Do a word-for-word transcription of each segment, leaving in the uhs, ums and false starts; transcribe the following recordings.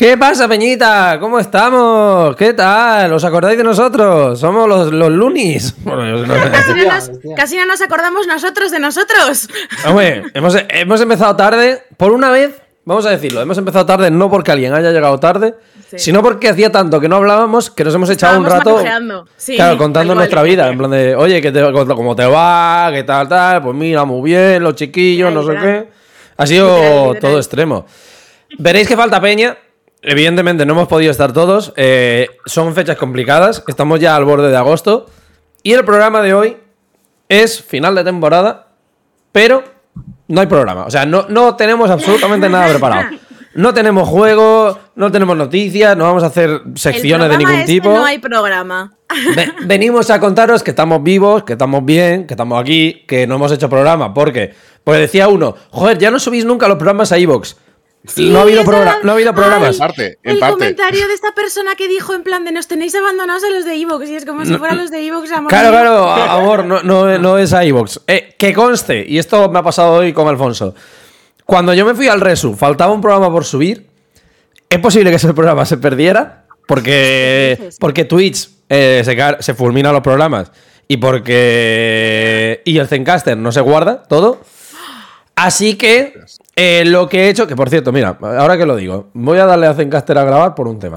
¿Qué pasa, Peñita? ¿Cómo estamos? ¿Qué tal? ¿Os acordáis de nosotros? Somos los, los Lunis. Bueno, no sé. Casi, no nos, casi no nos acordamos nosotros de nosotros. Hombre, hemos, hemos empezado tarde. Por una vez, vamos a decirlo, hemos empezado tarde no porque alguien haya llegado tarde, sí. sino porque hacía tanto que no hablábamos que nos hemos echado Estábamos un rato sí, claro, contando nuestra vida. En plan de, oye, ¿qué te, ¿cómo te va? ¿Qué tal, tal? Pues mira, muy bien, los chiquillos, Ay, no sé literal. qué. Ha sido Literal, literal. todo extremo. Veréis que falta peña. Evidentemente no hemos podido estar todos, eh, son fechas complicadas, estamos ya al borde de agosto y el programa de hoy es final de temporada, pero no hay programa, o sea, no, no tenemos absolutamente nada preparado. No tenemos juegos, no tenemos noticias, no vamos a hacer secciones de ningún es tipo. Que no hay programa. Ven, venimos a contaros que estamos vivos, que estamos bien, que estamos aquí, que no hemos hecho programa, porque pues decía uno, joder, ya no subís nunca los programas a iVoox. Sí, no, ha habido programa, no ha habido programas. En parte, en el parte. comentario de esta persona que dijo en plan de nos tenéis abandonados a los de iVoox y es como si No, fueran los de iVoox, amor. Claro, mío. claro, amor, no, no, no es a iVoox. Eh, que conste, y esto me ha pasado hoy con Alfonso. Cuando yo me fui al Resu, faltaba un programa por subir. Es posible que ese programa se perdiera porque, porque Twitch eh, se, ca- se fulmina los programas y porque y el Zencaster no se guarda todo. Así que eh, lo que he hecho, que por cierto, mira, ahora que lo digo, voy a darle a Zencaster a grabar por un tema.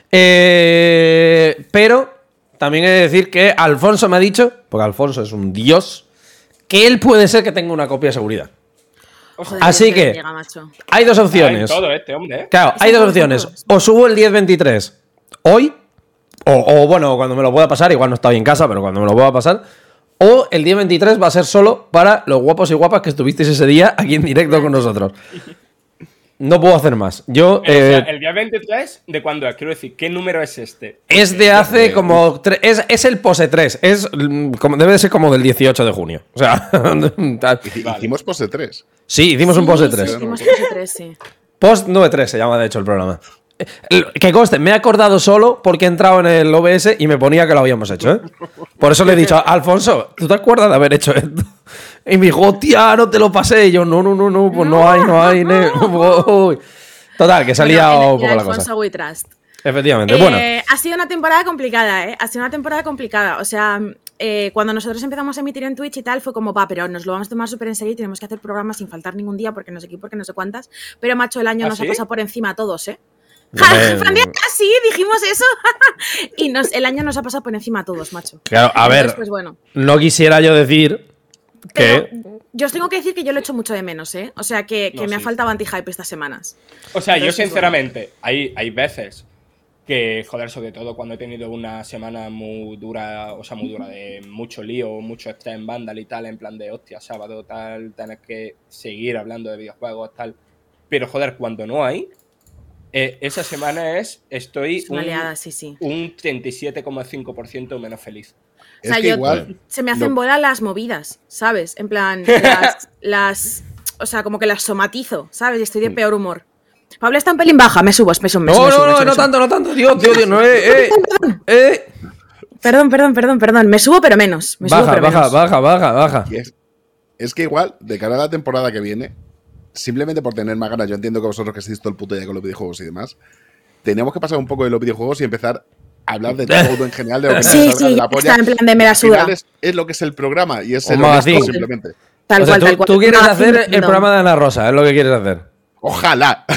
Eh, pero también he de decir que Alfonso me ha dicho, porque Alfonso es un dios, que él puede ser que tenga una copia de seguridad. Joder, Así Dios, que llega, macho. hay dos Hay opciones. todo este hombre, ¿eh? Claro, hay Eso dos por opciones. ejemplo. O subo el diez veintitrés hoy, o, o bueno, cuando me lo pueda pasar, igual no estoy en casa, pero cuando me lo pueda pasar. O el diez veintitrés va a ser solo para los guapos y guapas que estuvisteis ese día aquí en directo con nosotros. No puedo hacer más. Yo. Pero, o sea, eh, el día veintitrés, ¿de cuándo es? Quiero decir, ¿qué número es este? es de hace como. tre- Es, es el pose tres. Es, mm, como, debe de ser como del dieciocho de junio. O sea. Hici- Vale. Hicimos pose tres. Sí, hicimos un Sí, pose sí, tres. hicimos pose tres, sí. Post nueve tres se llama, de hecho, el programa. Eh, el- Que conste, me he acordado solo porque he entrado en el O B S y me ponía que lo habíamos hecho, ¿eh? Por eso le he dicho, Alfonso, ¿tú te acuerdas de haber hecho esto? Y me dijo, hostia, no te lo pasé. Y yo, no, no, no, no, pues no, No, hay, no hay. ne- Uy. Total, que salía Bueno, el- un poco el la Alfonso cosa. We Trust. Efectivamente, Eh, bueno. Ha sido una temporada complicada, ¿eh? Ha sido una temporada complicada. O sea, eh, cuando nosotros empezamos a emitir en Twitch y tal, fue como, va, pero nos lo vamos a tomar súper en serio y tenemos que hacer programas sin faltar ningún día porque no sé qué, porque no sé cuántas. Pero, macho, el año ¿Ah, nos sí? ha pasado por encima a todos, ¿eh? Hombre, Fran Díaz, sí, dijimos eso. Y nos, el año nos ha pasado por encima a todos, macho. Claro, a ver, Entonces, pues bueno. no quisiera yo decir que. Pero yo os tengo que decir que yo lo he hecho mucho de menos, ¿eh? O sea, que, que No, me ha sí. faltado anti-hype estas semanas. O sea, yo Entonces, pues, sinceramente, hay, hay veces que, joder, sobre todo cuando he tenido una semana muy dura, o sea, muy dura, de mucho lío, mucho estrés en Vandal y tal, en plan de, hostia, sábado, tal, tener que seguir hablando de videojuegos, tal. Pero, joder, cuando no hay, eh, esa semana es, estoy Es una un, liada, sí, sí. un treinta y siete coma cinco por ciento menos feliz. O sea, Es que yo, igual. se me hacen lo- bola las movidas, ¿sabes? En plan, las, las. O sea, como que las somatizo, ¿sabes? Y estoy de peor humor. Pablo está un pelín baja, me subo, me subo, me subo. No, me subo, no, me no, subo, no me subo. tanto, no tanto. Dios, Dios, Dios, no, eh, eh. eh. Perdón, perdón, perdón, perdón. Me subo, pero menos. Me subo, Baja, pero baja, menos. baja, baja, baja. Y es, es que igual, de cara a la temporada que viene, simplemente por tener más ganas, yo entiendo que vosotros que estáis todo el puto día con los videojuegos y demás, tenemos que pasar un poco de los videojuegos y empezar a hablar de todo en general, de lo que nos Sí, salga sí, de ya la polla. está, en plan de me la Al final suda. es, es lo que es el programa y es Un el magazine. honesto, simplemente. Tal O sea, cual, tú, tal cual. tú quieres No, hacer no. el programa de Ana Rosa, es lo que quieres hacer. Ojalá.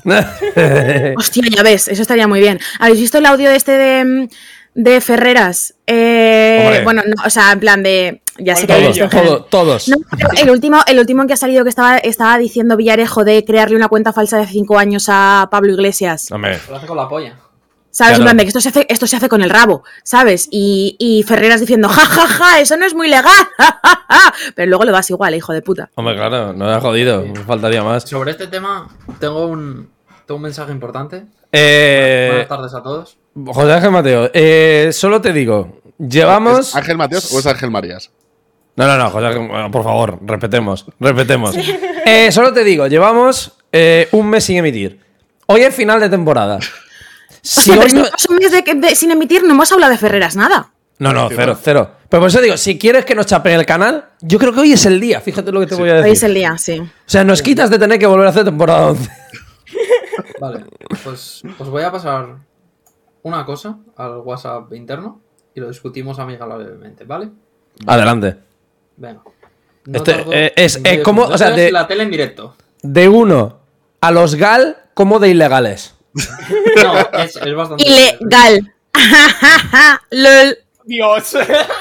Hostia, ya ves, eso estaría muy bien. ¿Habéis visto el audio este de, de Ferreras? Eh, Hombre. bueno, no, o sea, en plan de. Ya sé que habéis Todos, visto en general. todos, todos. No, pero el último, el último en que ha salido que estaba, estaba diciendo Villarejo de crearle una cuenta falsa de hace cinco años a Pablo Iglesias. Hombre. Lo hace con la polla. ¿Sabes? Claro. En plan de que esto se hace, esto se hace con el rabo, ¿sabes? Y, y Ferreras diciendo, ja, ja, ja, eso no es muy legal. ja, ja, ja". Pero luego lo das igual, hijo de puta. Hombre, claro, no me ha jodido, me faltaría más. Sobre este tema, tengo un, tengo un mensaje importante. Eh, Buenas tardes a todos. José Ángel Mateo, eh, solo te digo, llevamos... ¿Es Ángel Mateos o es Ángel Marías? No, no, no, José Ángel, bueno, por favor, respetemos, respetemos. Eh, solo te digo, llevamos eh, un mes sin emitir. Hoy es final de temporada. Si Hostia, pero hoy es no... que llevamos un mes de- de- sin emitir, no hemos hablado de Ferreras nada. No, no, cero, cero. Pero por eso digo, si quieres que nos chapeen el canal, yo creo que hoy es el día, fíjate lo que te voy a decir. Hoy es el día, sí. O sea, nos quitas de tener que volver a hacer temporada once. Vale. pues os voy a pasar una cosa al WhatsApp interno y lo discutimos amigablemente, ¿vale? Adelante. Venga. No Este, tardo eh, es- ni eh, diez ¿cómo? segundos. O sea, Esto es de- la tele en directo. De uno a los gal como de ilegales. No, es, es bastante... Ilegal. Lol. Dios.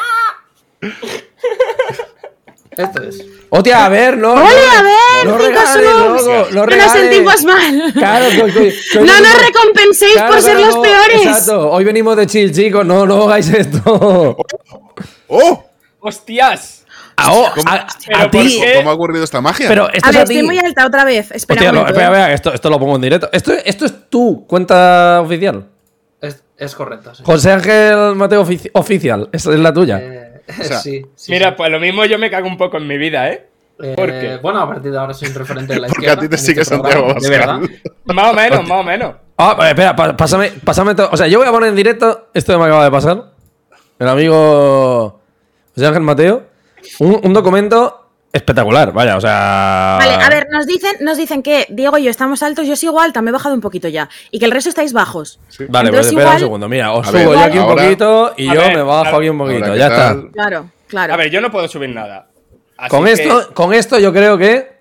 Esto es. Hostia, a ver, no. Ole, no, a ver, no cinco regales, subs. loco, no No regales. nos sentimos mal. Claro, co- co- co- No nos venimos- recompenséis Claro, por ser claro, los no, peores. Exacto, hoy venimos de chill, chicos, no, no hagáis esto. ¡Oh! Hostias. A, oh, ¿Cómo- a- a pero ti. por qué? ¿Cómo ha ocurrido esta magia? Pero esto A es ver, a ti. estoy muy alta otra vez. Espera Hostia, un no, momento, espera, ¿eh? espera, esto, esto lo pongo en directo. Esto, esto es tu cuenta oficial. Es, es correcto, sí. José Ángel Mateo ofici- Oficial, esa es la tuya. Eh, sea, sí, sí, Mira, sí. pues lo mismo yo me cago un poco en mi vida, ¿eh? Eh, ¿por qué? Bueno, a partir de ahora soy un referente de la Porque izquierda. a ti te en sigue este Santiago programa, de Abascal. verdad. Más o menos, más o menos. Ah, pues, espera, pa- pásame, pásame todo. O sea, yo voy a poner en directo esto que me acaba de pasar. El amigo José Ángel Mateo. Un, un documento espectacular, vaya, o sea. Vale, a ver, nos dicen, nos dicen que Diego y yo estamos altos, yo sigo alta, me he bajado un poquito ya. Y que el resto estáis bajos. Vale, pues Entonces, espera igual- un segundo. Mira, os A subo ver, yo vale, aquí un ahora- poquito y A yo ver, me bajo claro. aquí un poquito. Ahora, Ya ¿qué está. tal? Claro, claro. A ver, yo no puedo subir nada. Así Con que- esto, con esto yo creo que.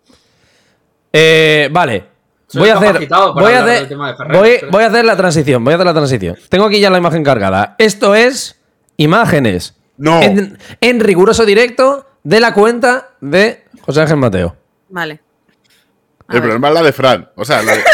Eh, vale. Soy Voy a hacer. capacitado para Voy a hablar hacer. del tema de Ferrer, Voy, creo. voy a hacer la transición. Voy a hacer la transición. Tengo aquí ya la imagen cargada. Esto es imágenes. No. En, en riguroso directo de la cuenta de José Ángel Mateo. Vale. A El ver. problema es la de Fran. O sea, la de...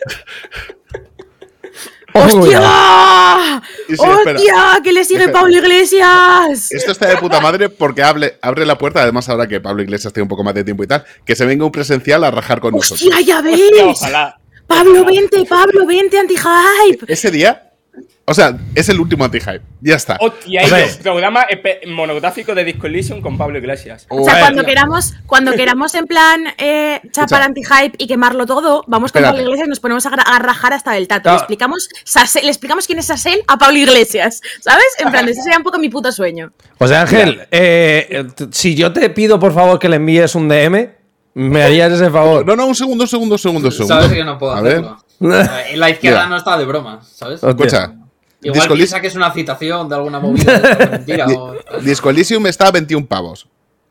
Ojo, cuidado. ¡Hostia! Sí, sí, espera. ¡Hostia! ¡Que le sigue Espera. Pablo Iglesias! Esto está de puta madre porque hable, abre la puerta, además ahora que Pablo Iglesias tiene un poco más de tiempo y tal, que se venga un presencial a rajar con nosotros. ¡Hostia, ya Hostia, ves! ojalá. Pablo, vente, Pablo, vente, anti-hype. Ese día, o sea, es el último anti-hype. Ya está. Hostia, Hombre. y programa epe- monográfico de Disco Elysium con Pablo Iglesias. O sea, Joder. cuando queramos, cuando queramos en plan eh, chapar Escucha. anti-hype y quemarlo todo, vamos con Espérate. Pablo Iglesias y nos ponemos a, gra- a rajar hasta el tato. Claro. Le explicamos, Sase- le explicamos quién es Sasel a Pablo Iglesias, ¿sabes? En plan, ese sería un poco mi puto sueño. José Ángel, eh, eh, t- si yo te pido por favor que le envíes un D M, ¿me harías ese favor? No, no, un segundo, un segundo, un segundo, un segundo. Sabes que no puedo A ver. hacerlo. Eh, La izquierda Mira. no está de broma, ¿sabes? Hostia. Escucha. Igual Disco piensa que es una citación de alguna movida de mentira o... Disco Elysium está a veintiún pavos.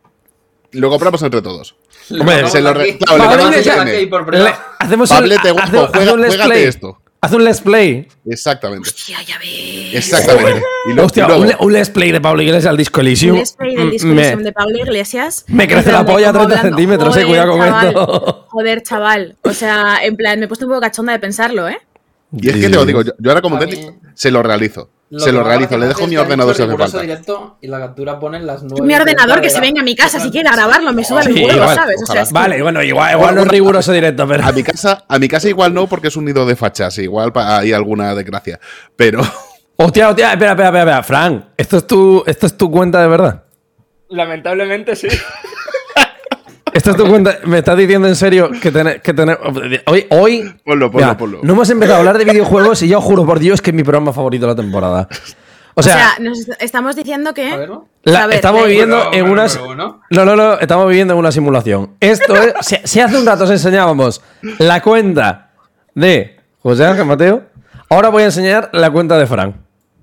Lo compramos entre todos. Hombre, se lo re- Aquí. claro, le Pablo damos Iglesias un aquí por Le- privado. hacemos un, Pablete, guapo, hace- hace juega- un let's juégate play. esto. Haz un let's play. Exactamente. Hostia, ya ves. Exactamente. Y lo- Hostia, y luego- un, le- un let's play de Pablo Iglesias al Disco Elysium. Un display del disco me, Elysium de Pablo Iglesias. me crece En plan la de polla a como treinta hablando, centímetros, eh, joder, cuidado con chaval, esto. Joder, chaval. O sea, en plan, me he puesto un poco cachonda de pensarlo, ¿eh? Y es que te lo digo, yo, yo ahora como A técnico mí- se lo realizo. Lo se que lo me realizo, parece le más dejo es mi que han ordenador hecho si hace riguroso falta. directo y la captura pone las nueve. Mi ordenador que se de la- venga a mi casa si quiere a grabarlo, me suda Sí, el huevo, igual, ¿sabes? O sea, ojalá. es que- Vale, bueno, igual, igual no es riguroso directo, pero. A mi casa, a mi casa igual no, porque es un nido de fachas. Igual pa- hay alguna desgracia. Pero Hostia, hostia, espera, espera, espera, espera. Fran, ¿esto es, tu, ¿esto es tu cuenta de verdad? Lamentablemente sí. ¿Esto es tu cuenta? ¿Me estás diciendo en serio que tener, que tener hoy, hoy Ponlo, ponlo, Mira, ponlo. no hemos empezado a hablar de videojuegos y yo juro por Dios que es mi programa favorito de la temporada. O O sea, sea, nos est- estamos diciendo que. A ver, ¿no? la- a ver, estamos la- viviendo Bueno, en bueno, una. bueno, bueno. No, no, no, estamos viviendo en una simulación. Esto es. Si, si hace un rato os enseñábamos la cuenta de José Ángel Mateo, ahora voy a enseñar la cuenta de Fran.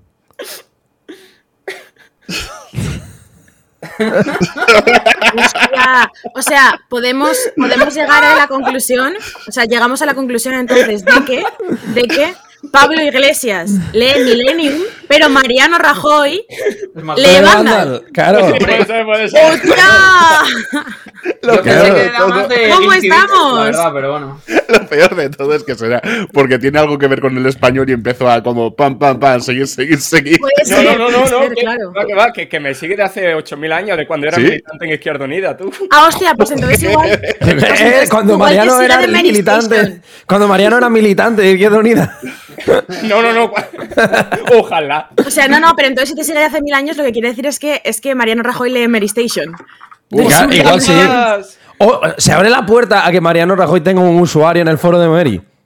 Hostia, o sea, podemos, podemos llegar a la conclusión, o sea, llegamos a la conclusión entonces de que, de que Pablo Iglesias lee Millennium, pero Mariano Rajoy Es más, Le- Pero Vandal. Vandal, Claro. Puede ser, puede ser. ¡Hostia! yo pensé claro, que era más de ¿Cómo Infinite, estamos? La verdad, pero bueno. lo peor de todo es que será porque tiene algo que ver con el español y empezó a como pam, pam, pam, seguir, seguir, seguir. Puede No, ser, no, no, no, puede no, ser, que, claro. va, que va, que, que me sigue de hace ocho mil años, de cuando era ¿Sí? militante en Izquierda Unida, tú. Ah, hostia, pues entonces igual. pues Eh, entonces cuando igual te Mariano sigue era de Mary militante. Station. Cuando Mariano era militante de Izquierda Unida. No, no, no. Ojalá. O sea, no, no, pero entonces si te sigue de hace mil años, lo que quiere decir es que, es que Mariano Rajoy lee Mary Station. Igual, igual sí. Ostras. O, se abre la puerta a que Mariano Rajoy tenga un usuario en el foro de Mary.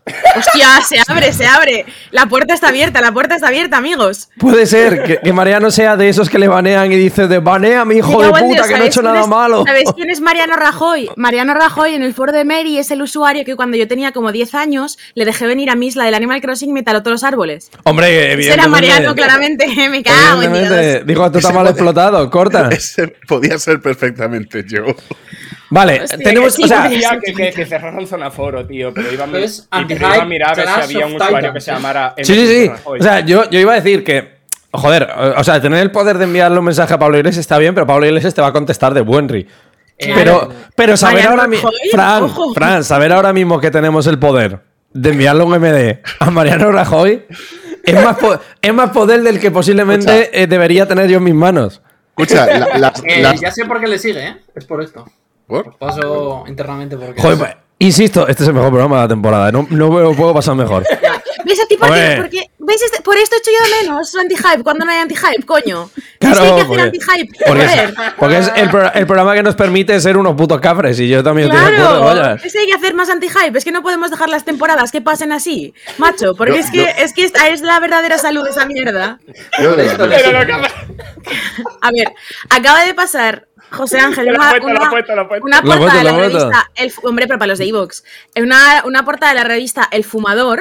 Hostia, se abre, se abre. La puerta está abierta, la puerta está abierta, amigos. Puede ser que, que Mariano sea de esos que le banean y dice de banea a mi hijo de puta que no ha hecho nada malo. ¿Sabéis quién es Mariano Rajoy? Mariano Rajoy en el foro de Mary es el usuario que cuando yo tenía como diez años le dejé venir a mi isla del Animal Crossing y me taló todos los árboles. Hombre, evidentemente. Era Mariano, claramente. Me cago en Dios. Dijo, tú estás mal explotado, corta. Ese podía ser perfectamente yo. Vale, Hostia, tenemos. que sí, o sea, Decía que, que, que cerraron zona foro, tío, pero iba a, mi- Es y- pero iba a mirar a ver si Clash había un of usuario Titans. que se llamara sí, sí, sí. Rajoy. O sea, yo, yo iba a decir que. Joder, o sea, tener el poder de enviarle un mensaje a Pablo Iglesias está bien, pero Pablo Iglesias te va a contestar de Buenri. Eh, Pero, pero saber Mariano ahora mismo. Rajoy, Fran, ojo. Fran, saber ahora mismo que tenemos el poder de enviarle un M D a Mariano Rajoy es más, po- es más poder del que posiblemente eh, debería tener yo en mis manos. Escucha, la- las- eh, las- ya sé por qué le sigue, ¿eh? Es por esto. ¿Por? Os paso internamente porque. Joder, pues, insisto, este es el mejor programa de la temporada. No, no me lo puedo pasar mejor. ¿Ves a ti por Hombre. qué? Porque, ¿ves? Este- por esto echo yo de menos anti-hype cuando no hay anti-hype, coño. Claro, es que hay que hacer porque- anti-hype. Porque es, joder. porque es el, pro- el programa que nos permite ser unos putos cafres. Y yo también estoy de acuerdo, Claro, vaya. es que hay que hacer más anti-hype, es que no podemos dejar las temporadas que pasen así, macho, porque Yo- es que yo- es que esta es la verdadera salud de esa mierda. yo de Esto verdad. le Pero sigue. lo que- A ver, acaba de pasar José Ángel Lo he una, puesto, lo he una- puesto, lo he puesto. una Lo he portada puesto, de la lo he puesto. revista El Fu- hombre, pero para los de Evox, una, una portada de la revista El Fumador,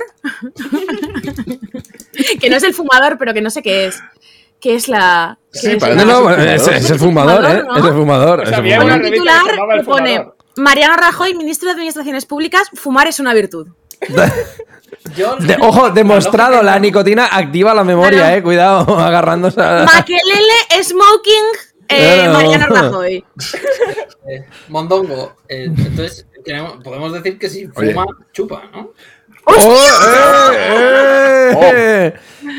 que no es el fumador, pero que no sé qué es, que es la que Sí, es parece la- No, no, Es es, es el fumador, ¿eh? ¿no? Es el fumador. O es sea, el había Pone fumador. una un revista titular que se llamaba El que pone Fumador. Mariano Rajoy, ministro de Administraciones Públicas, fumar es una virtud. Yo- De- ojo, demostrado, lógica la no- nicotina activa la memoria, Claro. eh. Cuidado, agarrándose a. Makelele Smoking eh, Claro. Mariano Rajoy. eh, Mondongo. eh, entonces, tenemos- podemos decir que si Oye. fuma, chupa, ¿no? ¡Oh, eh, eh!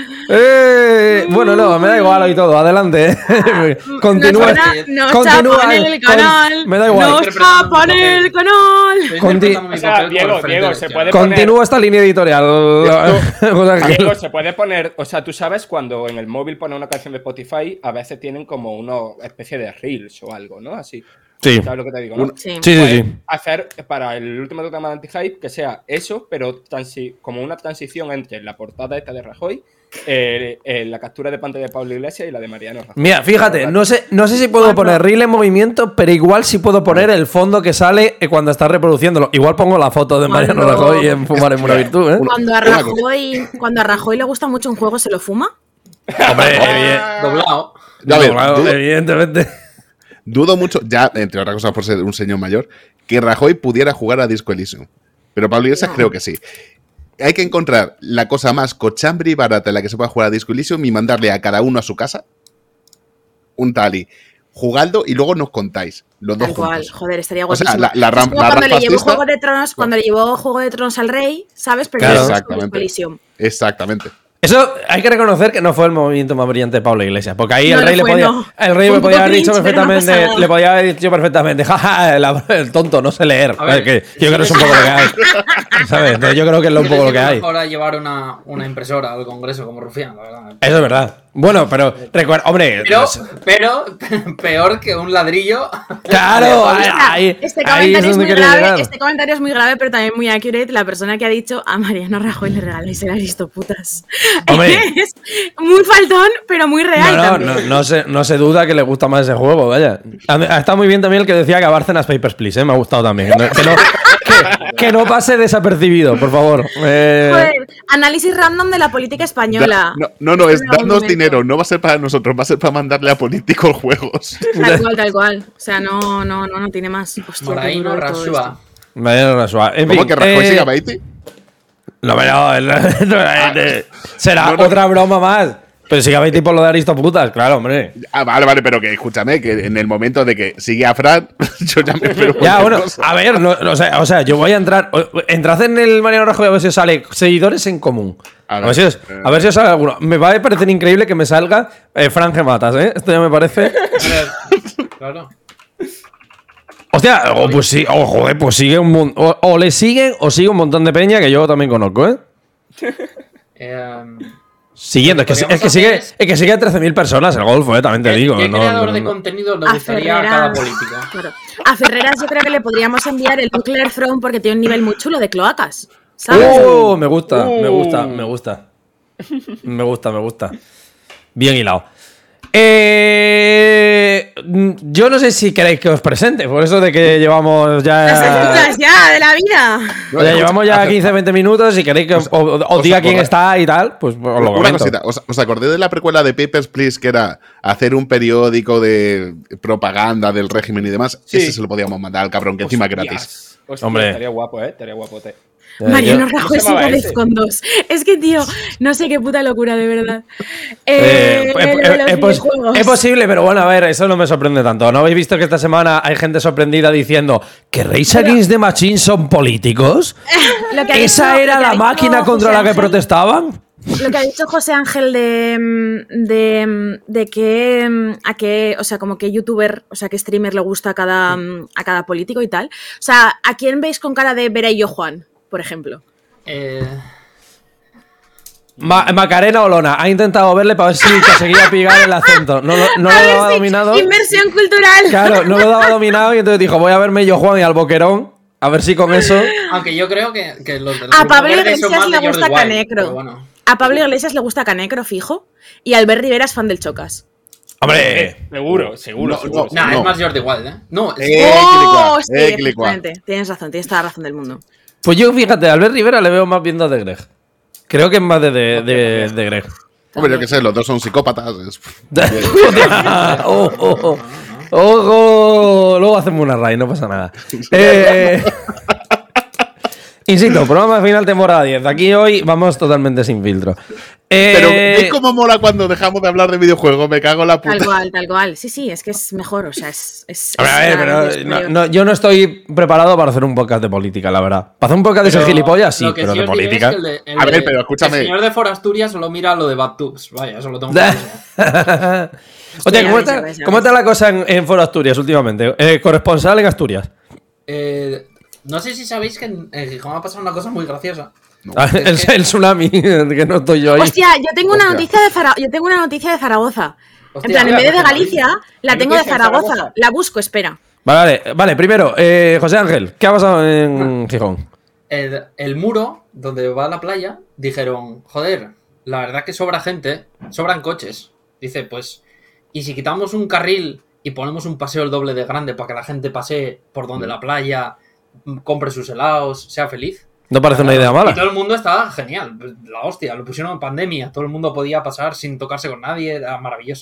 ¡Eh! Bueno, no, me da igual y todo. Adelante. eh. Continúa. Nos, van a- nos continúa, chapan en el con- canal. me da igual. Nos chapan en el canal. Estoy Conti- interpretando mi O sea, papel como Diego, referente Diego, de se la puede izquierda. Continúa esta línea editorial. José Ángel. Diego, se puede poner, o sea, tú sabes cuando en el móvil pone una canción de Spotify, a veces tienen como una especie de reels o algo, ¿no? Así. Sí. ¿Sabes lo que te digo? ¿no? Un- Sí. Sí, sí, Pues, sí. hacer para el último programa de Anti-Hype que sea eso, pero transi- como una transición entre la portada esta de Rajoy, eh, eh, la captura de pantalla de Pablo Iglesias y la de Mariano Rajoy. Mira, fíjate, no sé, no sé si puedo Cuando- poner reel en movimiento, pero igual sí puedo poner el fondo que sale eh, cuando está reproduciéndolo. Igual pongo la foto de Mariano Cuando- Rajoy en Fumar en una virtud, ¿eh? Cuando a, Una Rajoy, cuando a Rajoy le gusta mucho un juego, ¿se lo fuma? Hombre, bien. Doblado. A ver, Claro, dudo, evidentemente. dudo mucho, ya, entre otras cosas por ser un señor mayor, que Rajoy pudiera jugar a Disco Elysium. Pero Pablo Iglesias No. creo que sí. Hay que encontrar la cosa más cochambre y barata en la que se pueda jugar a Disco Elysium y mandarle a cada uno a su casa un tali. Jugadlo y luego nos contáis los dos Tal cual, juntos. joder, estaría O sea, guapísimo. la- la Es ram- como la cuando le llevó rampastista- Juego de Tronos, cuando le llevó Juego de Tronos al rey, ¿sabes? Pero Claro. eso es Exactamente. Elysium. Exactamente. Eso hay que reconocer que no fue el movimiento más brillante de Pablo Iglesias, porque ahí No el lo rey le fue, podía, no. el rey Fue le un podía poco haber dicho cringe, pero no perfectamente, pasa nada. le podía haber dicho perfectamente, jaja, el, el tonto no sé leer. A ver, que yo creo que es un poco lo que hay, ¿sabes? Entonces yo creo que es lo- un poco lo que hay. Ahora llevar una, una impresora al Congreso como Rufián, la verdad. Eso es verdad. Bueno, pero recuerda, hombre, Pero, no sé. pero peor que un ladrillo. Claro, ahí, Mira, ahí, este ahí comentario es es, donde muy quería grave, llegar. este comentario es muy grave, pero también muy accurate. La persona que ha dicho a Mariano Rajoy le regaláis el aristoputas. Hombre. Es muy faltón, pero muy real No, no, también. no, no se, no se duda que le gusta más ese juego, vaya. A mí- Está muy bien también el que decía que a Bárcenas Papers, Please, ¿eh? Me ha gustado también. No- que, no, que- que no pase desapercibido, por favor. Eh, Joder, análisis random de la política española. Da- no, no, no, es En algún darnos momento. dinero. No va a ser para nosotros, va a ser para mandarle a políticos juegos. Tal cual, tal cual. O sea, no, no, no, no tiene más. Hostia, qué Moraino duro todo Rasua. esto. Mariano Rajoy. En ¿Cómo fin, que Rajoy eh, siga Baiti? No, pero no, no, eh, será No, no. otra broma más. Pero si habéis tipo lo de Aristoputas, claro, hombre. Ah, vale, vale, pero que escúchame, que en el momento de que sigue a Fran, yo ya me espero. Ya, cualquier bueno, cosa. a ver, no, o, sea, o sea, yo voy a entrar. o- Entrad en el Mariano Rajoy a ver si os sale seguidores en común. A A ver, ver, si os, a ver si os sale alguno. Me va a parecer increíble que me salga eh, Fran Gematas, ¿eh? Esto ya me parece. Claro. Hostia, o pues sí, o joder, pues sigue un mon- o, o le siguen o sigue un montón de peña que yo también conozco, ¿eh? Eh, Siguiendo, es que, es Podríamos que sigue, hacer- es que sigue a trece mil personas el golfo, eh, también te ¿qué- digo. ¿Qué no- creador no- de no. contenido le A gustaría a cada Ferreras. político? Claro. A Ferreras yo creo que le podríamos enviar el Nuclear Throne porque tiene un nivel muy chulo de cloacas. ¿sabes? ¡Oh! Me gusta, Uh. me gusta, me gusta. Me gusta, me gusta. Bien hilado. Eh, yo no sé si queréis que os presente, por eso de que llevamos ya. Las anécdotas ya de la vida. O sea, llevamos ya quince a veinte minutos. Si queréis que os, os- os diga quién está y tal, pues os lo Una comento. cosita, ¿os, os acordáis de la precuela de Papers, Please, que era hacer un periódico de propaganda del régimen y demás? Sí. Ese se lo podíamos mandar al cabrón, que encima es gratis. Hostias, hostia, Hombre. Estaría guapo, ¿eh? Estaría guapote. Eh, Mariano yo- Rajoy ¿cómo se llamaba sigue ese? con dos. Es que, tío, no sé qué puta locura, de verdad. Eh, Eh, es- lo de los es- es pos- videojuegos. es posible, pero bueno, a ver, eso no me sorprende tanto. ¿No habéis visto que esta semana hay gente sorprendida diciendo que Rage Against the Machine son políticos? Lo que ha ¿Esa dicho- era lo que ha la dicho máquina contra José la que Ángel- protestaban? Lo que ha dicho José Ángel de, mm, de, mm, de que mm, a qué, o sea, como que youtuber, o sea, que streamer le gusta a cada, mm, a cada político y tal. O sea, ¿a quién veis con cara de Verello Juan, por ejemplo? Eh, Ma- Macarena Olona ha intentado verle para ver si conseguía pigar el acento. No, lo- no A lo ver daba si- dominado. Inversión cultural. Claro, no lo daba dominado y entonces dijo, voy a verme yo Juan y al Boquerón. A ver si con eso. aunque yo creo que, que los del A Grupo Pablo Verde son Iglesias más le de Jordi gusta Wild, Canecro. pero bueno. A Pablo Iglesias le gusta Canecro, fijo. Y Albert Rivera es fan del Chocas. hombre. Seguro, seguro. No, seguro, no, Nah, no. es más Jordi Wild, ¿eh? No, es- Eh, ¡Oh! Quilicua, Sí, eh, Quilicua. efectivamente. Tienes razón, tienes toda la razón del mundo. Pues yo, fíjate, a Albert Rivera le veo más viendo a De Greg. Creo que es más de, de, de, de Greg. Hombre, yo qué sé, los dos son psicópatas. es- oh, oh, oh. Ojo, luego hacemos una raid, no pasa nada. Eh, insisto, programa final temporada diez. Aquí hoy vamos totalmente sin filtro. Eh, Pero ¿veis cómo mola cuando dejamos de hablar de videojuegos? Me cago en la Tal puta. cual, tal cual. Sí, sí, es que es mejor, o sea, es... es a ver, a ver, es pero claramente no- superior. no, yo no estoy preparado para hacer un podcast de política, la verdad. Para hacer un podcast de ser Pero gilipollas, sí, lo que pero sí de os diré política. es que el de- el A ver, de- pero escúchame. El señor de Forasturias solo mira lo de BadTubes. Vaya, eso lo tengo clarísimo. Oye, ya ¿cómo ves, ya está, ves, ya ¿cómo ves. está la cosa en, en Foro Asturias últimamente? Eh, corresponsal en Asturias. Eh, no sé si sabéis que en, en Gijón ha pasado una cosa muy graciosa. Ah, el, el tsunami, que no estoy yo ahí. Hostia, yo tengo una Hostia. noticia de Zara- yo tengo una noticia de Zaragoza. Hostia, en plan, en mira, vez de pues, Galicia, la ¿Hay tengo de noticia de Zaragoza. Zaragoza? La busco, espera. Vale, vale, vale, primero, eh, José Ángel, ¿qué ha pasado en Gijón? El, el muro donde va la playa, dijeron, joder, la verdad que sobra gente, sobran coches. Dice, pues, ¿y si quitamos un carril y ponemos un paseo el doble de grande para que la gente pase por donde la playa, m- compre sus helados, sea feliz? No parece una idea Y mala. todo el mundo estaba genial, pues, la hostia, lo pusieron en pandemia, todo el mundo podía pasar sin tocarse con nadie, era maravilloso.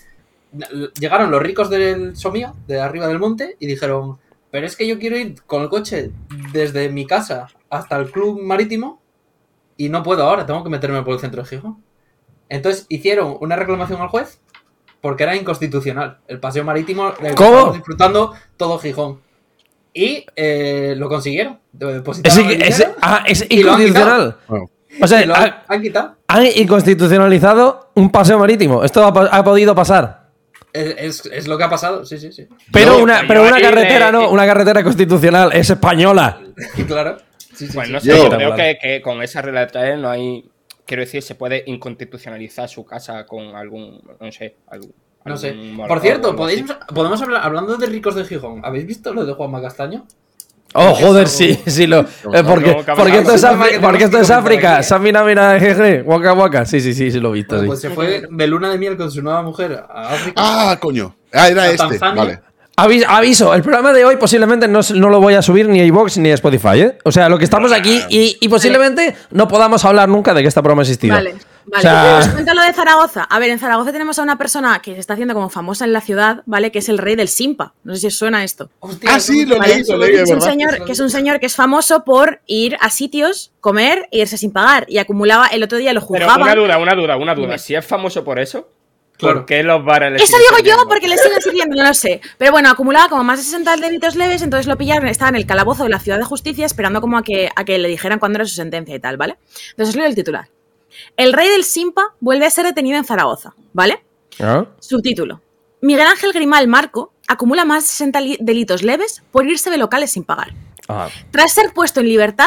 Llegaron los ricos del Somía, de arriba del monte, y dijeron, pero es que yo quiero ir con el coche desde mi casa hasta el club marítimo y no puedo ahora, tengo que meterme por el centro de Gijón. Entonces hicieron una reclamación al juez porque era inconstitucional. El paseo marítimo del que ¿Cómo? estábamos disfrutando todo Gijón. Y eh, lo consiguieron. Es, Depositaron el es- dinero ah, es y lo han inconstitucional. Bueno, O sea, y lo han, ha- han quitado. han inconstitucionalizado un paseo marítimo. Esto ha, pa- ha podido pasar. Es, es- es lo que ha pasado, sí, sí, sí. Pero Yo- una, yo pero una ahí carretera le- no, una carretera constitucional, es española. Y claro. Sí, sí, Pues sí. no sé, Yo- yo creo que, que con esa regla de tres no hay. Quiero decir, se puede inconstitucionalizar su casa con algún. No sé. Algún, No sé. algún Por morro cierto, o algo podéis, así. podemos hablar, hablando de ricos de Gijón, ¿habéis visto lo de Juanma Castaño? Oh, Es joder, algo- sí, sí lo. eh, porque, no, cabrón, porque esto es, algo Afri- que porque esto es tenemos que comentar África. aquí. Samina, mira, jeje, waka waka. Sí, sí, sí, sí lo he visto, sí. Pues se fue de luna de miel con su nueva mujer a África. Ah, coño. Ah, era A este. Tanzania. Vale. Avi- Aviso, el programa de hoy posiblemente no, s- no lo voy a subir ni a iVoox ni a Spotify, ¿eh? O sea, lo que estamos aquí y, y posiblemente no podamos hablar nunca de que este programa ha existido. Vale, vale. O sea- Os cuento lo de Zaragoza. A ver, en Zaragoza tenemos a una persona que se está haciendo como famosa en la ciudad, ¿vale? Que es el rey del Simpa. No sé si os suena esto. Hostia, Ah, sí, ¿cómo- lo ¿Vale? leí, lo leí, de es, un verdad. señor, que es un señor que es famoso por ir a sitios, comer e irse sin pagar. Y acumulaba, el otro día lo Pero juzgaban. una duda, una duda, una duda. Dime. Si es famoso por eso, Claro. ¿por qué los bares le Eso siguen digo yo sirviendo? porque le siguen sirviendo, no lo sé. Pero bueno, acumulaba como más de sesenta delitos leves, entonces lo pillaron, estaba en el calabozo de la ciudad de justicia esperando como a que, a que le dijeran cuándo era su sentencia y tal, ¿vale? Entonces os leo el titular. El rey del Simpa vuelve a ser detenido en Zaragoza, ¿vale? ¿Ah? Subtítulo. Miguel Ángel Grimal Marco acumula más de sesenta li- delitos leves por irse de locales sin pagar. Ah. Tras ser puesto en libertad,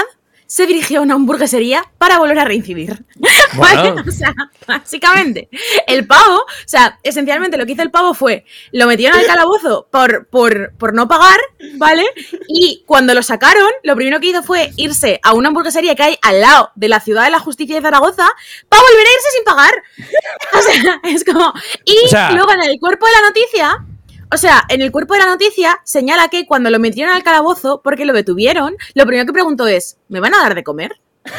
se dirigió a una hamburguesería para volver a reincidir. Bueno. ¿Vale? O sea, básicamente, el pavo, o sea, esencialmente lo que hizo el pavo fue, lo metieron al calabozo por, por, por no pagar, ¿vale? Y cuando lo sacaron, lo primero que hizo fue irse a una hamburguesería que hay al lado de la Ciudad de la Justicia de Zaragoza para volver a irse sin pagar. O sea, es como... Y O sea, luego en el cuerpo de la noticia... O sea, en el cuerpo de la noticia señala que cuando lo metieron al calabozo, porque lo detuvieron, lo primero que preguntó es, ¿me van a dar de comer?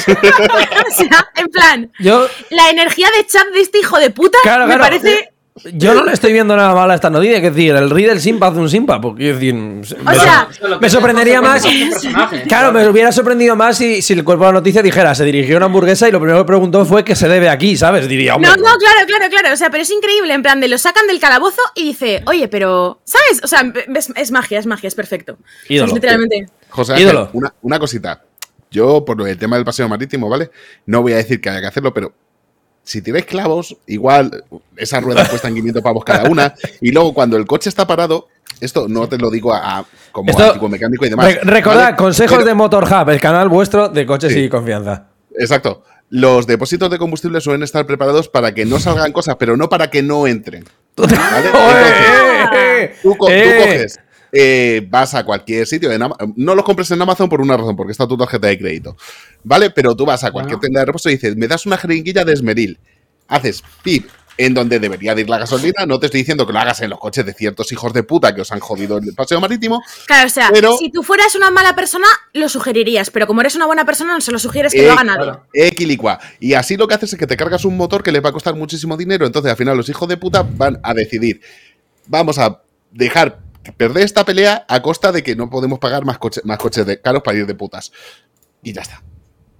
O sea, en plan, Yo, la energía de chat de este hijo de puta claro, me claro. parece... Yo no le estoy viendo nada mal a esta noticia, es decir, el rey del simpa hace un simpa, porque es decir, me, sea, me sorprendería más. Personaje, Claro, me hubiera sorprendido más si, si el cuerpo de la noticia dijera, se dirigió a una hamburguesa y lo primero que preguntó fue qué se debe aquí, ¿sabes? Diría, hombre. No, no, claro, claro, claro. O sea, pero es increíble. En plan, de lo sacan del calabozo y dice, oye, pero, ¿sabes? O sea, es, es magia, es magia, es perfecto. Ídolo. O sea, es literalmente. José Ángel, Ídolo. una, una cosita. Yo, por el tema del paseo marítimo, ¿vale? No voy a decir que haya que hacerlo, pero si tiráis clavos, igual esas ruedas cuestan quinientos pavos cada una. Y luego, cuando el coche está parado, esto no te lo digo a, a- como Esto- antiguo mecánico y demás. Re- recordad, ¿vale? consejos Pero- de Motorhub, el canal vuestro de coches Sí. y confianza. Exacto. Los depósitos de combustible suelen estar preparados para que no salgan cosas, pero no para que no entren. ¿Vale? Entonces, ¡Eh! tú, co- tú ¡Eh! coges, eh, vas a cualquier sitio, en Ama- no los compres en Amazon por una razón, porque está tu tarjeta de crédito, ¿vale? Pero tú vas a cualquier Bueno. tienda de repuesto y dices, me das una jeringuilla de esmeril, haces pip en donde debería de ir la gasolina, no te estoy diciendo que lo hagas en los coches de ciertos hijos de puta que os han jodido el paseo marítimo, Claro, o sea, Pero- si tú fueras una mala persona, lo sugerirías, pero como eres una buena persona, no se lo sugieres que Eh, lo haga nadie. Claro. equilicua. Y así lo que haces es que te cargas un motor que les va a costar muchísimo dinero, entonces al final los hijos de puta van a decidir, vamos a dejar perder esta pelea a costa de que no podemos pagar más, coche- más coches de caros para ir de putas. Y ya está.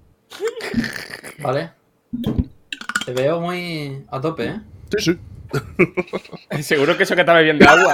Vale. Te veo muy a tope, ¿eh? Sí, sí. Seguro que eso que está bebiendo agua.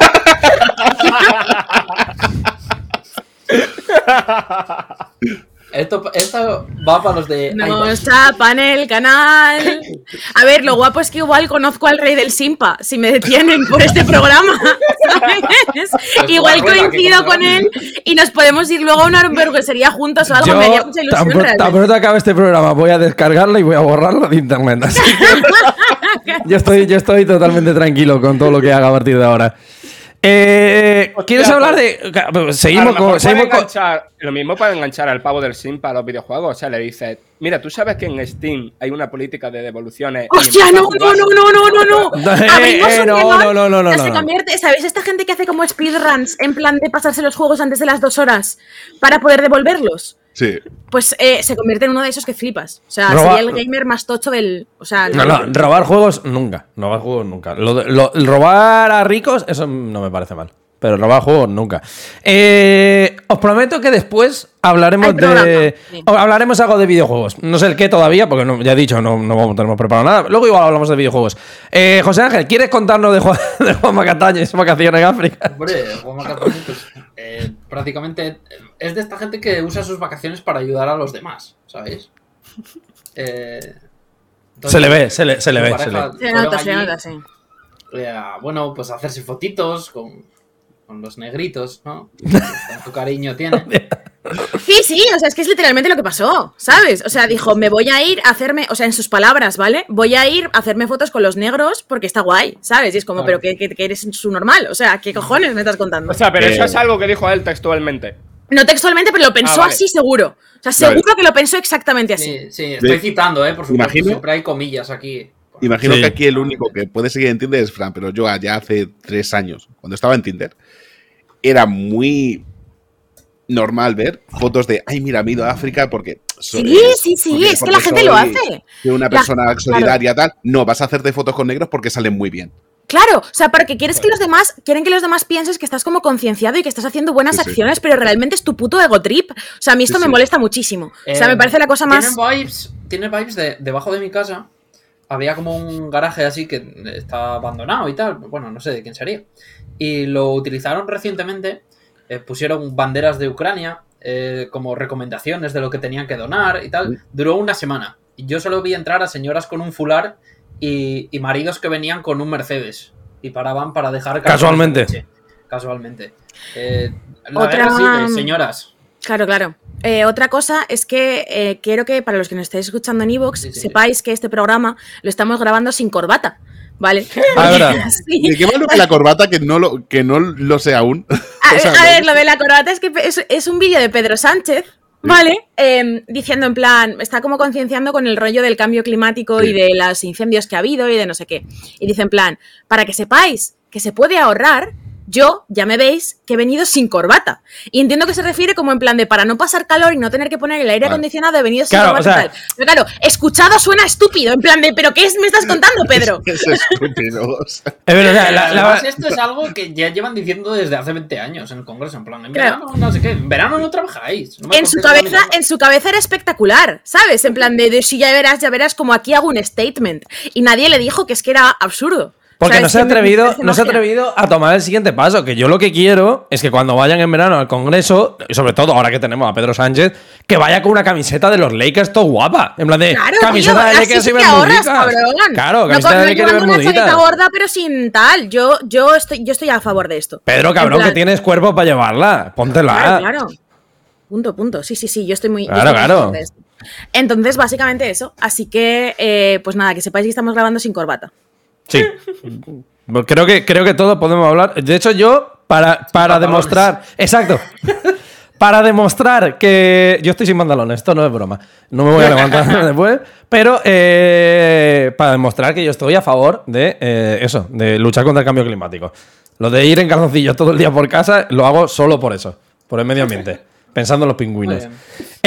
Esto, esto va para los de... Nos tapan el canal. A ver, lo guapo es que igual conozco al rey del Simpa, si me detienen por este programa, ¿sabes? Igual rueda que coincido con él controlamos. y nos podemos ir luego a una hamburguesería juntos o algo. Yo, Me haría mucha ilusión, tan, pro- tan realmente. pronto acabe este programa, voy a descargarlo y voy a borrarlo de internet. Así que yo, estoy, yo estoy totalmente tranquilo con todo lo que haga a partir de ahora. Eh, ¿Quieres Hostia, hablar pues, de...? A lo Seguimos mejor con... Seguimos puede con enganchar- lo mismo puede enganchar al pavo del Simpa a los videojuegos. O sea, le dices, mira, ¿tú sabes que en Steam hay una política de devoluciones? Y ¡Hostia, empieza a no, no, jugar- no, no, no, no, no! Eh, Abrimos eh, un no, melón, no, no, no, no, o sea, no, se no. convierte, ¿sabéis? Esta gente que hace como speedruns en plan de pasarse los juegos antes de las dos horas para poder devolverlos. Sí. Pues eh, se convierte en uno de esos que flipas. O sea, Roba- sería el gamer más tocho del... O sea, No, no, robar juegos nunca. Robar juegos nunca. Lo de- lo- el robar a ricos, eso no me parece mal. Pero robar juegos nunca. Eh, os prometo que después hablaremos Hay programa, de. sí. o hablaremos algo de videojuegos. No sé el qué todavía, porque no- ya he dicho, no, no vamos- tenemos preparado nada. Luego igual hablamos de videojuegos. Eh, José Ángel, ¿quieres contarnos de Juan, de Juan Macataña y sus vacaciones en África? Hombre, Juan Macataña, pues, eh, prácticamente eh, es de esta gente que usa sus vacaciones para ayudar a los demás, ¿sabéis? Eh, entonces, Se le ve, se le, se le su ve. pareja Se le ve. Se fueron nota, se allí, nota, sí. eh, bueno, pues hacerse fotitos con, con los negritos, ¿no? Tanto cariño tiene. Sí, sí, o sea, es que es literalmente lo que pasó, ¿sabes? O sea, dijo, me voy a ir a hacerme, o sea, en sus palabras, ¿vale? Voy a ir a hacerme fotos con los negros porque está guay, ¿sabes? Y es como, Claro. pero que, que- que eres su normal, o sea, ¿qué cojones me estás contando? O sea, pero Eh. eso es algo que dijo él textualmente. No textualmente, pero lo pensó vale. así seguro. O sea, Vale. seguro que lo pensó exactamente así. Sí, sí, estoy citando, ¿eh? Por supuesto, Imagino- siempre hay comillas aquí. Imagino Sí. que aquí el único que puede seguir en Tinder es Fran, pero yo allá hace tres años, cuando estaba en Tinder, era muy normal ver fotos de, ay, mira, me he ido a África porque... soy- Sí, sí, sí, porque- es que la porque gente lo soy hace. Una La- persona solidaria, tal. No, vas a hacerte fotos con negros porque salen muy bien. Claro, o sea, porque quieres que los demás, quieren que los demás pienses que estás como concienciado y que estás haciendo buenas Sí, sí. acciones, pero realmente es tu puto ego trip. O sea, a mí esto Sí, me sí. molesta muchísimo. O sea, Eh, me parece la cosa más... Tiene vibes, tiene vibes de debajo de mi casa. Había como un garaje así que está abandonado y tal. Bueno, no sé de quién sería. Y lo utilizaron recientemente. eh, pusieron banderas de Ucrania eh, como recomendaciones de lo que tenían que donar y tal. Duró una semana. Y yo solo vi entrar a señoras con un fular y, y maridos que venían con un Mercedes. Y paraban para dejar... cartones de Casualmente. leche. Casualmente. Eh, la Otra- guerra sigue, señoras. Claro, claro. Eh, otra cosa es que eh, quiero que para los que nos estáis escuchando en iVoox Sí, sí. sepáis que este programa lo estamos grabando sin corbata, ¿vale? Ah, ¿verdad? Sí. ¿De qué vale la corbata que no lo, que no lo sé aún? A, O sea, a ver, lo de la corbata es que es, es un vídeo de Pedro Sánchez, ¿vale? Eh, diciendo en plan, está como concienciando con el rollo del cambio climático Sí. y de los incendios que ha habido y de no sé qué. Y dice en plan, para que sepáis que se puede ahorrar, yo, ya me veis, que he venido sin corbata. Y entiendo que se refiere como en plan de para no pasar calor y no tener que poner el aire Vale. acondicionado, he venido sin Claro, corbata o sea- y tal. Pero claro, escuchado suena estúpido, en plan de, ¿pero qué es- me estás contando, Pedro? Es estúpido. o sea. Es verdad, o sea, la- la- Además, esto es algo que ya llevan diciendo desde hace veinte años en el Congreso. En plan, en Claro. verano no sé qué, en verano no trabajáis. No me En su contéis la cabeza, mirada. en su cabeza era espectacular, ¿sabes? En plan de, de si ya verás, ya verás, como aquí hago un statement. Y nadie le dijo que es que era absurdo. Porque ¿Sabes? no se ha Que me- me atrevido, parece no se ha magia. atrevido a tomar el siguiente paso. Que yo lo que quiero es que cuando vayan en verano al Congreso, y sobre todo ahora que tenemos a Pedro Sánchez, que vaya con una camiseta de los Lakers todo guapa. En plan de Claro, camiseta tío, de así Lakers sí y que ahorras, bermuditas. cabrón. Claro, No, camiseta no de Lakers y llevando una chaqueta bermuditas. gorda, pero sin tal. Yo, yo, estoy, yo estoy a favor de esto. Pedro, En cabrón, plan, que tienes cuerpo para llevarla. Póntela. Claro, claro. Punto, punto. Sí, sí, sí, yo estoy muy. yo Claro, estoy muy a claro. favor de esto. Entonces, básicamente eso. Así que, eh, pues nada, que sepáis que estamos grabando sin corbata. Sí. Creo que, creo que todos podemos hablar. De hecho, yo, para, para pantalones. demostrar. Exacto. Para demostrar que. Yo estoy sin pantalones, esto no es broma. No me voy a levantar después. Pero eh, para demostrar que yo estoy a favor de eh, eso, de luchar contra el cambio climático. Lo de ir en calzoncillos todo el día por casa, lo hago solo por eso. Por el medio ambiente. Pensando en los pingüinos. Muy bien.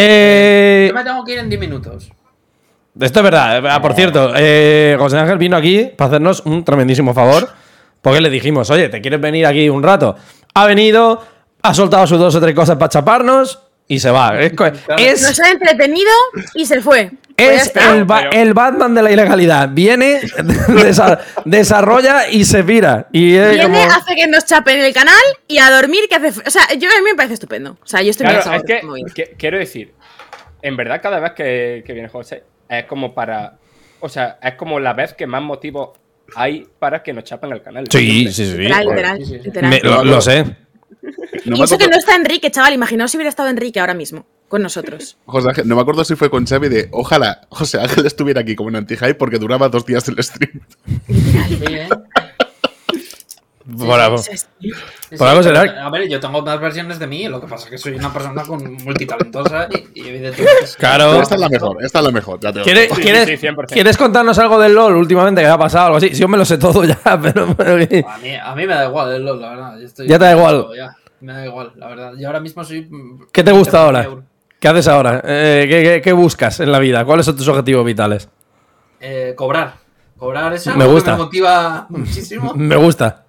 Eh, Yo me tengo que ir en diez minutos. Esto es verdad. Ah, por cierto, eh, José Ángel vino aquí para hacernos un tremendísimo favor. Porque le dijimos, oye, ¿te quieres venir aquí un rato? Ha venido, ha soltado sus dos o tres cosas para chaparnos y se va. Es, co- es, Nos ha entretenido y se fue. Pues ya es está. el, ba- el Batman de la ilegalidad. Viene, desa- desarrolla y se pira. Y es Viene, como- hace que nos chapen el canal y a dormir que hace. O sea, yo a mí me parece estupendo. O sea, yo estoy muy a Claro, favor es de que, esta movida. que- quiero decir, en verdad cada vez que, que viene José es como para, o sea, es como la vez que más motivos hay para que nos chapen el canal. Sí, Siempre. sí, sí. Literal, joder. literal, Sí, sí, sí. literal. Me- lo, lo sé. No y me eso que acuerdo, no está Enrique, chaval. Imaginaos si hubiera estado Enrique ahora mismo con nosotros. José Ángel, no me acuerdo si fue con Xavi de ojalá José Ángel estuviera aquí como en anti-hype porque duraba dos días el stream. Sí, ¿eh? Por algo. O sea, es- Sí, Por algo pero, será. A ver, yo tengo más versiones de mí, lo que pasa es que soy una persona con multitalentosa y, y evidentemente. Claro. Pero esta es la mejor, esta es la mejor. Ya te lo ¿Quieres, digo. Sí, ¿quieres, sí, cien por ciento. ¿Quieres contarnos algo del LOL últimamente que ha pasado? Algo así. Si yo me lo sé todo ya, pero. pero que- A mí, a mí me da igual el LOL, la verdad. Yo estoy- Ya te da igual. Ya, me da igual, la verdad. Yo ahora mismo soy. mm, ¿Qué te gusta ahora? euro. ¿Qué haces ahora? Eh, ¿qué, qué, qué buscas en la vida? ¿Cuáles son tus objetivos vitales? Eh, cobrar. Cobrar es Me algo gusta. que me motiva muchísimo. Me gusta.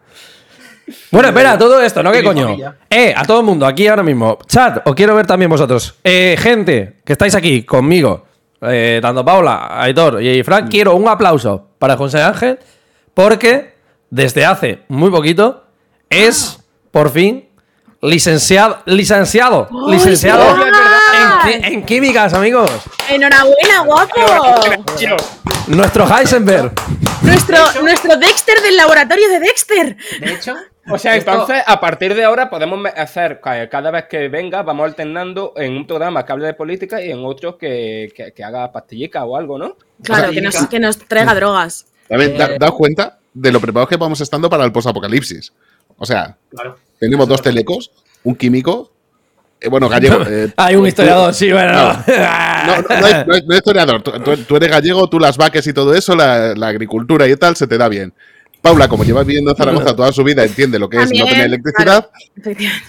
Bueno, espera, todo esto, ¿no? Y ¿Qué mi coño? familia. Eh, a todo el mundo, aquí ahora mismo. Chat, os quiero ver también vosotros. Eh, gente que estáis aquí conmigo, eh, tanto Paula, Aitor y Frank, quiero un aplauso para José Ángel, porque desde hace muy poquito es, por fin, licenciado. Licenciado. ¡Ay, licenciado sí, es verdad! en, qui- en químicas, amigos. Enhorabuena, guapo. Tío, Nuestro Heisenberg. Nuestro, nuestro Dexter del laboratorio de Dexter. De hecho, o sea, esto- entonces, a partir de ahora podemos me- hacer, ca- cada vez que venga, vamos alternando en un programa que hable de política y en otro que, que, que haga pastillica o algo, ¿no? Claro, O sea, que nos, química. que nos traiga drogas. También, da- Eh, daos cuenta de lo preparados que vamos estando para el post-apocalipsis. O sea, Claro. tenemos dos telecos, un químico, eh, bueno, gallego. eh, Hay un tú- historiador, sí, bueno. No, no, no, es, no es- no es historiador. Tú, tú- tú eres gallego, tú las vaques y todo eso, la, la agricultura y tal, se te da bien. Paula, como lleva viviendo en Zaragoza toda su vida, entiende lo que es También, no tener electricidad. claro, efectivamente.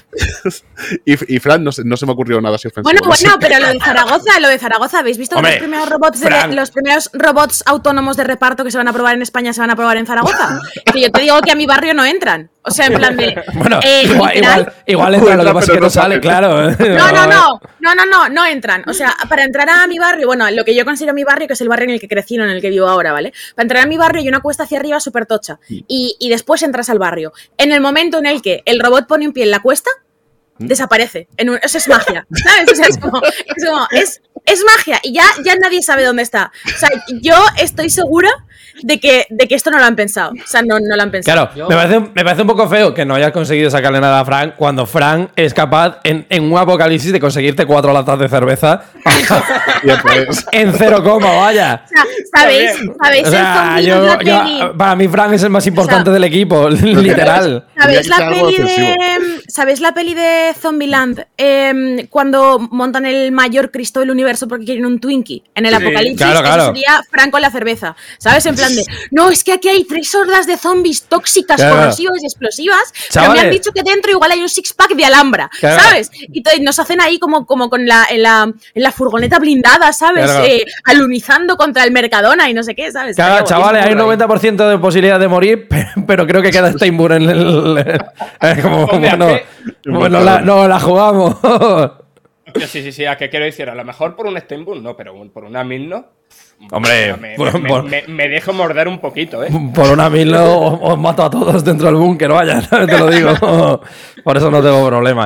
Y, y Fran, no se, no se me ocurrió nada así ofensivo. Bueno, bueno, pero lo de Zaragoza, lo de Zaragoza, ¿habéis visto que Hombre, los primeros robots de- Fran. los primeros robots autónomos de reparto que se van a probar en España se van a probar en Zaragoza? Que yo te digo que a mi barrio no entran. O sea, en plan de. Bueno, eh, igual, literal. igual, igual entra, lo que Entra, pasa es pero que no no sale, sale. claro. No, no, no, no, no, no, no entran. O sea, para entrar a mi barrio, bueno, lo que yo considero mi barrio, que es el barrio en el que crecí, no en el que vivo ahora, ¿vale? Para entrar a mi barrio hay una cuesta hacia arriba súper tocha. Y, y después entras al barrio. En el momento en el que el robot pone un pie en la cuesta, desaparece. En un- eso es magia, ¿sabes? O sea, es como, es como- es es magia y ya, ya nadie sabe dónde está. O sea, yo estoy segura de que, de que esto no lo han pensado. O sea, no, no lo han pensado. Claro, Yo- me parece, me parece un poco feo que no hayas conseguido sacarle nada a Fran cuando Fran es capaz en, en un apocalipsis de conseguirte cuatro latas de cerveza Y después, en cero coma, vaya. O sea, ¿sabéis? ¿Sabéis O sea, el zombie yo, la yo- peli? para mí Fran es el más importante O sea, del equipo, literal. ¿Sabéis Tenía la que ser algo peli de ofensivo. ¿Sabéis la peli de Zombieland? Eh, cuando montan el mayor Cristo del universo porque quieren un Twinkie en el Sí, apocalipsis, claro, claro. eso sería Fran con la cerveza. ¿Sabes? En plan de, no, es que aquí hay tres hordas de zombies tóxicas, Claro. corrosivas y explosivas, pero Chavales. me han dicho que dentro igual hay un six pack de Alhambra, Claro. ¿sabes? Y entonces nos hacen ahí como, como con la en, la en la furgoneta blindada, ¿sabes? Claro. Eh, alunizando contra el Mercadona y no sé qué, ¿sabes? Claro, Estaría chavales, hay un guapísimo. noventa por ciento de posibilidad de morir, pero, pero creo que queda Steinburg en el. Es como, Hombre, ¿a bueno, qué? bueno, la, no la jugamos. Hostia, sí, sí, sí, ¿a qué quiero decir? A lo mejor por un Steinbook no, pero un- por una mil no. Hombre, me, por- me- por- me- me dejo morder un poquito, ¿eh? Por una mil os, os mato a todos dentro del búnker, vaya, te lo digo. Por eso no tengo problema.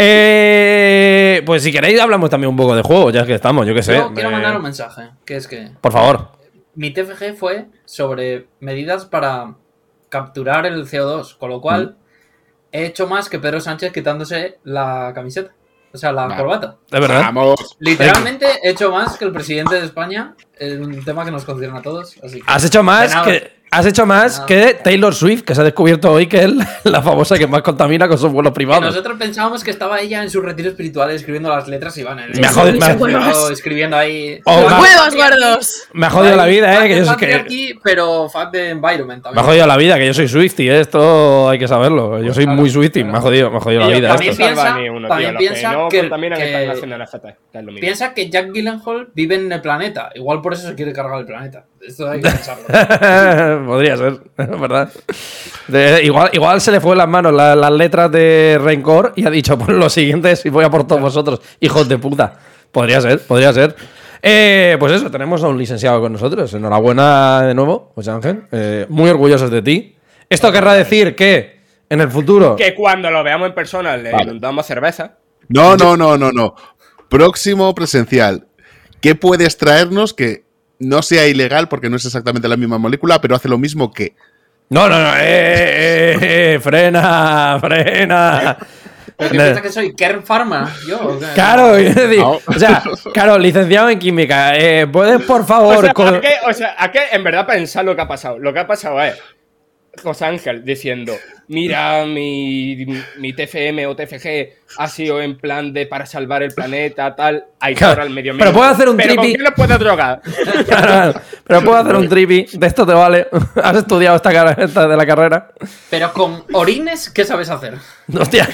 Eh, pues si queréis hablamos también un poco de juego, ya que estamos, yo qué sé. Yo quiero Eh, mandar un mensaje, que es que Por favor. mi T F G fue sobre medidas para capturar el C O dos, con lo cual he hecho más que Pedro Sánchez quitándose la camiseta, o sea, la Vale. corbata. Es verdad. vamos. Literalmente he hecho más que el presidente de España, en un tema que nos concierne a todos. Así que, Has hecho más de nada. que. Has hecho más nada. que Taylor Swift, que se ha descubierto hoy que es la famosa que más contamina con sus vuelos Que privados. nosotros pensábamos que estaba ella en su retiro espiritual escribiendo las letras y van en el Me ha jodido- me ha- Huevos. escribiendo ahí. Oh, Fuck ¡Huevos the gordos! Me ha jodido la vida, eh. Que yo soy que. patriarchy, pero fuck the environment Me ha también. jodido la vida, que yo soy Swiftie, ¿eh? Esto hay que saberlo. Yo soy Claro, muy Swiftie, claro. me ha jodido, me ha jodido la Ellos vida también esto. Piensa- salvan ni uno, también tío. piensa Los que no que- contaminan que- están haciendo N F T, que es lo mismo. Piensa que Jack Gyllenhaal vive en el planeta. Igual por eso se quiere cargar el planeta. Esto hay que pensarlo. Podría ser, ¿verdad? De- igual, igual se le fue en las manos la- las letras de Rencor y ha dicho, pues lo siguiente es y voy a por todos vosotros, hijos de puta. Podría ser, podría ser. Eh, pues eso, tenemos a un licenciado con nosotros. Enhorabuena de nuevo, José Ángel. Eh, muy orgullosos de ti. Esto querrá decir que en el futuro... Que cuando lo veamos en persona le Vale. inundamos cerveza. No, no, no, no, no. Próximo presencial. ¿Qué puedes traernos que no sea ilegal porque no es exactamente la misma molécula, pero hace lo mismo que? No, no, no, eh, eh, eh, frena, frena. ¿Pero qué piensa que soy? ¿Kern Pharma? ¿Yo? ¿O qué? Claro, es decir, No. o sea, claro, licenciado en química, eh, ¿puedes por O favor... sea, con- ¿a qué, o sea, ¿a qué en verdad pensar lo que ha pasado? Lo que ha pasado es José Ángel diciendo, mira, mi, mi T F M o T F G ha sido en plan de para salvar el planeta, tal, hay que Claro, ahorrar el medio pero puedo hacer un ¿Pero con tripi- qué nos puede drogar? Claro, pero puedo hacer un tripi, de esto te vale. ¿Has estudiado esta, car- esta de la carrera? Pero con orines, ¿qué sabes hacer? Hostia.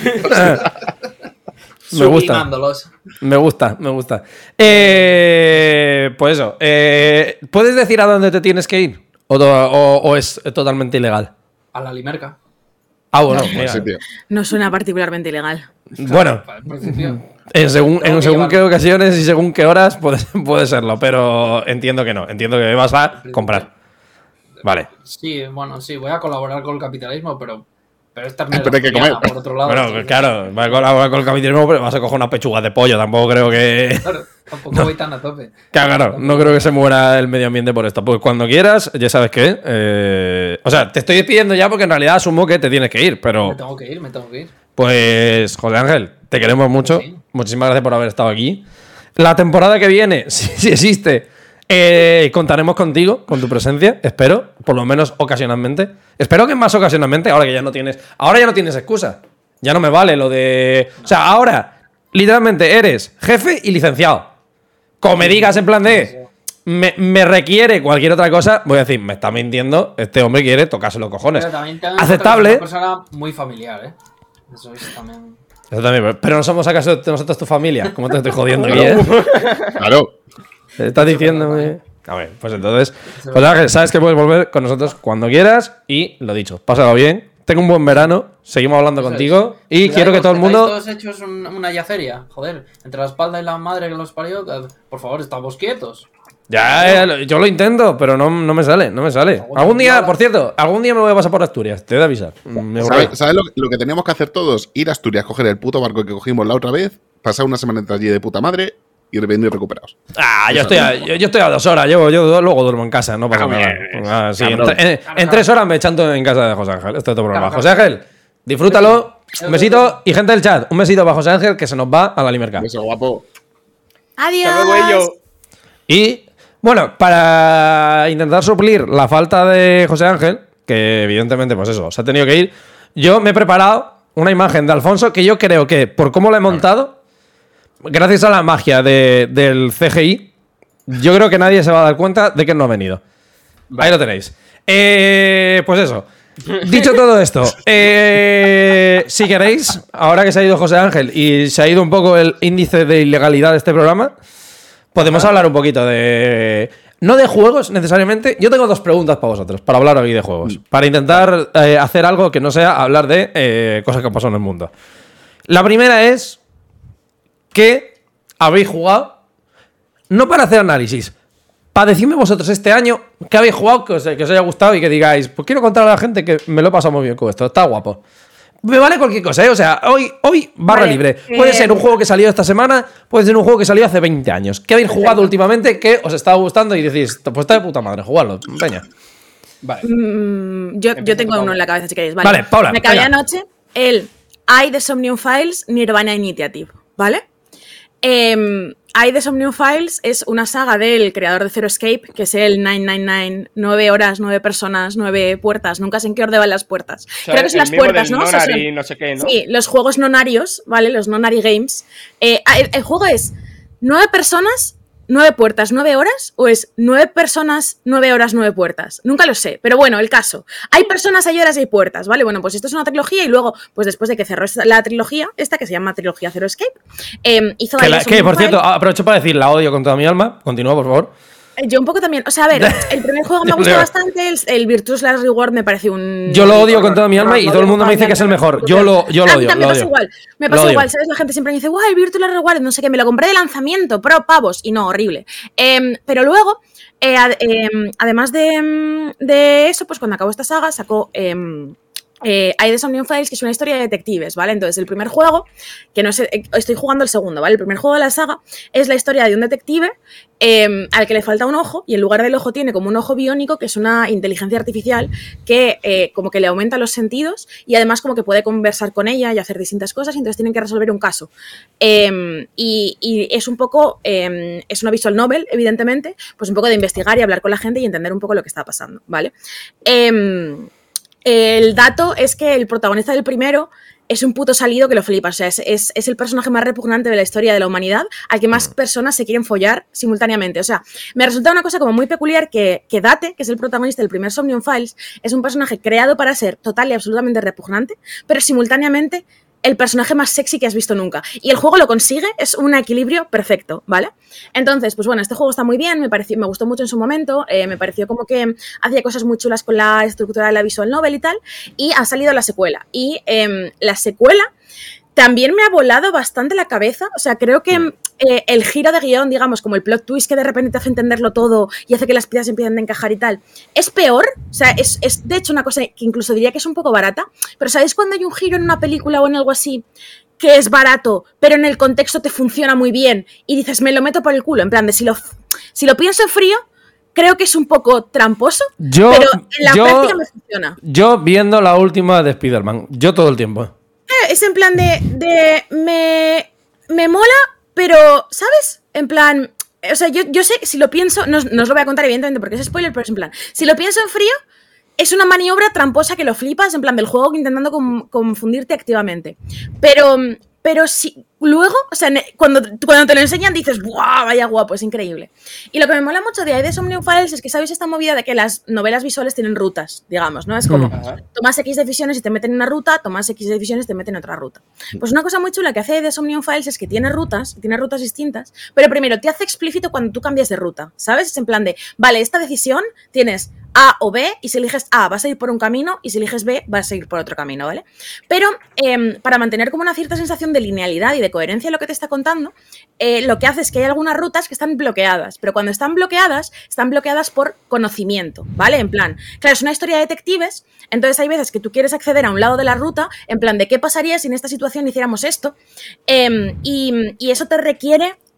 Me gusta, Sublimándolos. me gusta, me gusta. Eh, pues eso, eh, ¿puedes decir a dónde te tienes que ir? ¿O, to- o- o es totalmente ilegal? A la limerca. Ah, bueno, Buen mira. sitio. No suena particularmente ilegal. Bueno, Al principio. en según, Tengo en que según qué llevarlo. ocasiones y según qué horas puede, puede serlo, pero entiendo que no, entiendo que vas a comprar. Vale. Sí, bueno, sí, voy a colaborar con el capitalismo, pero, pero esta es Pero hay que vegetariana, comer. por otro lado. Bueno, entonces, claro, va a colaborar con el capitalismo, pero vas a coger unas pechugas de pollo, tampoco creo que... Claro, tampoco voy tan a tope. Claro, claro, no creo que se muera el medio ambiente por esto. Pues cuando quieras, ya sabes qué. eh, o sea, te estoy despidiendo ya porque en realidad asumo que te tienes que ir, pero Me tengo que ir, me tengo que ir. pues, José Ángel, te queremos mucho. Sí. Muchísimas gracias por haber estado aquí. La temporada que viene, si, si existe, eh, contaremos contigo, con tu presencia, espero, por lo menos ocasionalmente. Espero que más ocasionalmente, ahora que ya no tienes, ahora ya no tienes excusa. Ya no me vale lo de, o sea, ahora literalmente eres jefe y licenciado. Como me digas en plan de me, me requiere cualquier otra cosa, voy a decir, me está mintiendo, este hombre quiere tocarse los cojones. Pero también tengo en cuenta que Aceptable. soy una persona muy familiar, ¿eh? Eso es también. Eso también, pero no somos acaso nosotros tu familia. ¿Cómo te estoy jodiendo aquí, eh? Claro. ¿Te estás diciéndome? A ver, pues entonces, José Ángel, sabes que puedes volver con nosotros cuando quieras y lo dicho, pásalo bien, tengo un buen verano, seguimos hablando Eso contigo es. y Cuidado, quiero que todo el estáis mundo... todos hechos un- una yaceria, joder. Entre la espalda y la madre que los parió, eh, por favor, estamos quietos. Ya, eh, yo lo intento, pero no, no me sale, no me sale. Algún día, por cierto, algún día me voy a pasar por Asturias, te he de avisar. Me voy. ¿Sabes, sabes lo, lo que teníamos que hacer todos? Ir a Asturias, coger el puto barco que cogimos la otra vez, pasar una semana entre allí de puta madre y venir recuperados. Ah, yo estoy, a, yo, yo estoy a dos horas. Yo, yo luego duermo en casa, no pasa Ah, nada. bien. Ah, sí, en, Cabrón. en- en tres horas me echanto en casa de José Ángel. Esto es todo programa. José Ángel, disfrútalo. Un besito. Y gente del chat, un besito para José Ángel que se nos va a la Limerca. Eso, guapo. Adiós. Hasta luego, ello. Y bueno, para intentar suplir la falta de José Ángel, que evidentemente, pues eso, se ha tenido que ir, yo me he preparado una imagen de Alfonso que yo creo que, por cómo la he montado, gracias a la magia de- del C G I, yo creo que nadie se va a dar cuenta de que no ha venido. Ahí lo tenéis. Eh, pues eso. Dicho todo esto, eh, si queréis, ahora que se ha ido José Ángel y se ha ido un poco el índice de ilegalidad de este programa, podemos hablar un poquito de... No de juegos necesariamente. Yo tengo dos preguntas para vosotros, para hablar hoy de juegos. Para intentar eh, hacer algo que no sea hablar de eh, cosas que han pasado en el mundo. La primera es que habéis jugado, no para hacer análisis, para decirme vosotros este año que habéis jugado, que os, que os haya gustado y que digáis, pues quiero contar a la gente que me lo he pasado muy bien con esto, está guapo. Me vale cualquier cosa, ¿eh? O sea, hoy, hoy barra Vale, libre. Puede eh, ser un juego que salió esta semana, puede ser un juego que salió hace veinte años. ¿Qué habéis jugado últimamente que os está gustando y decís, pues está de puta madre, jugarlo? Peña. Vale. Mm, yo, yo Empieza tengo Paula. uno en la cabeza, si queréis. Vale, Paula, Me acabé venga. anoche el I, The Somnium Files, Nirvana Initiative, ¿vale? Eh, I, The Somnium Files es una saga del creador de Zero Escape, que es el nueve nueve nueve, nueve horas, nueve personas, nueve puertas. Nunca sé en qué orden van las puertas. O sea, Creo que son el las mismo puertas, del ¿no? O sea, Nonary, son- no sé qué, ¿no? Sí, los juegos nonarios, ¿vale? Los nonary games. Eh, el, el juego es nueve personas, nueve puertas, nueve horas, o es nueve personas, nueve horas, nueve puertas. Nunca lo sé, pero bueno, el caso. Hay personas, hay horas y hay puertas, ¿vale? Bueno, pues esto es una trilogía y luego, pues después de que cerró esta- la trilogía, esta que se llama Trilogía Zero Escape, eh, hizo Que, ahí la- los que, por Somnium cierto, Files. aprovecho para decir, la odio con toda mi alma. Continúa, por favor. Eh, Yo un poco también. O sea, a ver, el primer juego me Yo gustó leo. bastante, el, el Virtuous Last Reward me pareció un... Yo lo odio horror, con toda mi alma horror, y lo todo el odio mundo me dice que es el mejor. Yo lo, yo lo A mí odio. también lo me pasa odio. igual. Me Lo pasa odio. igual, ¿sabes? La gente siempre me dice, guay, el Virtual Reward, no sé qué, me lo compré de lanzamiento, pro pavos, y no, horrible. Em, pero luego, eh, ad- em, además de, em, de eso, pues cuando acabó esta saga, sacó em, eh, I, The Somnium Files, que es una historia de detectives, ¿vale? Entonces, el primer juego, que no sé, eh, estoy jugando el segundo, ¿vale? El primer juego de la saga es la historia de un detective em, al que le falta un ojo y en lugar del ojo tiene como un ojo biónico, que es una inteligencia artificial que eh, como que le aumenta los sentidos y además como que puede conversar con ella y hacer distintas cosas y entonces tienen que resolver un caso. Em, y, y es un poco, em, es una visual novel, evidentemente, pues un poco de investigar y hablar con la gente y entender un poco lo que está pasando, ¿vale? Em, el dato es que el protagonista del primero es un puto salido que lo flipa. O sea, es, es, es el personaje más repugnante de la historia de la humanidad, al que más personas se quieren follar simultáneamente. O sea, me resulta una cosa como muy peculiar que, que Date, que es el protagonista del primer Somnium Files, es un personaje creado para ser total y absolutamente repugnante, pero simultáneamente el personaje más sexy que has visto nunca. Y el juego lo consigue, es un equilibrio perfecto, ¿vale? Entonces, pues bueno, este juego está muy bien, me, pareció, me gustó mucho en su momento, eh, me pareció como que hacía cosas muy chulas con la estructura de la visual novel y tal, y ha salido la secuela. Y eh, la secuela también me ha volado bastante la cabeza, o sea, creo que eh, el giro de guión, digamos, como el plot twist que de repente te hace entenderlo todo y hace que las piezas empiecen a encajar y tal, es peor, o sea, es, es de hecho una cosa que incluso diría que es un poco barata, pero ¿sabéis cuando hay un giro en una película o en algo así que es barato, pero en el contexto te funciona muy bien y dices, me lo meto por el culo, en plan de si lo, si lo pienso en frío, creo que es un poco tramposo, Yo, pero en la yo, práctica me funciona. yo viendo la última de Spider-Man, yo todo el tiempo. Es en plan de, de me, me mola, pero, ¿sabes? En plan, o sea, yo, yo sé, si lo pienso, no, no os lo voy a contar evidentemente porque es spoiler, pero es en plan, si lo pienso en frío, es una maniobra tramposa que lo flipas, en plan del juego intentando com- confundirte activamente. Pero, pero si luego, o sea, ne- cuando, cuando te lo enseñan dices, ¡buah, vaya guapo, es increíble! Y lo que me mola mucho de I, The Somnium Files es que sabéis esta movida de que las novelas visuales tienen rutas, digamos, ¿no? Es como, Mm. Ajá. tomas X decisiones y te meten en una ruta, tomas X decisiones y te meten en otra ruta. Pues una cosa muy chula que hace The Somnium Files es que tiene rutas, tiene rutas distintas, pero primero te hace explícito cuando tú cambias de ruta, ¿sabes? Es en plan de, vale, esta decisión tienes A o B y si eliges A vas a ir por un camino y si eliges B vas a ir por otro camino, ¿vale? Pero eh, para mantener como una cierta sensación de linealidad y de coherencia en lo que te está contando, eh, lo que hace es que hay algunas rutas que están bloqueadas, pero cuando están bloqueadas, están bloqueadas por conocimiento, ¿vale? En plan, claro, es una historia de detectives, entonces hay veces que tú quieres acceder a un lado de la ruta, en plan de qué pasaría si en esta situación hiciéramos esto, eh, y, y eso te requiere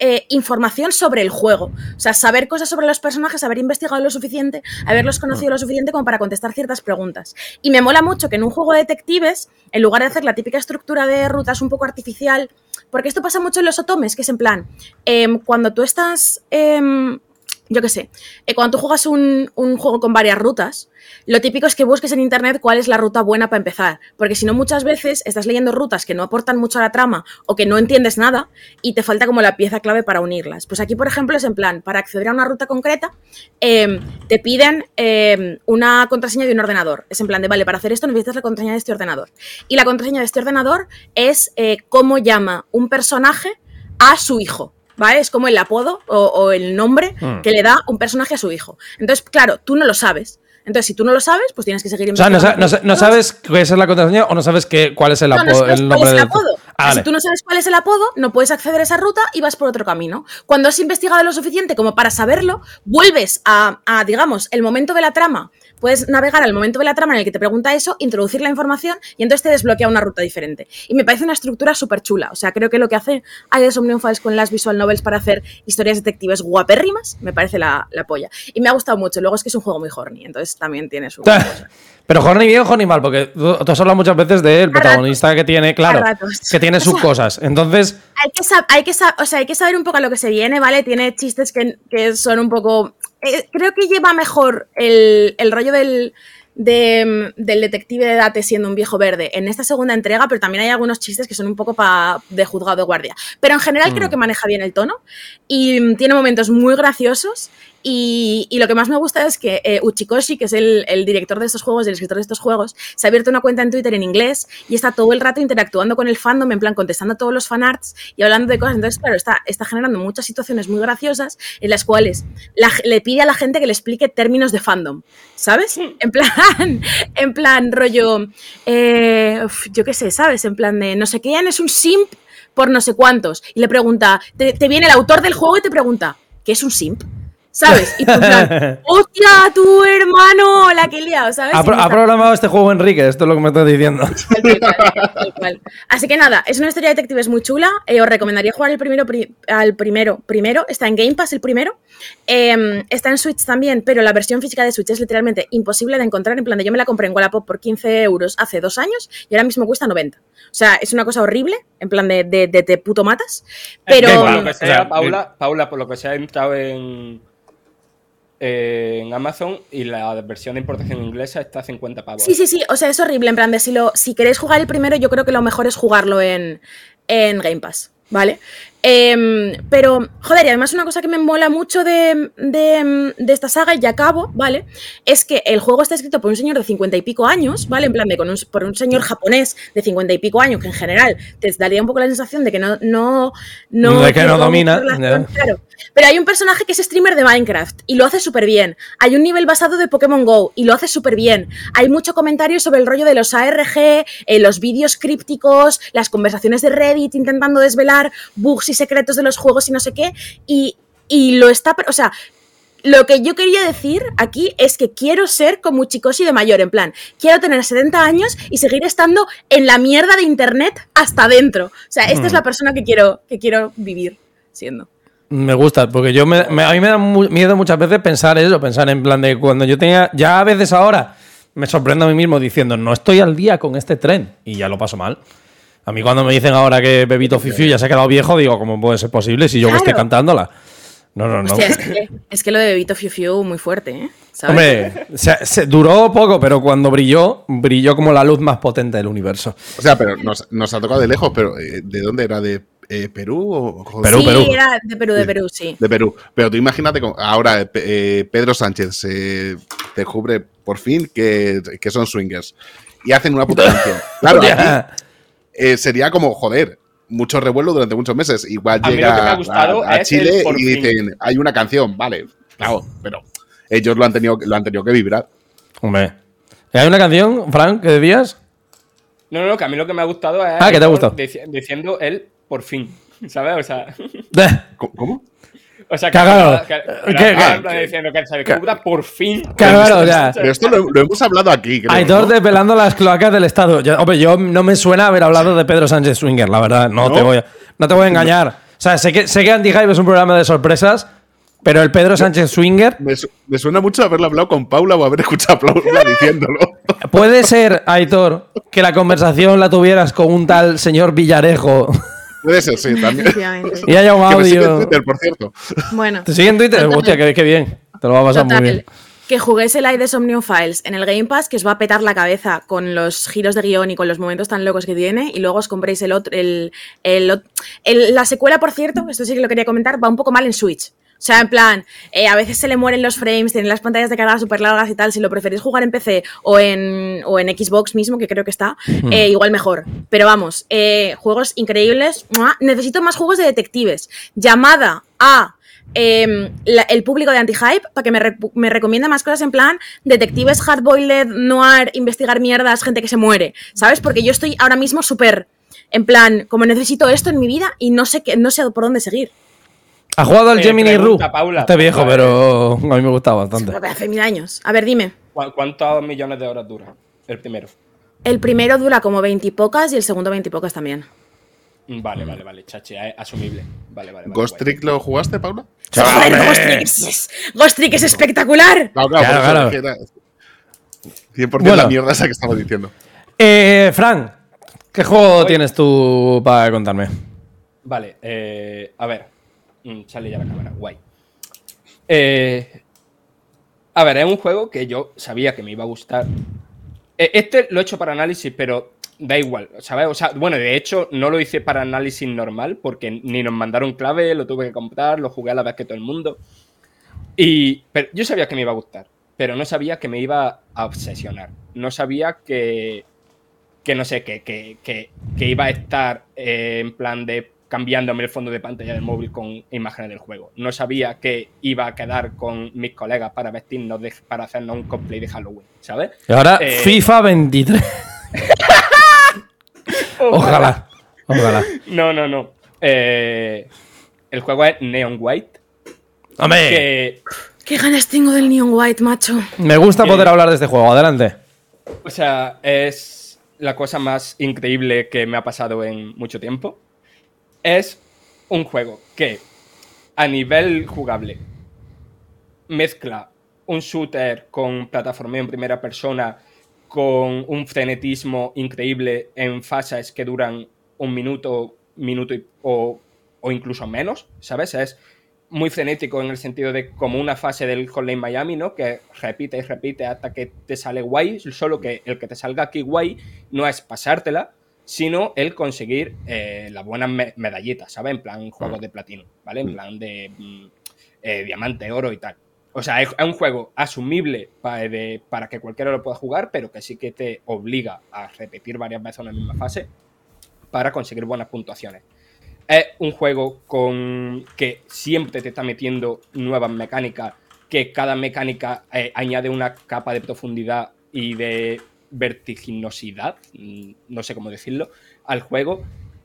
eh, información sobre el juego. O sea, saber cosas sobre los personajes, haber investigado lo suficiente, haberlos conocido lo suficiente como para contestar ciertas preguntas. Y me mola mucho que en un juego de detectives, en lugar de hacer la típica estructura de rutas un poco artificial, porque esto pasa mucho en los otomes, que es en plan, eh, cuando tú estás... Eh, yo qué sé, eh, cuando tú juegas un, un juego con varias rutas, lo típico es que busques en internet cuál es la ruta buena para empezar, porque si no muchas veces estás leyendo rutas que no aportan mucho a la trama o que no entiendes nada y te falta como la pieza clave para unirlas. Pues aquí, por ejemplo, es en plan, para acceder a una ruta concreta, eh, te piden eh, una contraseña de un ordenador. Es en plan de, vale, para hacer esto necesitas la contraseña de este ordenador. Y la contraseña de este ordenador es eh, cómo llama un personaje a su hijo. ¿Vale? Es como el apodo o, o el nombre mm. que le da un personaje a su hijo. Entonces, claro, tú no lo sabes. Entonces, si tú no lo sabes, pues tienes que seguir investigando. O sea, no, sa- no, no sabes qué es la contraseña o no sabes qué, cuál es el, apodo, no, no el nombre cuál es el del... apodo. Ah, vale. Si tú no sabes cuál es el apodo, no puedes acceder a esa ruta y vas por otro camino. Cuando has investigado lo suficiente como para saberlo, vuelves a, a digamos, el momento de la trama. Puedes navegar al momento de la trama en el que te pregunta eso, introducir la información y entonces te desbloquea una ruta diferente. Y me parece una estructura súper chula. O sea, creo que lo que hace Idle Somnium Files con las visual novels para hacer historias detectives guapérrimas, me parece la, la polla. Y me ha gustado mucho. Luego es que es un juego muy horny, entonces también tiene su cosa. Pero horny bien o horny mal, porque tú, tú has hablado muchas veces del protagonista que tiene, claro, que tiene sus o sea, cosas. Entonces... Hay que, sab- hay, que sab- o sea, hay que saber un poco a lo que se viene, ¿vale? Tiene chistes que, que son un poco... Eh, creo que lleva mejor el, el rollo del, de, del detective de Date siendo un viejo verde en esta segunda entrega, pero también hay algunos chistes que son un poco pa, de juzgado de guardia. Pero en general mm. creo que maneja bien el tono y tiene momentos muy graciosos. Y, y lo que más me gusta es que eh, Uchikoshi, que es el, el director de estos juegos, el escritor de estos juegos, se ha abierto una cuenta en Twitter en inglés y está todo el rato interactuando con el fandom, en plan contestando a todos los fanarts y hablando de cosas. Entonces, claro, está, está generando muchas situaciones muy graciosas en las cuales la, le pide a la gente que le explique términos de fandom, ¿sabes? En plan, en plan rollo, eh, uf, yo qué sé, ¿sabes? En plan de no sé quién es un simp por no sé cuántos. Y le pregunta, te, te viene el autor del juego y te pregunta, ¿qué es un simp? ¿Sabes? Y tú, en plan, ¡hostia, tu hermano! La que he liado, ¿sabes? Ha, pro- ha programado este juego Enrique, esto es lo que me estás diciendo. Tal cual, tal cual. Así que nada, es una historia de detectives muy chula. Eh, os recomendaría jugar el primero, pri- al primero. Primero, está en Game Pass el primero. Eh, está en Switch también, pero la versión física de Switch es literalmente imposible de encontrar. En plan, de yo me la compré en Wallapop por quince euros hace dos años y ahora mismo cuesta noventa. O sea, es una cosa horrible, en plan de, de, de te puto matas. Pero. Es que por lo que sea, Paula, Paula, por lo que sea, ha entrado en. en Amazon y la versión de importación inglesa está a cincuenta pavos. Sí, sí, sí, o sea, es horrible, en plan de si, lo, si queréis jugar el primero, yo creo que lo mejor es jugarlo en, en Game Pass, ¿vale? Eh, pero, joder, y además una cosa que me mola mucho de, de, de esta saga, y ya acabo, ¿vale? Es que el juego está escrito por un señor de cincuenta y pico años, ¿vale? En plan de con un, por un señor japonés de cincuenta y pico años, que en general te daría un poco la sensación de que no... no, no de que no domina. Relación, claro. Pero hay un personaje que es streamer de Minecraft y lo hace súper bien. Hay un nivel basado de Pokémon Go y lo hace súper bien. Hay mucho comentario sobre el rollo de los A R G, eh, los vídeos crípticos, las conversaciones de Reddit intentando desvelar bugs y secretos de los juegos y no sé qué. Y, y lo está... O sea, lo que yo quería decir aquí es que quiero ser como Uchikoshi de mayor, en plan, quiero tener setenta años y seguir estando en la mierda de internet hasta adentro. O sea, esta mm. es la persona que quiero, que quiero vivir siendo. Me gusta, porque yo me, me, a mí me da mu- miedo muchas veces pensar eso, pensar en plan de cuando yo tenía, ya a veces ahora me sorprendo a mí mismo diciendo, no estoy al día con este tren y ya lo paso mal. A mí cuando me dicen ahora que Bebito Fifiu ya se ha quedado viejo, digo, ¿cómo puede ser posible si yo claro. estoy cantándola? No, no, no. Hostia, es, que, es que lo de Bebito Fifiu muy fuerte, ¿eh? ¿Sabes? Hombre, se, se duró poco, pero cuando brilló, brilló como la luz más potente del universo. O sea, pero nos, nos ha tocado de lejos, pero ¿de dónde era? ¿De eh, Perú o joder? Perú, sí, Perú. era de Perú, de Perú, sí. De Perú. Pero tú imagínate, con, ahora eh, Pedro Sánchez eh, te descubre por fin que, que son swingers y hacen una puta canción. Claro, aquí, eh, sería como, joder, mucho revuelo durante muchos meses. Igual a llega a, a Chile y fin. dicen, hay una canción, vale, claro, pero ellos lo han tenido, lo han tenido que vibrar. Hombre. ¿Hay una canción, Frank, que decías? No, no, no, que a mí lo que me ha gustado es... Ah, ¿qué te ha gustado? Dic- diciendo él, por fin, ¿sabes? O sea... ¿Cómo? O sea, que... Cagado. que, ¿Qué, que, qué? que diciendo que se descubra por fin... Claro, o sea... Pero esto lo, lo hemos hablado aquí, creo, Aitor ¿no? depelando las cloacas del Estado. Yo, hombre, yo no me suena haber hablado de Pedro Sánchez Swinger, la verdad. No, ¿No? te voy a, no te voy a engañar. O sea, sé que, sé que Anti-Hype es un programa de sorpresas, pero el Pedro Sánchez Swinger... Me, su me suena mucho haberlo hablado con Paula o haber escuchado a Paula diciéndolo. Puede ser, Aitor, que la conversación la tuvieras con un tal señor Villarejo. Puede ser, sí, también. Y haya un Que me sigue en audio. Twitter, por cierto. Bueno. ¿Te sigue en Twitter? Total. Hostia, qué, qué bien. Te lo va a pasar Total, muy bien. que juguéis el I de Somnium Files en el Game Pass, que os va a petar la cabeza con los giros de guión y con los momentos tan locos que tiene, y luego os compréis el otro, el, el, el- la secuela, por cierto, esto sí que lo quería comentar, va un poco mal en Switch. O sea, en plan, eh, a veces se le mueren los frames, tienen las pantallas de carga súper largas y tal. Si lo preferís jugar en P C o en, o en Xbox mismo, que creo que está, eh, igual mejor. Pero vamos, eh, juegos increíbles. ¡Mua! Necesito más juegos de detectives. Llamada a eh, la- el público de Anti-Hype para que me, re me recomiende más cosas en plan detectives, hardboiled, noir, investigar mierdas, gente que se muere. ¿Sabes? Porque yo estoy ahora mismo súper, en plan, como necesito esto en mi vida y no sé, qué, no sé por dónde seguir. ¿Ha jugado al Eh, Gemini Rue? pregunta, Paula, Este viejo, Paula, pero a mí me gustaba bastante. Hace mil años. A ver, dime. ¿Cu ¿Cuántos millones de horas dura el primero? El primero dura como veintipocas y el segundo veintipocas también. Vale, vale, vale, chachi, es asumible. Vale, vale, vale. ¿Ghost guay. Trick lo jugaste, Paula? ¡Joder, Ghost Trick es, Ghost Trick es espectacular! No, Claro, por eso claro. es que era cien por ciento Bueno. la mierda esa que estaba diciendo. Eh, Fran, ¿qué juego Voy. tienes tú para contarme? Vale, eh, a ver. Mm, sale ya la cámara, guay. Eh, a ver, es un juego que yo sabía que me iba a gustar. Eh, Este lo he hecho para análisis, pero da igual, ¿sabes? O sea, bueno, de hecho, no lo hice para análisis normal, porque ni nos mandaron clave, lo tuve que comprar, lo jugué a la vez que todo el mundo. Y pero yo sabía que me iba a gustar, pero no sabía que me iba a obsesionar. No sabía que, que no sé, que, que, que, que iba a estar eh, en plan de cambiándome el fondo de pantalla del móvil con imágenes del juego. No sabía que iba a quedar con mis colegas para vestirnos, de, para hacernos un cosplay de Halloween, ¿sabes? Y ahora, Eh, FIFA veintitrés. Ojalá. Ojalá. No, no, no. Eh, el juego es Neon White. Hombre, Que, ¡Qué ganas tengo del Neon White, macho! me gusta poder hablar de este juego. Adelante. o sea, es la cosa más increíble que me ha pasado en mucho tiempo. Es un juego que, a nivel jugable, mezcla un shooter con plataformeo en primera persona, con un frenetismo increíble en fases que duran un minuto, minuto y, o, o incluso menos, ¿sabes? Es muy frenético en el sentido de como una fase del Hotline Miami, ¿no? Que repite y repite hasta que te sale guay, solo que el que te salga aquí guay no es pasártela, sino el conseguir eh, las buenas me medallitas, ¿sabes? En plan juegos de platino, ¿vale? En plan de mm, eh, diamante, oro y tal. O sea, es, es un juego asumible para, de, para que cualquiera lo pueda jugar, pero que sí que te obliga a repetir varias veces una misma fase para conseguir buenas puntuaciones. Es un juego con que siempre te está metiendo nuevas mecánicas, que cada mecánica eh, añade una capa de profundidad y de vertiginosidad, no sé cómo decirlo, al juego,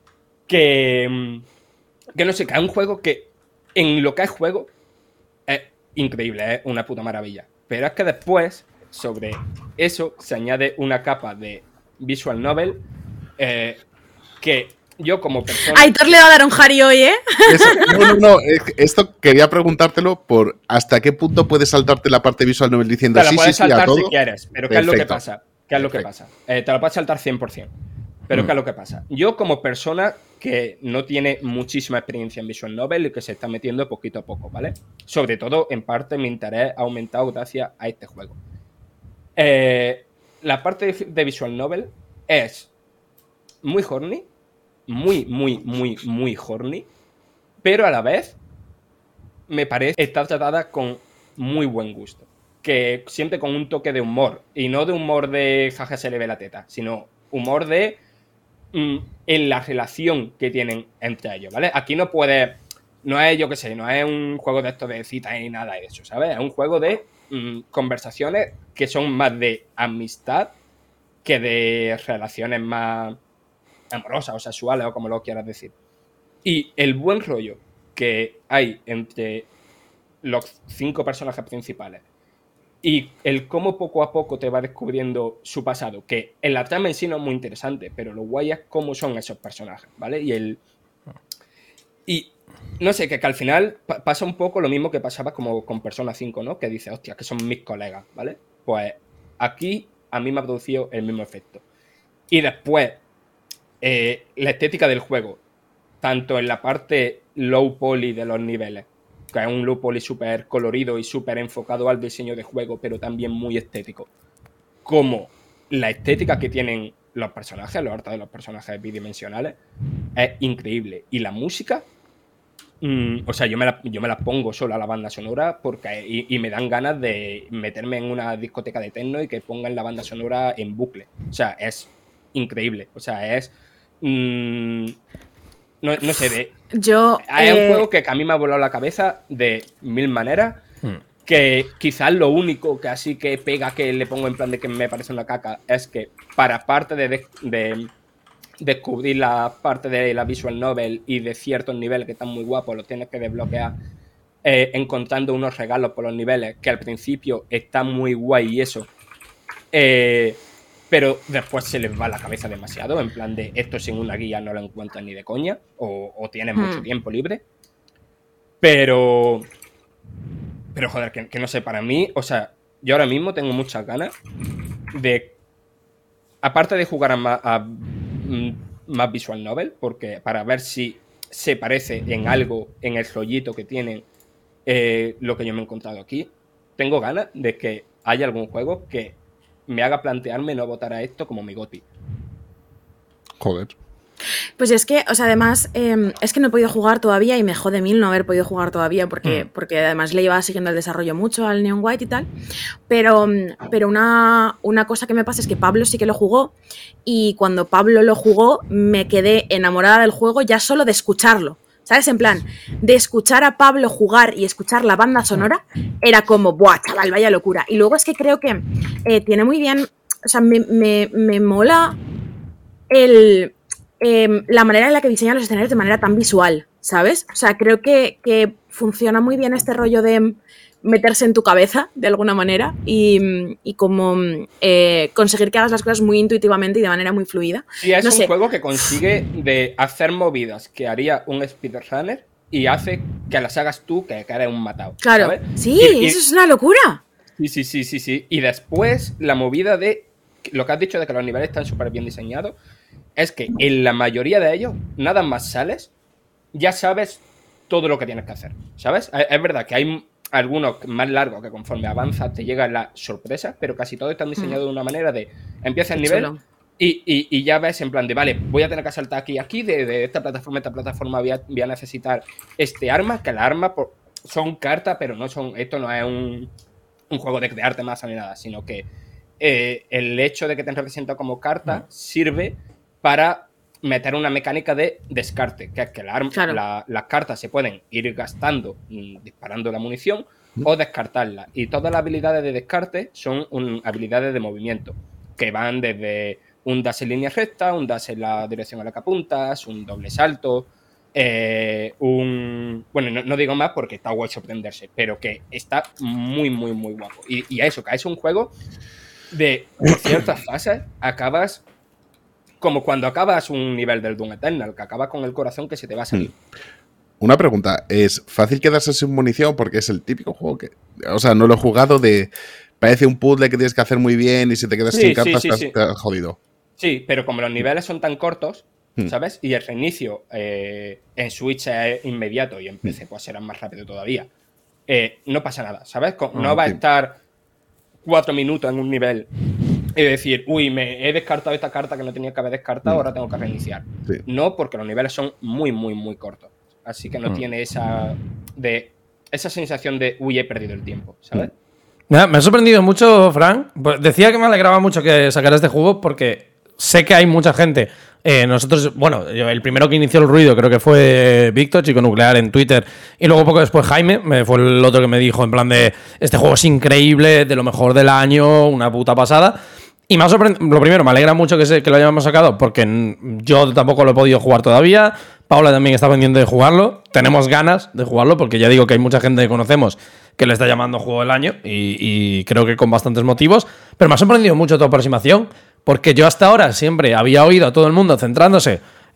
que, que no sé, que es un juego que en lo que es juego es increíble, es una puta maravilla. Pero es que después, sobre eso, se añade una capa de visual novel eh, que yo como persona... Aitor le va a dar un Harry hoy, ¿eh? Eso, no, no, no. es que Esto quería preguntártelo por hasta qué punto puedes saltarte la parte visual novel diciendo Te la sí, sí, puedes sí a saltar todo. si quieres, pero ¿qué es lo que Perfecto. pasa? ¿Qué es lo que Perfecto. pasa? Eh, te la puedes saltar cien por cien. Pero Mm. ¿qué es lo que pasa? Yo como persona que no tiene muchísima experiencia en visual novel y que se está metiendo poquito a poco, ¿vale? Sobre todo, en parte, mi interés ha aumentado gracias a este juego. Eh, la parte de, de visual novel es muy horny, muy, muy, muy, muy horny, pero a la vez me parece estar tratada con muy buen gusto. Que siempre con un toque de humor. Y no de humor de jaja se le ve la teta, sino humor de mm, en la relación que tienen entre ellos, ¿vale? Aquí no puede, no es, yo qué sé, no es un juego de esto de citas ni nada de eso, ¿sabes? Es un juego de mm, conversaciones que son más de amistad que de relaciones más amorosas o sexuales o como lo quieras decir. Y el buen rollo que hay entre los cinco personajes principales y el cómo poco a poco te va descubriendo su pasado, que en la trama en sí no es muy interesante, pero lo guay es cómo son esos personajes, ¿vale? Y el y no sé, que, que al final pa- pasa un poco lo mismo que pasaba como con Persona cinco, ¿no? Que dice, hostia, que son mis colegas, ¿vale? Pues aquí a mí me ha producido el mismo efecto. Y después, eh, la estética del juego, tanto en la parte low poly de los niveles, que es un low poly súper colorido y súper enfocado al diseño de juego, pero también muy estético, como la estética que tienen los personajes, los artes de los personajes bidimensionales, es increíble. Y la música, mm, o sea, yo me, la, yo me la pongo solo a la banda sonora porque y, y me dan ganas de meterme en una discoteca de techno y que pongan la banda sonora en bucle. O sea, es increíble. O sea, es... Mm, no, no sé, de, Yo. es un eh, juego que a mí me ha volado la cabeza de mil maneras. Que quizás lo único que así que pega que le pongo en plan de que me parece una caca es que para parte de, de, de descubrir la parte de la visual novel y de ciertos niveles que están muy guapos, los tienes que desbloquear eh, encontrando unos regalos por los niveles que al principio están muy guay y eso. Eh, pero después se les va la cabeza demasiado, en plan de esto sin una guía no lo encuentras ni de coña o, o tienes Hmm. mucho tiempo libre. Pero... Pero joder, que, que no sé, para mí, o sea, yo ahora mismo tengo muchas ganas de, aparte de jugar a más, a, mm, más visual novel, porque para ver si se parece en algo, en el rollito que tienen eh, lo que yo me he encontrado aquí, tengo ganas de que haya algún juego que me haga plantearme no votar a esto como mi GOTY. Joder. Pues es que, o sea, además, eh, es que no he podido jugar todavía y me jode mil no haber podido jugar todavía porque, Mm. porque además le iba siguiendo el desarrollo mucho al Neon White y tal. Pero, pero una, una cosa que me pasa es que Pablo sí que lo jugó y cuando Pablo lo jugó me quedé enamorada del juego ya solo de escucharlo. ¿Sabes? En plan, de escuchar a Pablo jugar y escuchar la banda sonora era como, ¡buah, chaval, vaya locura! Y luego es que creo que eh, tiene muy bien, o sea, me, me, me mola el... Eh, la manera en la que diseñan los escenarios de manera tan visual, ¿sabes? O sea, creo que, que funciona muy bien este rollo de meterse en tu cabeza, de alguna manera, y, y como eh, conseguir que hagas las cosas muy intuitivamente y de manera muy fluida. Y es No un sé. juego que consigue de hacer movidas que haría un speedrunner y hace que las hagas tú, que, que eres un matado. Claro, ¿sabes? sí, Y- y- eso es una locura. Sí, sí, sí, sí, sí. Y después la movida de lo que has dicho de que los niveles están súper bien diseñados es que en la mayoría de ellos, nada más sales, ya sabes todo lo que tienes que hacer, ¿sabes? Es es verdad que hay algunos más largos que conforme avanzas te llega la sorpresa, pero casi todos están diseñados de una manera de empieza el Qué nivel chulo. y, y- y ya ves en plan de, vale, voy a tener que saltar aquí y aquí, de, de esta plataforma a esta plataforma voy a, voy a necesitar este arma, que las armas por- son cartas, pero no son, esto no es un, un juego de, de arte más ni nada, sino que eh, el hecho de que te representa como carta sirve para meter una mecánica de descarte, que es que la arma- Claro. la- las cartas se pueden ir gastando mm, disparando la munición o descartarla. Y todas las habilidades de descarte son un- habilidades de movimiento, que van desde un dash en línea recta, un dash en la dirección a la que apuntas, un doble salto, eh, un... Bueno, no, no digo más porque está guay sorprenderse, pero que está muy, muy, muy guapo. Y, y a eso, que es un juego de por ciertas fases acabas como cuando acabas un nivel del Doom Eternal, que acabas con el corazón que se te va a salir. Una pregunta, ¿es fácil quedarse sin munición? Porque es el típico juego que... O sea, no lo he jugado de... Parece un puzzle que tienes que hacer muy bien y si te quedas Sí, sin sí, cartas sí, te has- sí. te has jodido. Sí, pero como los niveles son tan cortos, Hmm. ¿sabes? Y el reinicio eh, en Switch es inmediato y en P C pues será más rápido todavía. Eh, no pasa nada, ¿sabes? Co- No Ah, va a sí. estar cuatro minutos en un nivel y decir, uy, me he descartado esta carta que no tenía que haber descartado, Mm. ahora tengo que reiniciar. Sí. No, porque los niveles son muy, muy, muy cortos. Así que no Mm. tiene esa de esa sensación de, uy, he perdido el tiempo, ¿sabes? Mira, me ha sorprendido mucho, Frank. Pues decía que me alegraba mucho que sacaras este juego porque sé que hay mucha gente. Eh, nosotros, bueno, yo, el primero que inició el ruido creo que fue Víctor, Chico Nuclear, en Twitter. Y luego poco después Jaime, me fue el otro que me dijo en plan de, este juego es increíble, de lo mejor del año, una puta pasada. Y me ha sorprendido, lo primero, me alegra mucho que, se, que lo hayamos sacado porque n- yo tampoco lo he podido jugar todavía. Paula también está pendiente de jugarlo. Tenemos ganas de jugarlo porque ya digo que hay mucha gente que conocemos que le está llamando juego del año y, y creo que con bastantes motivos. Pero me ha sorprendido mucho tu aproximación porque yo hasta ahora siempre había oído a todo el mundo centrándose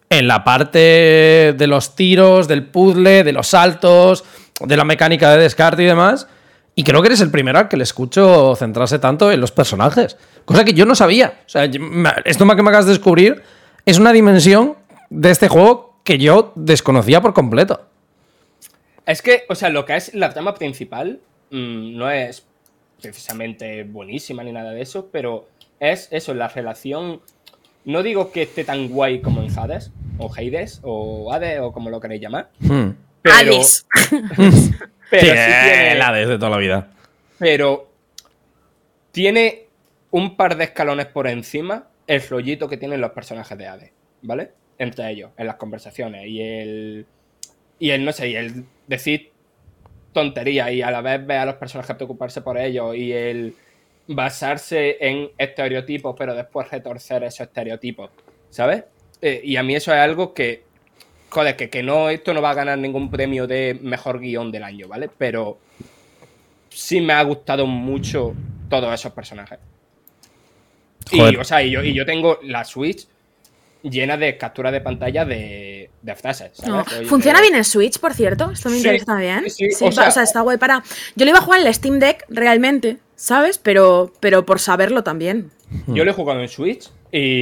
en la parte de los tiros, del puzzle, de los saltos, de la mecánica de descarte y demás. Y creo que eres el primero al que le escucho centrarse tanto en los personajes. Cosa que yo no sabía. O sea, esto que me acabas de descubrir es una dimensión de este juego que yo desconocía por completo. Es que, o sea, lo que es la trama principal mmm, no es precisamente buenísima ni nada de eso, pero es eso, la relación... No digo que esté tan guay como en Hades, o Hades, o Hades, o como lo queréis llamar. Hmm. Pero, Hades. pero sí, sí tiene, el Hades de toda la vida. Pero tiene un par de escalones por encima el rollito que tienen los personajes de Hades, ¿vale? Entre ellos, en las conversaciones. Y el... Y el, no sé, y el decir tonterías y a la vez ver a los personajes preocuparse por ellos y el basarse en estereotipos pero después retorcer esos estereotipos, ¿sabes? Eh, y a mí eso es algo que, joder, que, que no, esto no va a ganar ningún premio de mejor guión del año, ¿vale? Pero sí me ha gustado mucho todos esos personajes. Joder. Y, o sea, y yo, y yo tengo la Switch llena de capturas de pantalla de, de frases, ¿sabes? No. Oye, ¿Funciona eh, bien en Switch, por cierto? Esto me Sí, interesa también. sí, Sí, o o sea- sea, está guay para... Yo lo iba a jugar en el Steam Deck, realmente, ¿sabes? Pero, pero por saberlo también. Yo lo he jugado en Switch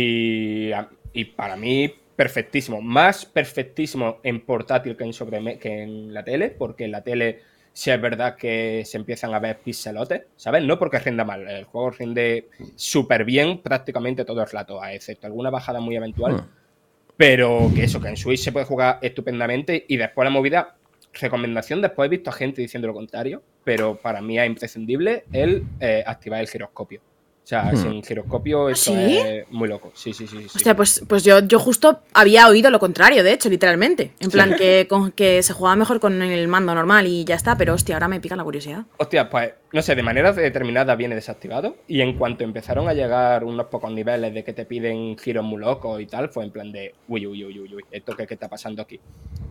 y, y para mí perfectísimo. Más perfectísimo en portátil que en, sobre, que en la tele, porque en la tele sí es verdad que se empiezan a ver pixelotes, ¿sabes? No porque rinda mal, el juego rinde súper bien prácticamente todo el rato, excepto alguna bajada muy eventual. Hmm. Pero que eso, que en Switch se puede jugar estupendamente y después la movida, recomendación, después he visto a gente diciendo lo contrario, pero para mí es imprescindible el eh, activar el giroscopio. O sea, Hmm. sin giroscopio esto ¿Sí? es muy loco. Sí, sí, sí. sí. Hostia, pues, pues yo, yo justo había oído lo contrario, de hecho, literalmente. En plan, que, con, que se jugaba mejor con el mando normal y ya está, pero hostia, ahora me pica la curiosidad. Hostia, pues, no sé, de manera determinada viene desactivado y en cuanto empezaron a llegar unos pocos niveles de que te piden giros muy locos y tal, fue en plan de uy, uy, uy, uy, uy, ¿esto qué, qué está pasando aquí?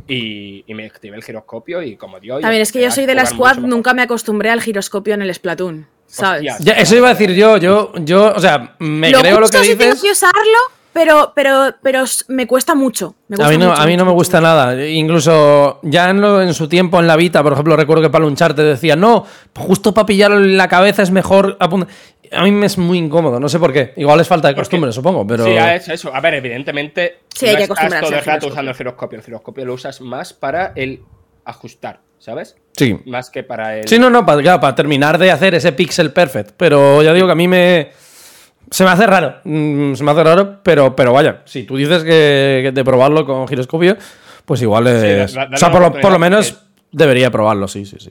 Y, y me activé el giroscopio y como Dios... También es que yo soy de la squad, nunca me acostumbré al giroscopio en el Splatoon, ¿sabes? Hostia. Ya, eso iba a decir yo, yo, yo, o sea, me lo creo lo justo que sí tengo dices. que usarlo, pero, pero, pero s- me cuesta mucho. Me A cuesta mí no, mucho, a mí no mucho, me gusta mucho. nada. Incluso ya en, lo- en su tiempo en la Vita, por ejemplo, recuerdo que para luchar te decía, no, justo para pillarlo en la cabeza es mejor apuntar. A mí me es muy incómodo, no sé por qué. Igual es falta de Porque- costumbre, supongo, pero... Sí, es eso. A ver, evidentemente Sí, hay no que estás acostumbrarse todo el al rato giroscopio. usando el giroscopio. El giroscopio lo usas más para el ajustar, ¿sabes? Sí. Más que para el... Sí, no, no, para, claro, para terminar de hacer ese pixel perfect. Pero ya digo que a mí me... Se me hace raro. Mm, se me hace raro, pero, pero vaya. Si tú dices que, que de probarlo con giroscopio, pues igual es... da- da- o sea, dale por una lo, por lo oportunidad, menos porque- debería probarlo, sí, sí, sí.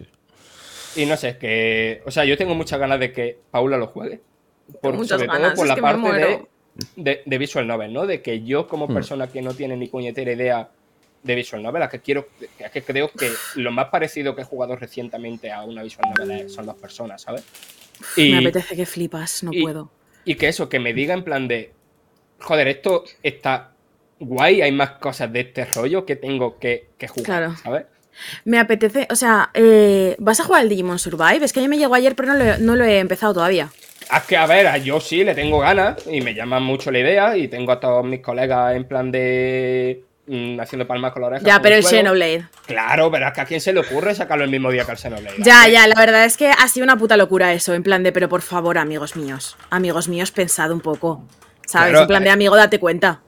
Y no sé, que... O sea, yo tengo muchas ganas de que Paula lo juegue. Por, muchas sobre ganas, todo por es la que me parte de, muero. de, de Visual Novel, ¿no? De que yo, como persona que no tiene ni puñetera idea de Visual Novel, a que quiero... Es que creo que lo más parecido que he jugado recientemente a una Visual Novel es- son las personas, ¿sabes? Y, Me apetece que flipas, no y- puedo. y que eso, que me diga en plan de... Joder, esto está guay, hay más cosas de este rollo que tengo que, que jugar, Claro. ¿sabes? Me apetece, o sea, eh, ¿vas a jugar al Digimon Survive? Es que a mí me llegó ayer, pero no lo, he- no lo he empezado todavía. Es que, a ver, yo sí le tengo ganas y me llama mucho la idea y tengo a todos mis colegas en plan de... mm, haciendo palmas con la oreja. Ya, con pero el juego. Xenoblade. Claro, pero es que a quién se le ocurre sacarlo el mismo día que el Xenoblade. Ya, ya, la verdad es que ha sido una puta locura eso, en plan de, pero por favor, amigos míos, amigos míos, pensad un poco, ¿sabes? Claro, en plan de, eh. amigo, date cuenta.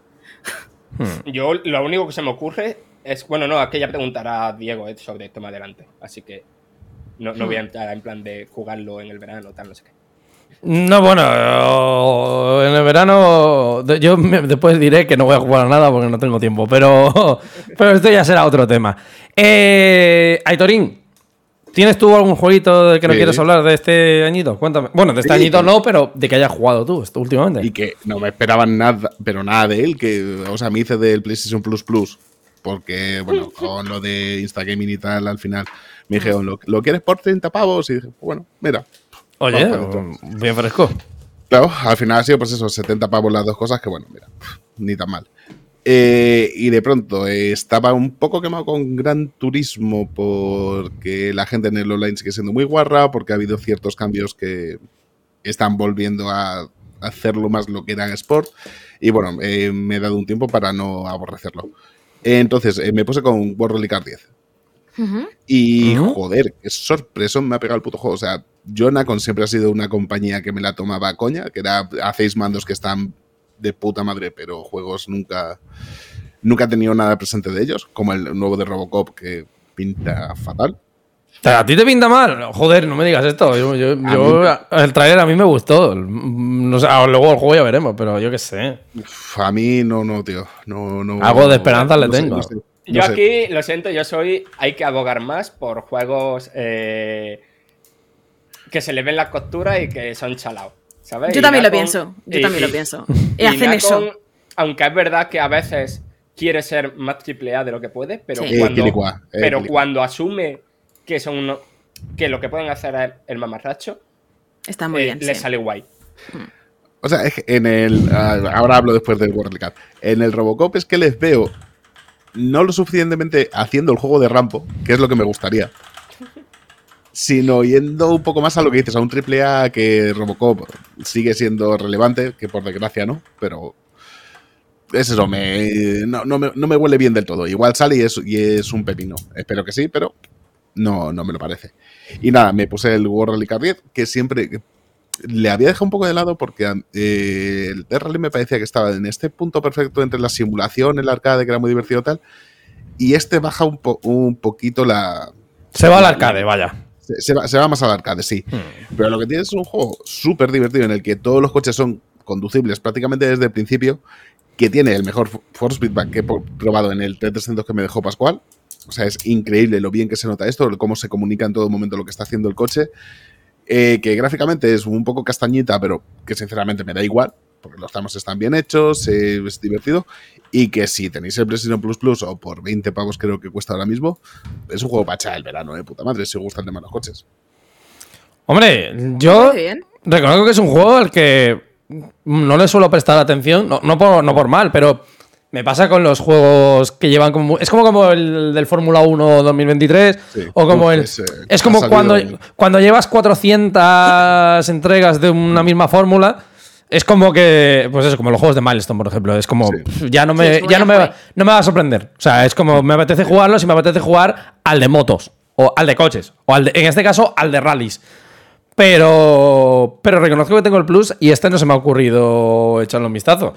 Yo lo único que se me ocurre es... Bueno, no, es que ya preguntará a Diego eh, sobre esto más adelante. Así que no, no voy a entrar en plan de jugarlo en el verano, tal, no sé qué. No, bueno, en el verano de- yo me- después diré que no voy a jugar a nada porque no tengo tiempo, pero, pero esto ya será otro tema. Eh, Aitorín, ¿tienes tú algún jueguito del que no Sí. quieres hablar de este añito? Cuéntame. Bueno, de este Sí. añito no, pero de que hayas jugado tú esto últimamente. Y que no me esperaban nada, pero nada de él, que, o sea, me hice del PlayStation Plus Plus, porque, bueno, con lo de Instagaming y tal, al final me dijeron, ¿lo, ¿lo quieres por treinta pavos? Y dije, bueno, mira. Oye, Vamos para adentro. bien fresco. Claro, al final ha sido, pues eso, setenta pavos las dos cosas, que bueno, mira, ni tan mal. Eh, y de pronto eh, estaba un poco quemado con Gran Turismo porque la gente en el online sigue siendo muy guarra, porque ha habido ciertos cambios que están volviendo a hacerlo más lo que era Sport. Y bueno, eh, me he dado un tiempo para no aborrecerlo. Eh, entonces, eh, me puse con World Rally Car diez. Ujú. Y Ujú. joder, qué sorpresa me ha pegado el puto juego. O sea, yo Nacon siempre ha sido una compañía que me la tomaba a coña, que era, hacéis mandos que están de puta madre, pero juegos nunca, nunca he tenido nada presente de ellos, como el nuevo de Robocop que pinta fatal. O sea, ¿a ti te pinta mal? Joder, no me digas esto. Yo, yo- A yo- mí- el trailer a mí me gustó. No sé, ah, luego el juego ya veremos, pero yo qué sé. Uf, a mí no, no, tío. No, no, Algo de no- esperanza le no sé, tengo. no sé, no Yo sé. aquí, lo siento, yo soy. Hay que abogar más por juegos eh, que se les ven las costuras y que son chalados. ¿Sabes? Yo Y también lo Nacon- pienso. Yo y- también y- lo pienso. y Y hacen Nacon, eso. Aunque es verdad que a veces quiere ser más triple A de lo que puede, pero Sí. Eh, cuando, Quilicua, eh, pero Quilicua. cuando asume que son uno- que lo que pueden hacer es el mamarracho, Está muy eh, bien. le sí. sale guay. O sea, es que en el. ah, Ahora hablo después del World Cup. En el Robocop es que les veo no lo suficientemente haciendo el juego de Rampo, que es lo que me gustaría, sino yendo un poco más a lo que dices, a un triple A que Robocop sigue siendo relevante, que por desgracia no, pero es eso, me, no, no me, no me huele bien del todo. Igual sale y es, y es un pepino. Espero que sí, pero no, no me lo parece. Y nada, me puse el World Rally Car diez, que siempre le había dejado un poco de lado porque eh, el Death Rally me parecía que estaba en este punto perfecto entre la simulación, el arcade, que era muy divertido y tal, y este baja un, po un poquito la... Se va al arcade, vaya. Se, se, va, se va más al arcade, sí. Hmm. Pero lo que tiene es un juego súper divertido en el que todos los coches son conducibles prácticamente desde el principio, que tiene el mejor force feedback que he probado en el T trescientos que me dejó Pascual. O sea, es increíble lo bien que se nota esto, cómo se comunica en todo momento lo que está haciendo el coche. Eh, que gráficamente es un poco castañita, pero que sinceramente me da igual, porque los tramos están bien hechos, eh, es divertido. Y que si tenéis el Precision Plus Plus, o por veinte pavos creo que cuesta ahora mismo, es un juego para echar el verano, de puta madre, si os gustan de malos coches. Hombre, Me yo parece bien. reconozco que es un juego al que no le suelo prestar atención, no, no, por, no por mal, pero me pasa con los juegos que llevan como... Es como, como el del Fórmula uno dos mil veintitrés, Sí. o como Uf, el... es, eh, Es ha como salido cuando, el- cuando llevas cuatrocientas entregas de una misma fórmula. Es como que, pues eso, como los juegos de Milestone, por ejemplo. Es como, Sí. pf, ya no me, Sí, es como ya ya no me, fue. va, no me va a sorprender. O sea, es como, me apetece jugarlo si me apetece jugar al de motos, o al de coches, o al de, en este caso, al de rallies. Pero, pero reconozco que tengo el plus y este no se me ha ocurrido echarle un vistazo.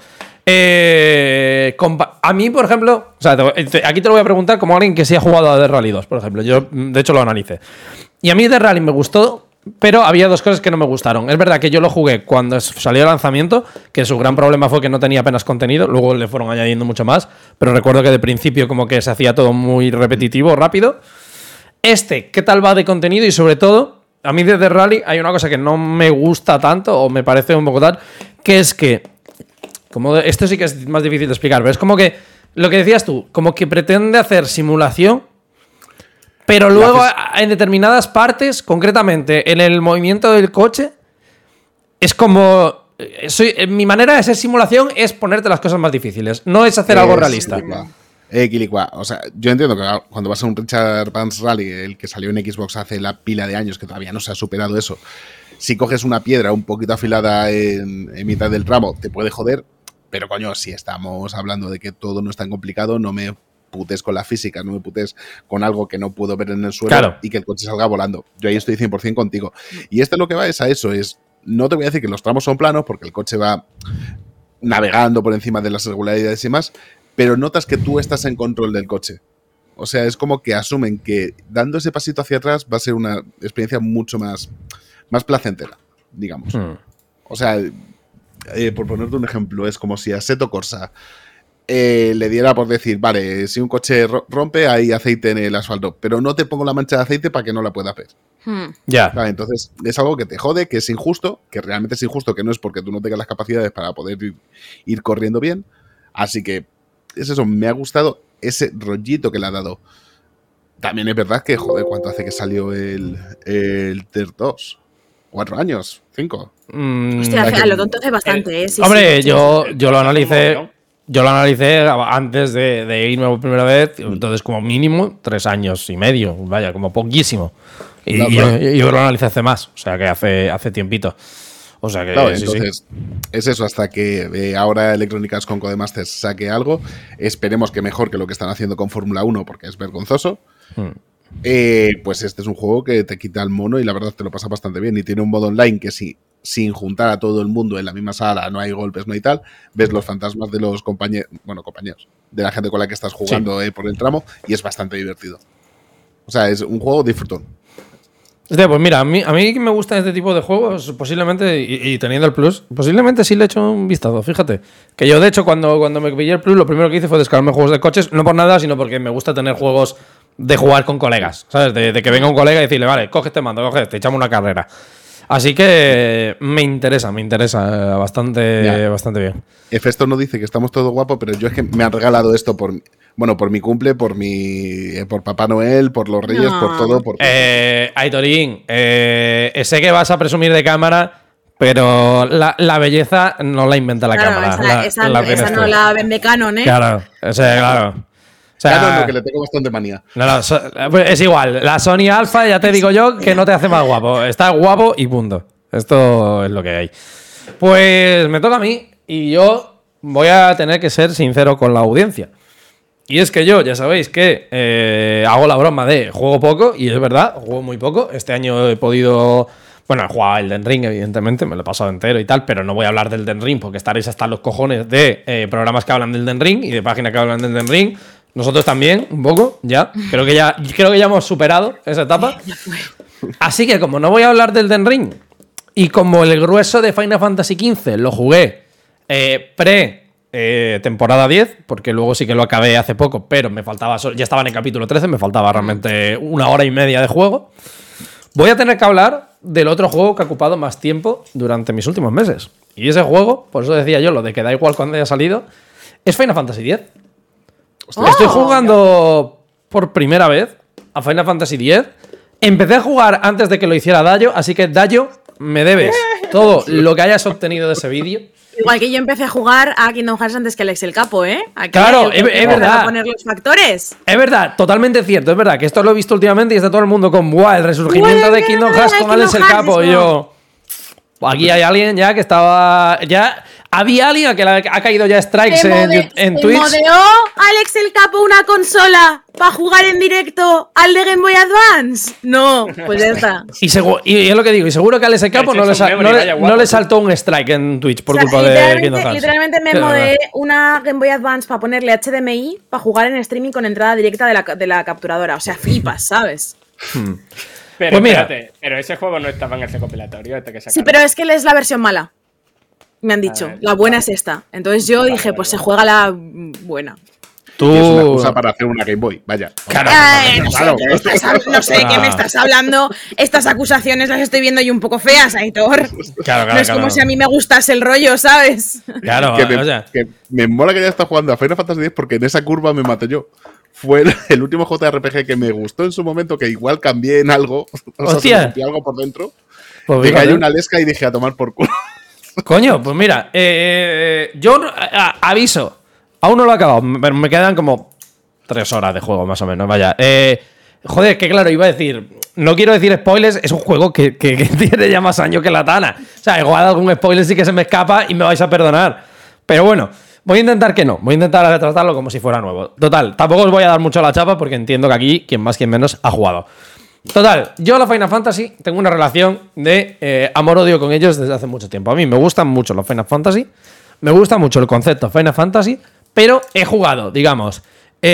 Eh, compa- a mí, por ejemplo, o sea, te- te- aquí te lo voy a preguntar como alguien que sí ha jugado a The Rally dos, por ejemplo. Yo, de hecho, lo analicé. Y a mí The Rally me gustó, pero había dos cosas que no me gustaron. Es verdad que yo lo jugué cuando salió el lanzamiento, que su gran problema fue que no tenía apenas contenido, luego le fueron añadiendo mucho más, pero recuerdo que de principio como que se hacía todo muy repetitivo, rápido. Este, ¿qué tal va de contenido? Y sobre todo, a mí de The Rally hay una cosa que no me gusta tanto, o me parece un poco tal, que es que, como de- esto sí que es más difícil de explicar, pero es como que, lo que decías tú, como que pretende hacer simulación, pero luego haces- a- en determinadas partes, concretamente en el movimiento del coche, es como... eh, Soy, eh, mi manera de hacer simulación es ponerte las cosas más difíciles, no es hacer algo Es realista. Quilicua. Eh, Quilicua. O sea, yo entiendo que cuando vas a un Richard Vance Rally, el que salió en Xbox hace la pila de años, que todavía no se ha superado eso, si coges una piedra un poquito afilada en, en mitad del tramo, te puede joder. Pero coño, si estamos hablando de que todo no es tan complicado, no me putes con la física, no me putes con algo que no puedo ver en el suelo Claro. y que el coche salga volando. Yo ahí estoy cien por ciento contigo. Y este lo que va es a eso, es... No te voy a decir que los tramos son planos, porque el coche va navegando por encima de las regularidades y más, pero notas que tú estás en control del coche. O sea, es como que asumen que dando ese pasito hacia atrás va a ser una experiencia mucho más, más placentera, digamos. Hmm. O sea, eh, por ponerte un ejemplo, es como si a Seto Corsa eh, le diera por decir, vale, si un coche ro- rompe, hay aceite en el asfalto, pero no te pongo la mancha de aceite para que no la puedas ver. Hmm. Ya. Vale, entonces es algo que te jode, que es injusto, que realmente es injusto, que no es porque tú no tengas las capacidades para poder ir, ir corriendo bien. Así que es eso, me ha gustado ese rollito que le ha dado. También es verdad que, joder, ¿cuánto hace que salió el, el T E R dos? ¿Cuatro años? ¿Cinco? Mm, Hostia, hay hace- que- a lo tonto hace bastante, ¿eh? Sí, Hombre, sí, yo, sí. yo lo analicé. Mogollón. Yo lo analicé antes de, de irme por primera vez, entonces como mínimo tres años y medio, vaya, como poquísimo. Y, No, y yo, pero- yo lo analicé hace más, o sea que hace, hace tiempito. O sea que Claro, sí, entonces, sí. es eso, hasta que eh, ahora Electronic Arts con Codemasters saque algo. Esperemos que mejor que lo que están haciendo con Fórmula uno, porque es vergonzoso. Hmm. Eh, pues este es un juego que te quita el mono y la verdad te lo pasa bastante bien. Y tiene un modo online que si, sin juntar a todo el mundo en la misma sala, no hay golpes, no hay tal, ves los fantasmas de los compañeros, bueno, compañeros, de la gente con la que estás jugando sí. eh, por el tramo, y es bastante divertido. O sea, es un juego disfrutón. Hostia, pues mira, a mí, a mí me gustan este tipo de juegos, posiblemente, y, y teniendo el Plus, posiblemente sí le he hecho un vistazo, fíjate. Que yo, de hecho, cuando, cuando me pillé el Plus, lo primero que hice fue descargarme juegos de coches, no por nada, sino porque me gusta tener juegos de jugar con colegas, ¿sabes? De, de que venga un colega y decirle, vale, coge este mando, coge este, echamos una carrera. Así que me interesa, me interesa bastante, bastante bien. Efesto no dice que estamos todos guapos, pero yo es que me han regalado esto por... Bueno, por mi cumple, por mi por Papá Noel, por los Reyes, no. por todo. Por... Eh, Aitorín, eh, sé que vas a presumir de cámara, pero la, la belleza no la inventa la claro, cámara. Esa, la, esa, la esa no la vende Canon, ¿eh? Claro, o sea, claro. O sea, Canon lo que le tengo bastante manía. No, no, so, es igual. La Sony Alpha, ya te digo yo, que no te hace más guapo. Está guapo y punto. Esto es lo que hay. Pues me toca a mí y yo voy a tener que ser sincero con la audiencia. Y es que yo, ya sabéis que eh, hago la broma de juego poco, y es verdad, juego muy poco. Este año he podido... Bueno, he jugado el Elden Ring, evidentemente, me lo he pasado entero y tal, pero no voy a hablar del Elden Ring porque estaréis hasta los cojones de eh, programas que hablan del Elden Ring y de páginas que hablan del Elden Ring. Nosotros también, un poco, ya. Creo que ya, creo que ya hemos superado esa etapa. Así que como no voy a hablar del Elden Ring, y como el grueso de Final Fantasy quince lo jugué eh, pre... Eh, temporada diez, porque luego sí que lo acabé hace poco, pero me faltaba, ya estaba en el capítulo trece, me faltaba realmente una hora y media de juego. Voy a tener que hablar del otro juego que ha ocupado más tiempo durante mis últimos meses. Y ese juego, por eso decía yo lo de que da igual cuando haya salido, es Final Fantasy diez. Oh, Estoy jugando por primera vez a Final Fantasy diez. Empecé a jugar antes de que lo hiciera Dayo, así que Dayo, me debes todo lo que hayas obtenido de ese vídeo. Igual que yo empecé a jugar a Kingdom Hearts antes que Alex el Capo, ¿eh? Aquí claro, es, es verdad. A poner los factores. Es verdad, totalmente cierto. Es verdad que esto lo he visto últimamente y está todo el mundo con ¡buah! El resurgimiento bueno, de Kingdom Hearts con Alex el Capo. Y yo. Aquí hay alguien ya que estaba. Ya. Había alguien que ha caído ya strikes en, en Twitch. ¿Modeó Alex el Capo una consola para jugar en directo al de Game Boy Advance? No, pues ya está. Y, y es lo que digo, y seguro que Alex el Capo no le, sal no, le, no le saltó un strike en Twitch por o sea, culpa de Kingdom Hearts. Literalmente me modeé una Game Boy Advance para ponerle H D M I para jugar en streaming con entrada directa de la, de la capturadora. O sea, flipas, ¿sabes? Hmm. Pero pues espérate, mira. Pero ese juego no estaba en el recopilatorio. Este que sí, pero es que es la versión mala. Me han dicho, ver, la buena vale. es esta. Entonces yo vale, dije, vale, pues vale. se juega la buena. Tú... Es una excusa para hacer una Game Boy, vaya. Claro, Ay, no, claro. Sé, estás, no sé qué me estás hablando. Estas acusaciones las estoy viendo yo un poco feas, Aitor. Claro, claro, no es como claro. si a mí me gustase el rollo, ¿sabes? Claro, que, me, o sea. que me mola que ya está jugando a Final Fantasy diez porque en esa curva me maté yo. Fue el, el último J R P G que me gustó en su momento, que igual cambié en algo. O sea, Hostia. se rompí algo por dentro. Pues me cayó una lesca y dije a tomar por culo. Coño, pues mira, eh, yo a, aviso, aún no lo he acabado, pero me quedan como tres horas de juego más o menos, vaya. Eh, joder, que claro, iba a decir, no quiero decir spoilers, es un juego que, que, que tiene ya más años que la Tana. O sea, igual algún spoiler sí que se me escapa y me vais a perdonar. Pero bueno, voy a intentar que no, voy a intentar tratarlo como si fuera nuevo. Total, tampoco os voy a dar mucho la chapa porque entiendo que aquí quien más quien menos ha jugado. Total, yo a la Final Fantasy tengo una relación de eh, amor-odio con ellos desde hace mucho tiempo. A mí me gustan mucho los Final Fantasy, me gusta mucho el concepto Final Fantasy, pero he jugado, digamos,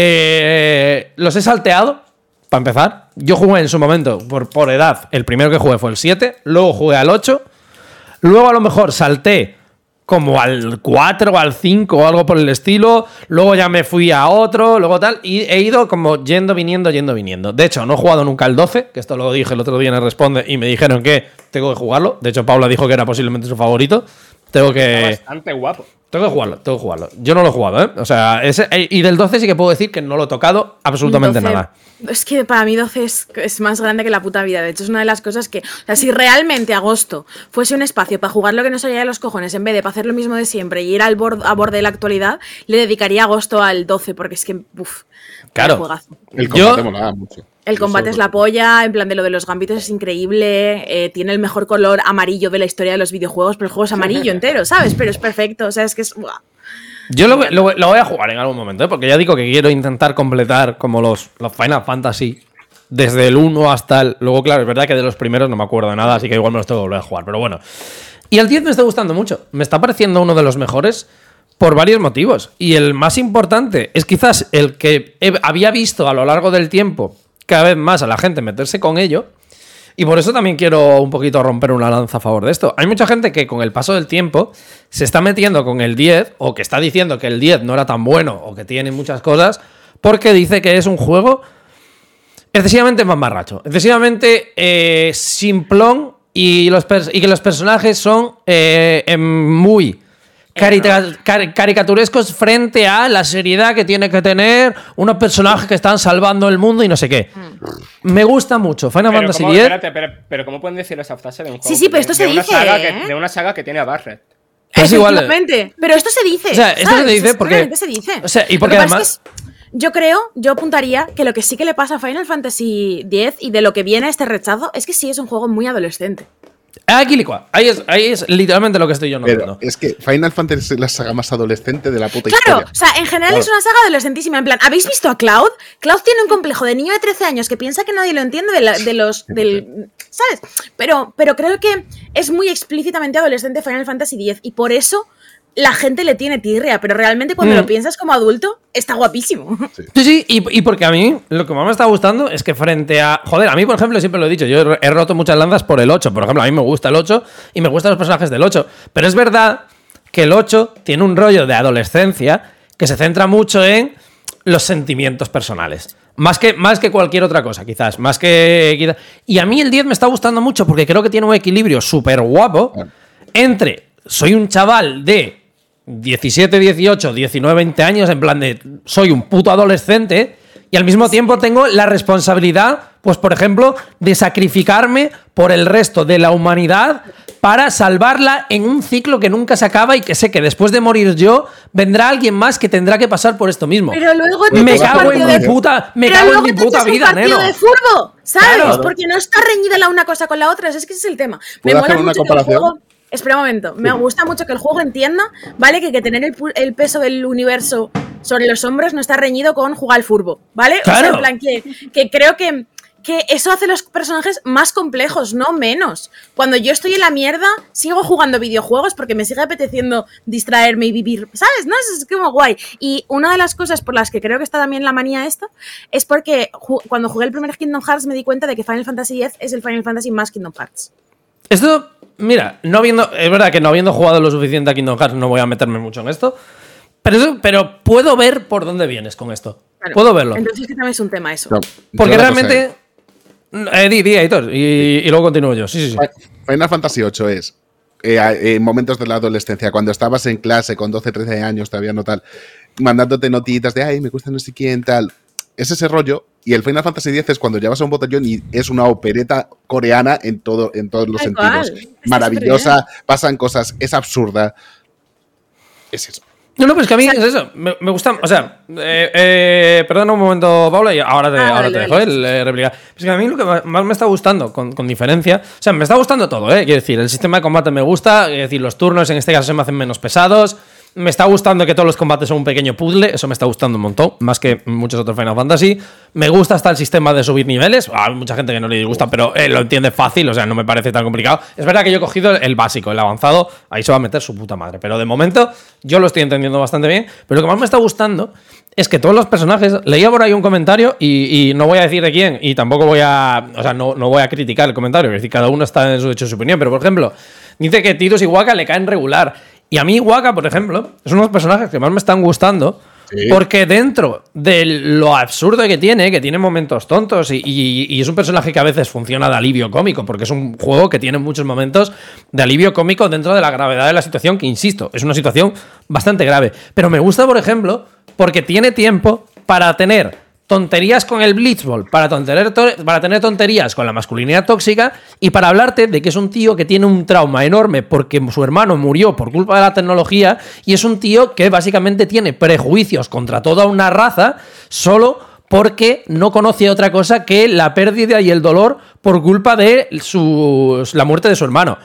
eh, los he salteado, para empezar. Yo jugué en su momento, por, por edad, el primero que jugué fue el siete, luego jugué al ocho, luego a lo mejor salté como al cuatro o al cinco o algo por el estilo, luego ya me fui a otro, luego tal, y he ido como yendo, viniendo, yendo, viniendo. De hecho, no he jugado nunca el doce, que esto lo dije el otro día en el Responde, y me dijeron que tengo que jugarlo. De hecho, Paula dijo que era posiblemente su favorito. Tengo que... Está bastante guapo. Tengo que jugarlo, tengo que jugarlo. Yo no lo he jugado, ¿eh? O sea, ese, y del doce sí que puedo decir que no lo he tocado absolutamente doce, nada. Es que para mí doce es, es más grande que la puta vida. De hecho, es una de las cosas que... O sea, si realmente agosto fuese un espacio para jugar lo que no salía de los cojones, en vez de para hacer lo mismo de siempre y ir al borde, a borde de la actualidad, le dedicaría agosto al doce, porque es que... Uf, claro. El combate molaba mucho. El combate Eso, es la polla, en plan de lo de los gambitos es increíble, eh, tiene el mejor color amarillo de la historia de los videojuegos, pero el juego es amarillo entero, ¿sabes? Pero es perfecto, o sea, es que es... ¡buah! Yo lo, lo- lo voy a jugar en algún momento, ¿eh? Porque ya digo que quiero intentar completar como los, los Final Fantasy desde el uno hasta el... Luego, claro, es verdad que de los primeros no me acuerdo de nada, así que igual me los tengo que volver a jugar, pero bueno. Y el diez me está gustando mucho, me está pareciendo uno de los mejores por varios motivos. Y el más importante es quizás el que he- había visto a lo largo del tiempo cada vez más a la gente meterse con ello. Y por eso también quiero un poquito romper una lanza a favor de esto. Hay mucha gente que con el paso del tiempo se está metiendo con el diez o que está diciendo que el diez no era tan bueno o que tiene muchas cosas porque dice que es un juego excesivamente mamarracho, excesivamente eh, simplón y, los pers- y que los personajes son eh, em, muy carita- car- caricaturescos frente a la seriedad que tiene que tener unos personajes que están salvando el mundo y no sé qué. Me gusta mucho Final Pero Fantasy ¿cómo, X. espérate, pero, pero ¿cómo pueden decir esa frase de un juego? Sí, sí, pero esto de, se de una dice, saga ¿eh? que, de una saga que tiene a Barret. Pero es igual. Efectivamente, pero esto se dice. O sea, esto ¿sabes? se dice porque- Realmente se dice. o sea, y Lo porque que pasa además- es que es- yo creo, yo apuntaría que lo que sí que le pasa a Final Fantasy X y de lo que viene a este rechazo es que sí es un juego muy adolescente. Aquí licua. Ahí es, ahí es literalmente lo que estoy yo Pero notando. es que Final Fantasy es la saga más adolescente de la puta Claro, historia. o sea, en general Claro. es una saga adolescentísima. En plan, ¿habéis visto a Cloud? Cloud tiene un complejo de niño de trece años que piensa que nadie lo entiende de, la- de los... Del, ¿sabes? Pero, pero creo que es muy explícitamente adolescente Final Fantasy X y por eso la gente le tiene tirria, pero realmente cuando Mm. lo piensas como adulto, está guapísimo. Sí, sí, y, y porque a mí lo que más me está gustando es que frente a... Joder, a mí, por ejemplo, siempre lo he dicho, yo he, he roto muchas lanzas por el ocho. Por ejemplo, a mí me gusta el ocho y me gustan los personajes del ocho. Pero es verdad que el ocho tiene un rollo de adolescencia que se centra mucho en los sentimientos personales. Más que, más que cualquier otra cosa, quizás. Más que... quizás- Y a mí el diez me está gustando mucho porque creo que tiene un equilibrio súper guapo entre... Soy un chaval de diecisiete, dieciocho, diecinueve, veinte años, en plan de soy un puto adolescente y al mismo tiempo tengo la responsabilidad, pues por ejemplo, de sacrificarme por el resto de la humanidad para salvarla en un ciclo que nunca se acaba y que sé que después de morir yo vendrá alguien más que tendrá que pasar por esto mismo. Pero luego te me echas un cago en partido mi de- puta, me Pero cago en luego mi te puta echas un vida, partido neno. de furbo, ¿sabes? Claro. Porque no está reñida la una cosa con la otra, es que ese es el tema. Me ¿Puedo mola hacer una mucho que el comparación? juego... Espera un momento, me gusta mucho que el juego entienda, ¿vale? Que, que tener el, pu- el peso del universo sobre los hombros no está reñido con jugar al furbo, ¿vale? O sea, Claro. en plan que, que creo que, que eso hace los personajes más complejos, no menos. Cuando yo estoy en la mierda, sigo jugando videojuegos porque me sigue apeteciendo distraerme y vivir, ¿sabes? No, eso es como guay. Y una de las cosas por las que creo que está también la manía esta es porque ju- cuando jugué el primer Kingdom Hearts me di cuenta de que Final Fantasy X es el Final Fantasy más Kingdom Hearts. Esto, mira, no habiendo, es verdad que no habiendo jugado lo suficiente a Kingdom Hearts no voy a meterme mucho en esto, pero, eso- pero puedo ver por dónde vienes con esto. Claro. Puedo verlo. Entonces que también es un tema eso. No, Porque yo la cosa realmente... Eh, di, di, Aitor, y, y luego continúo yo. Sí, sí, sí. es, Final Fantasy ocho es eh, a- en momentos de la adolescencia, cuando estabas en clase con doce, trece años, todavía no tal, mandándote notitas de, ay, me gusta no sé quién, tal. Es ese rollo. Y el Final Fantasy X es cuando llevas a un botellón y es una opereta coreana en, todo, en todos los Tal sentidos. cual. Está Maravillosa, pasan cosas, es absurda. Es eso. No, no, pues que a mí es eso. Me, me gusta. O sea, eh, eh, perdona un momento, Paula, y ahora te, Ah, ahora dale, te dejo dale. el eh, replicar. Es que a mí lo que más más me está gustando, con, con diferencia. O sea, me está gustando todo, ¿eh? Quiero decir, el sistema de combate me gusta. Es decir, los turnos en este caso se me hacen menos pesados. Me está gustando que todos los combates son un pequeño puzzle. Eso me está gustando un montón. Más que muchos otros Final Fantasy. Me gusta hasta el sistema de subir niveles. Hay mucha gente que no le gusta, pero eh, lo entiende fácil. O sea, no me parece tan complicado. Es verdad que yo he cogido el, el básico, el avanzado. Ahí se va a meter su puta madre. Pero de momento yo lo estoy entendiendo bastante bien. Pero lo que más me está gustando es que todos los personajes. Leía por ahí un comentario y, y no voy a decir de quién. Y tampoco voy a. O sea, no, no voy a criticar el comentario. Es decir, cada uno está en su hecho su opinión. Pero por ejemplo, dice que Tidus y Waka le caen regular. Y a mí Waka, por ejemplo, es uno de los personajes que más me están gustando. Sí. Porque dentro de lo absurdo que tiene, que tiene momentos tontos y, y- y es un personaje que a veces funciona de alivio cómico, porque es un juego que tiene muchos momentos de alivio cómico dentro de la gravedad de la situación, que insisto, es una situación bastante grave. Pero me gusta, por ejemplo, porque tiene tiempo para tener tonterías con el Blitzball, para, tonterer to- para tener tonterías con la masculinidad tóxica y para hablarte de que es un tío que tiene un trauma enorme porque su hermano murió por culpa de la tecnología y es un tío que básicamente tiene prejuicios contra toda una raza solo porque no conoce otra cosa que la pérdida y el dolor por culpa de su, la muerte de su hermano.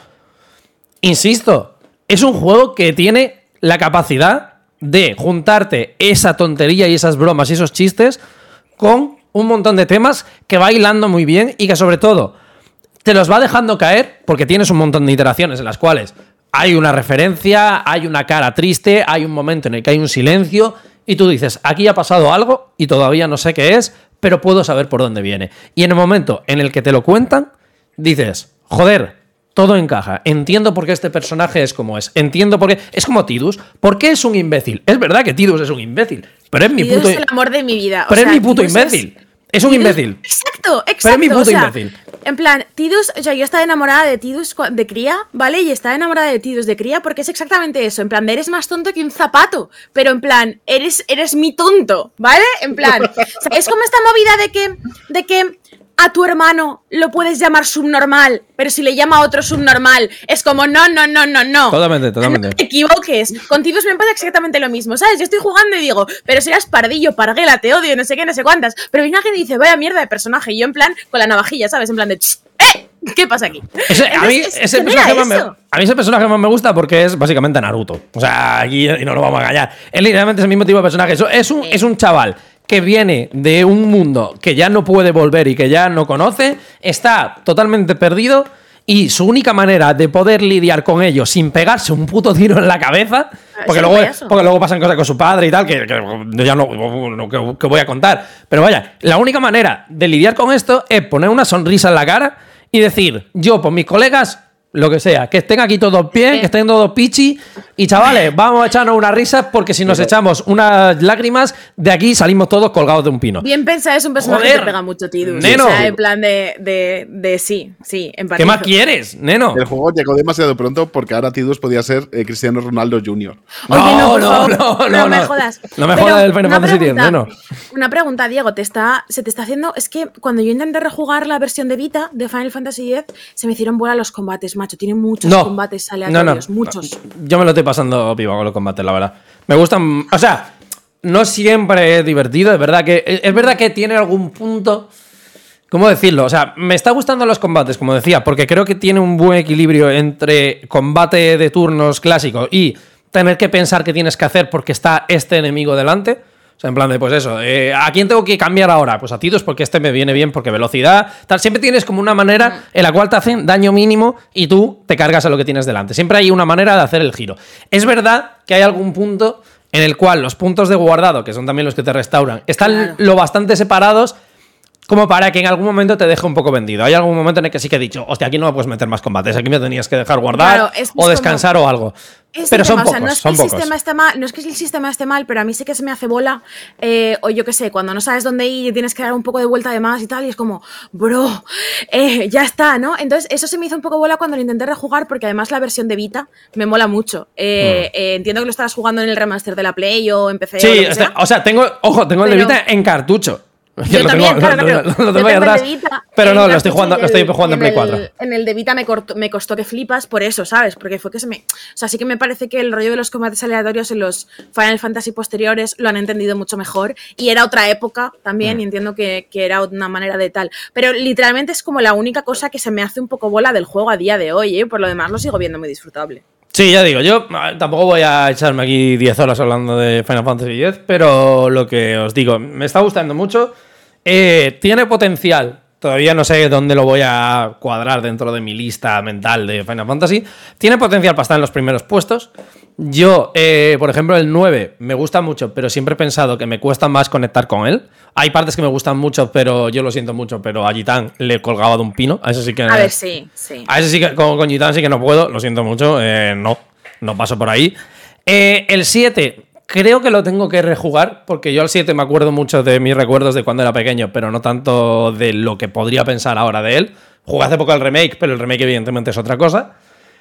Insisto, es un juego que tiene la capacidad de juntarte esa tontería y esas bromas y esos chistes con un montón de temas que va hilando muy bien y que sobre todo te los va dejando caer porque tienes un montón de iteraciones en las cuales hay una referencia, hay una cara triste, hay un momento en el que hay un silencio y tú dices, aquí ha pasado algo y todavía no sé qué es, pero puedo saber por dónde viene. Y en el momento en el que te lo cuentan, dices, joder, todo encaja. Entiendo por qué este personaje es como es. Entiendo por qué... Es como Tidus. ¿Por qué es un imbécil? Es verdad que Tidus es un imbécil, pero es mi Tidus puto... es el amor de mi vida. Pero o sea, es mi puto Tidus imbécil. Es... Es un Tidus- imbécil. Exacto, exacto. Pero es mi puto o sea, imbécil. En plan, Tidus, o sea, yo estaba enamorada de Tidus cu- de cría, ¿vale? Y estaba enamorada de Tidus de cría porque es exactamente eso. En plan, de eres más tonto que un zapato. Pero en plan, eres, eres mi tonto, ¿vale? En plan, o sea, es como esta movida de que, de que a tu hermano lo puedes llamar subnormal, pero si le llama a otro subnormal, es como no, no, no, no, no. Totalmente, totalmente. No te equivoques. Con Tidus me pasa exactamente lo mismo, ¿sabes? Yo estoy jugando y digo, pero serás pardillo, parguela, te odio, no sé qué, no sé cuántas. Pero viene alguien y dice, vaya mierda de personaje. Y yo en plan, con la navajilla, ¿sabes? En plan de, ¡eh! ¿Qué pasa aquí? Ese- a, mí, Entonces, ese genera personaje más me, eso. a mí ese personaje más me gusta porque es básicamente Naruto. O sea, aquí y no lo vamos a engañar. Es literalmente el mismo tipo de personaje. Es- Es un, es un chaval que viene de un mundo que ya no puede volver y que ya no conoce, está totalmente perdido y su única manera de poder lidiar con ello sin pegarse un puto tiro en la cabeza, porque, es luego, un payaso. porque luego pasan cosas con su padre y tal, que, que ya no, no- que, que voy a contar. Pero vaya, la única manera de lidiar con esto es poner una sonrisa en la cara y decir, yo por mis colegas, lo que sea, que estén aquí todos bien, que estén todos pichi y chavales, vamos a echarnos unas risas porque si nos echamos unas lágrimas, de aquí salimos todos colgados de un pino. Bien pensado, es un personaje Joder, que pega mucho Tidus. neno. O sea, en plan de, de, de sí, sí, empatizo. ¿Qué más quieres, neno? El juego llegó demasiado pronto porque ahora Tidus podía ser eh, Cristiano Ronaldo junior Oye, No, por no, favor, no, no, me no. jodas. No me Pero jodas del Final una Fantasy diez, pregunta- neno. Una pregunta, Diego, te está, se te está haciendo... Es que cuando yo intenté rejugar la versión de Vita de Final Fantasy diez, se me hicieron bola los combates, macho. Tienen muchos No. combates No, no. aleatorios, muchos. Yo me lo estoy pasando pipa con los combates, la verdad. Me gustan. O sea, no siempre es divertido. Es verdad que, es verdad que tiene algún punto. ¿Cómo decirlo? O sea, me está gustando los combates, como decía, porque creo que tiene un buen equilibrio entre combate de turnos clásico y tener que pensar qué tienes que hacer porque está este enemigo delante. O sea, en plan de, pues eso, eh, ¿a quién tengo que cambiar ahora? Pues a Tidus porque este me viene bien porque velocidad, tal. Siempre tienes como una manera en la cual te hacen daño mínimo y tú te cargas a lo que tienes delante. Siempre hay una manera de hacer el giro. Es verdad que hay algún punto en el cual los puntos de guardado, que son también los que te restauran, están Claro. lo bastante separados como para que en algún momento te deje un poco vendido. Hay algún momento en el que sí que he dicho, hostia, aquí no me puedes meter más combates, aquí me tenías que dejar guardar Claro, es o descansar o algo. Este Pero son tema, pocos, o sea, no es que son el pocos. sistema esté mal, no es que el sistema esté mal, pero a mí sí que se me hace bola, eh, o yo qué sé, cuando no sabes dónde ir y tienes que dar un poco de vuelta de más y tal, y es como, bro, eh, ya está, ¿no? Entonces eso se me hizo un poco bola cuando lo intenté rejugar, porque además la versión de Vita me mola mucho. Eh, Mm. eh, entiendo que lo estabas jugando en el remaster de la Play o en P C o Sí, lo que o sea, sea. o sea, tengo, ojo, tengo el de Pero- Vita en cartucho. Yo lo también, tengo, claro, lo- claro. lo- lo Yo tengo ahí tengo el atrás. de Vita Pero en no, lo estoy cartucho jugando, y lo estoy el- jugando en Play el- cuatro. En el de Vita me, cortó- me costó que flipas por eso, ¿sabes? Porque fue que se me... O sea, sí que me parece que el rollo de los combates aleatorios en los Final Fantasy posteriores lo han entendido mucho mejor. Y era otra época también, Mm. y entiendo que, que era una manera de tal. Pero literalmente es como la única cosa que se me hace un poco bola del juego a día de hoy, ¿eh? Por lo demás lo sigo viendo muy disfrutable. Sí, ya digo, yo ah, tampoco voy a echarme aquí diez horas hablando de Final Fantasy diez, pero lo que os digo, me está gustando mucho. Eh, tiene potencial. Todavía no sé dónde lo voy a cuadrar dentro de mi lista mental de Final Fantasy. Tiene potencial para estar en los primeros puestos. Yo, eh, por ejemplo, el nueve me gusta mucho, pero siempre he pensado que me cuesta más conectar con él. Hay partes que me gustan mucho, pero yo lo siento mucho, pero a Gitán le colgaba de un pino. A eso sí que... A ver, sí, sí. A ese sí que con, con Gitán sí que no puedo, lo siento mucho, eh, no, no paso por ahí. Eh, el siete, creo que lo tengo que rejugar, porque yo al siete me acuerdo mucho de mis recuerdos de cuando era pequeño, pero no tanto de lo que podría pensar ahora de él. Jugué hace poco al remake, pero el remake evidentemente es otra cosa.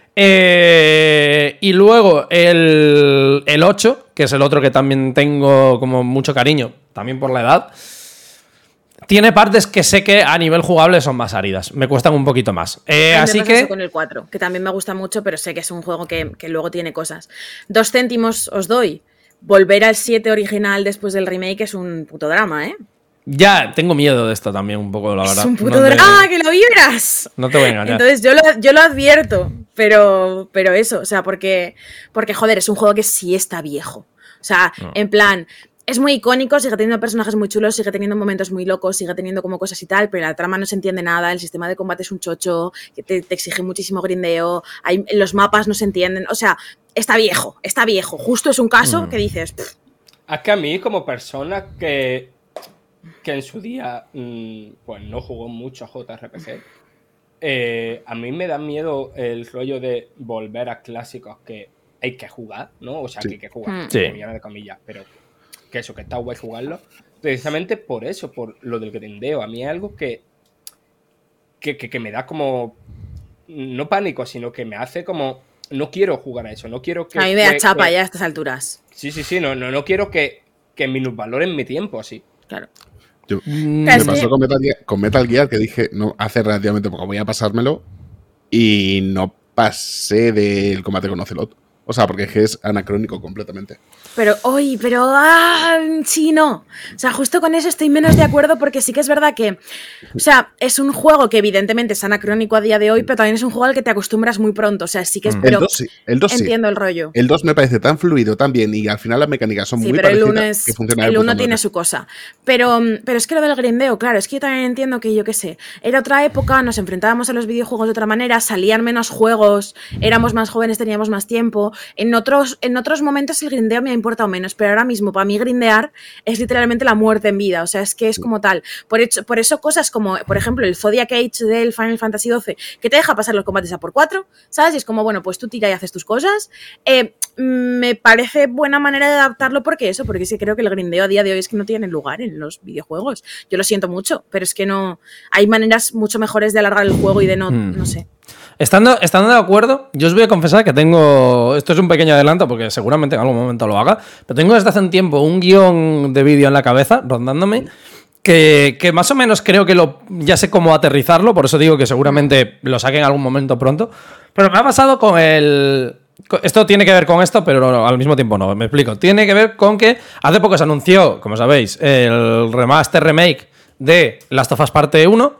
Eh, y luego el, el ocho, que es el otro que también tengo como mucho cariño, también por la edad. Tiene partes que sé que a nivel jugable son más áridas. Me cuestan un poquito más. Eh, A mí me así pasa que... eso con el cuatro, que también me gusta mucho, pero sé que es un juego que, que luego tiene cosas. Dos céntimos os doy. Volver al siete original después del remake es un puto drama, ¿eh? Ya, tengo miedo de esto también un poco, la verdad. Es un puto No te- drama, que lo vibras. No te voy a engañar. Entonces yo lo, yo lo advierto, pero, pero eso, o sea, porque, porque, joder, es un juego que sí está viejo. O sea, No. en plan, es muy icónico, sigue teniendo personajes muy chulos, sigue teniendo momentos muy locos, sigue teniendo como cosas y tal, pero la trama no se entiende nada, el sistema de combate es un chocho, que te, te exige muchísimo grindeo, hay, los mapas no se entienden, o sea, está viejo, está viejo. Justo es un caso Mm. que dices, "Pff, Es que a mí, como persona que, que en su día mm, pues no jugó mucho a J R P G, eh, a mí me da miedo el rollo de volver a clásicos que hay que jugar, ¿no? O sea, Sí. que hay que jugar, Mm. Sí. entre millones de comillas, pero que eso, que está guay jugarlo. Precisamente por eso, por lo del grindeo. A mí es algo que, que, que, que me da como, no pánico, sino que me hace como, no quiero jugar a eso, no quiero que... a mí me da que- chapa que- ya a estas alturas". Sí, sí, sí, no, no, no quiero que, que minusvaloren mi tiempo así. Claro. Yo- Mm, Es Me que- pasó con Metal, Gear, con Metal Gear que dije, no, hace relativamente poco voy a pasármelo y no pasé del combate con Ocelot. O sea, porque es que es anacrónico completamente. Pero, hoy, pero, ah, sí, no. O sea, justo con eso estoy menos de acuerdo porque sí que es verdad que, o sea, es un juego que evidentemente es anacrónico a día de hoy, pero también es un juego al que te acostumbras muy pronto. O sea, sí que es, Mm. pero el dos sí, el dos sí. entiendo el rollo. El dos me parece tan fluido, tan bien, y al final las mecánicas son Sí, muy pero el parecidas uno, es, que funciona de el puta uno madre. tiene su cosa. Pero, pero es que lo del grindeo, claro, es que yo también entiendo que, yo qué sé, era otra época, nos enfrentábamos a los videojuegos de otra manera, salían menos juegos, éramos más jóvenes, teníamos más tiempo. En otros, en otros momentos el grindeo me ha importado menos, pero ahora mismo para mí grindear es literalmente la muerte en vida. O sea, es que es como tal. Por, hecho, por eso cosas como, por ejemplo, el Zodiac Age del Final Fantasy doce, que te deja pasar los combates a por cuatro, ¿sabes? Y es como, bueno, pues tú tira y haces tus cosas. Eh, me parece buena manera de adaptarlo porque eso, porque sí creo que el grindeo a día de hoy es que no tiene lugar en los videojuegos. Yo lo siento mucho, pero es que no, hay maneras mucho mejores de alargar el juego y de no, Hmm. no sé. Estando, estando de acuerdo, yo os voy a confesar que tengo. Esto es un pequeño adelanto porque seguramente en algún momento lo haga. Pero tengo desde hace un tiempo un guión de vídeo en la cabeza, rondándome, que, que más o menos creo que lo, ya sé cómo aterrizarlo. Por eso digo que seguramente lo saque en algún momento pronto. Pero me ha pasado con el. con- Esto tiene que ver con esto, pero al mismo tiempo no. Me explico. Tiene que ver con que hace poco se anunció, como sabéis, el remaster remake de Last of Us Parte uno.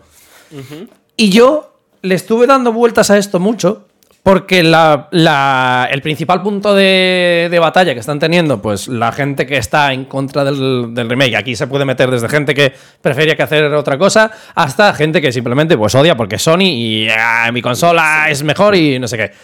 Y yo le estuve dando vueltas a esto mucho porque la, la- el principal punto de, de batalla que están teniendo pues la gente que está en contra del, del remake, aquí se puede meter desde gente que prefería que hacer otra cosa hasta gente que simplemente pues odia porque es Sony y ah, mi consola es mejor y no sé qué.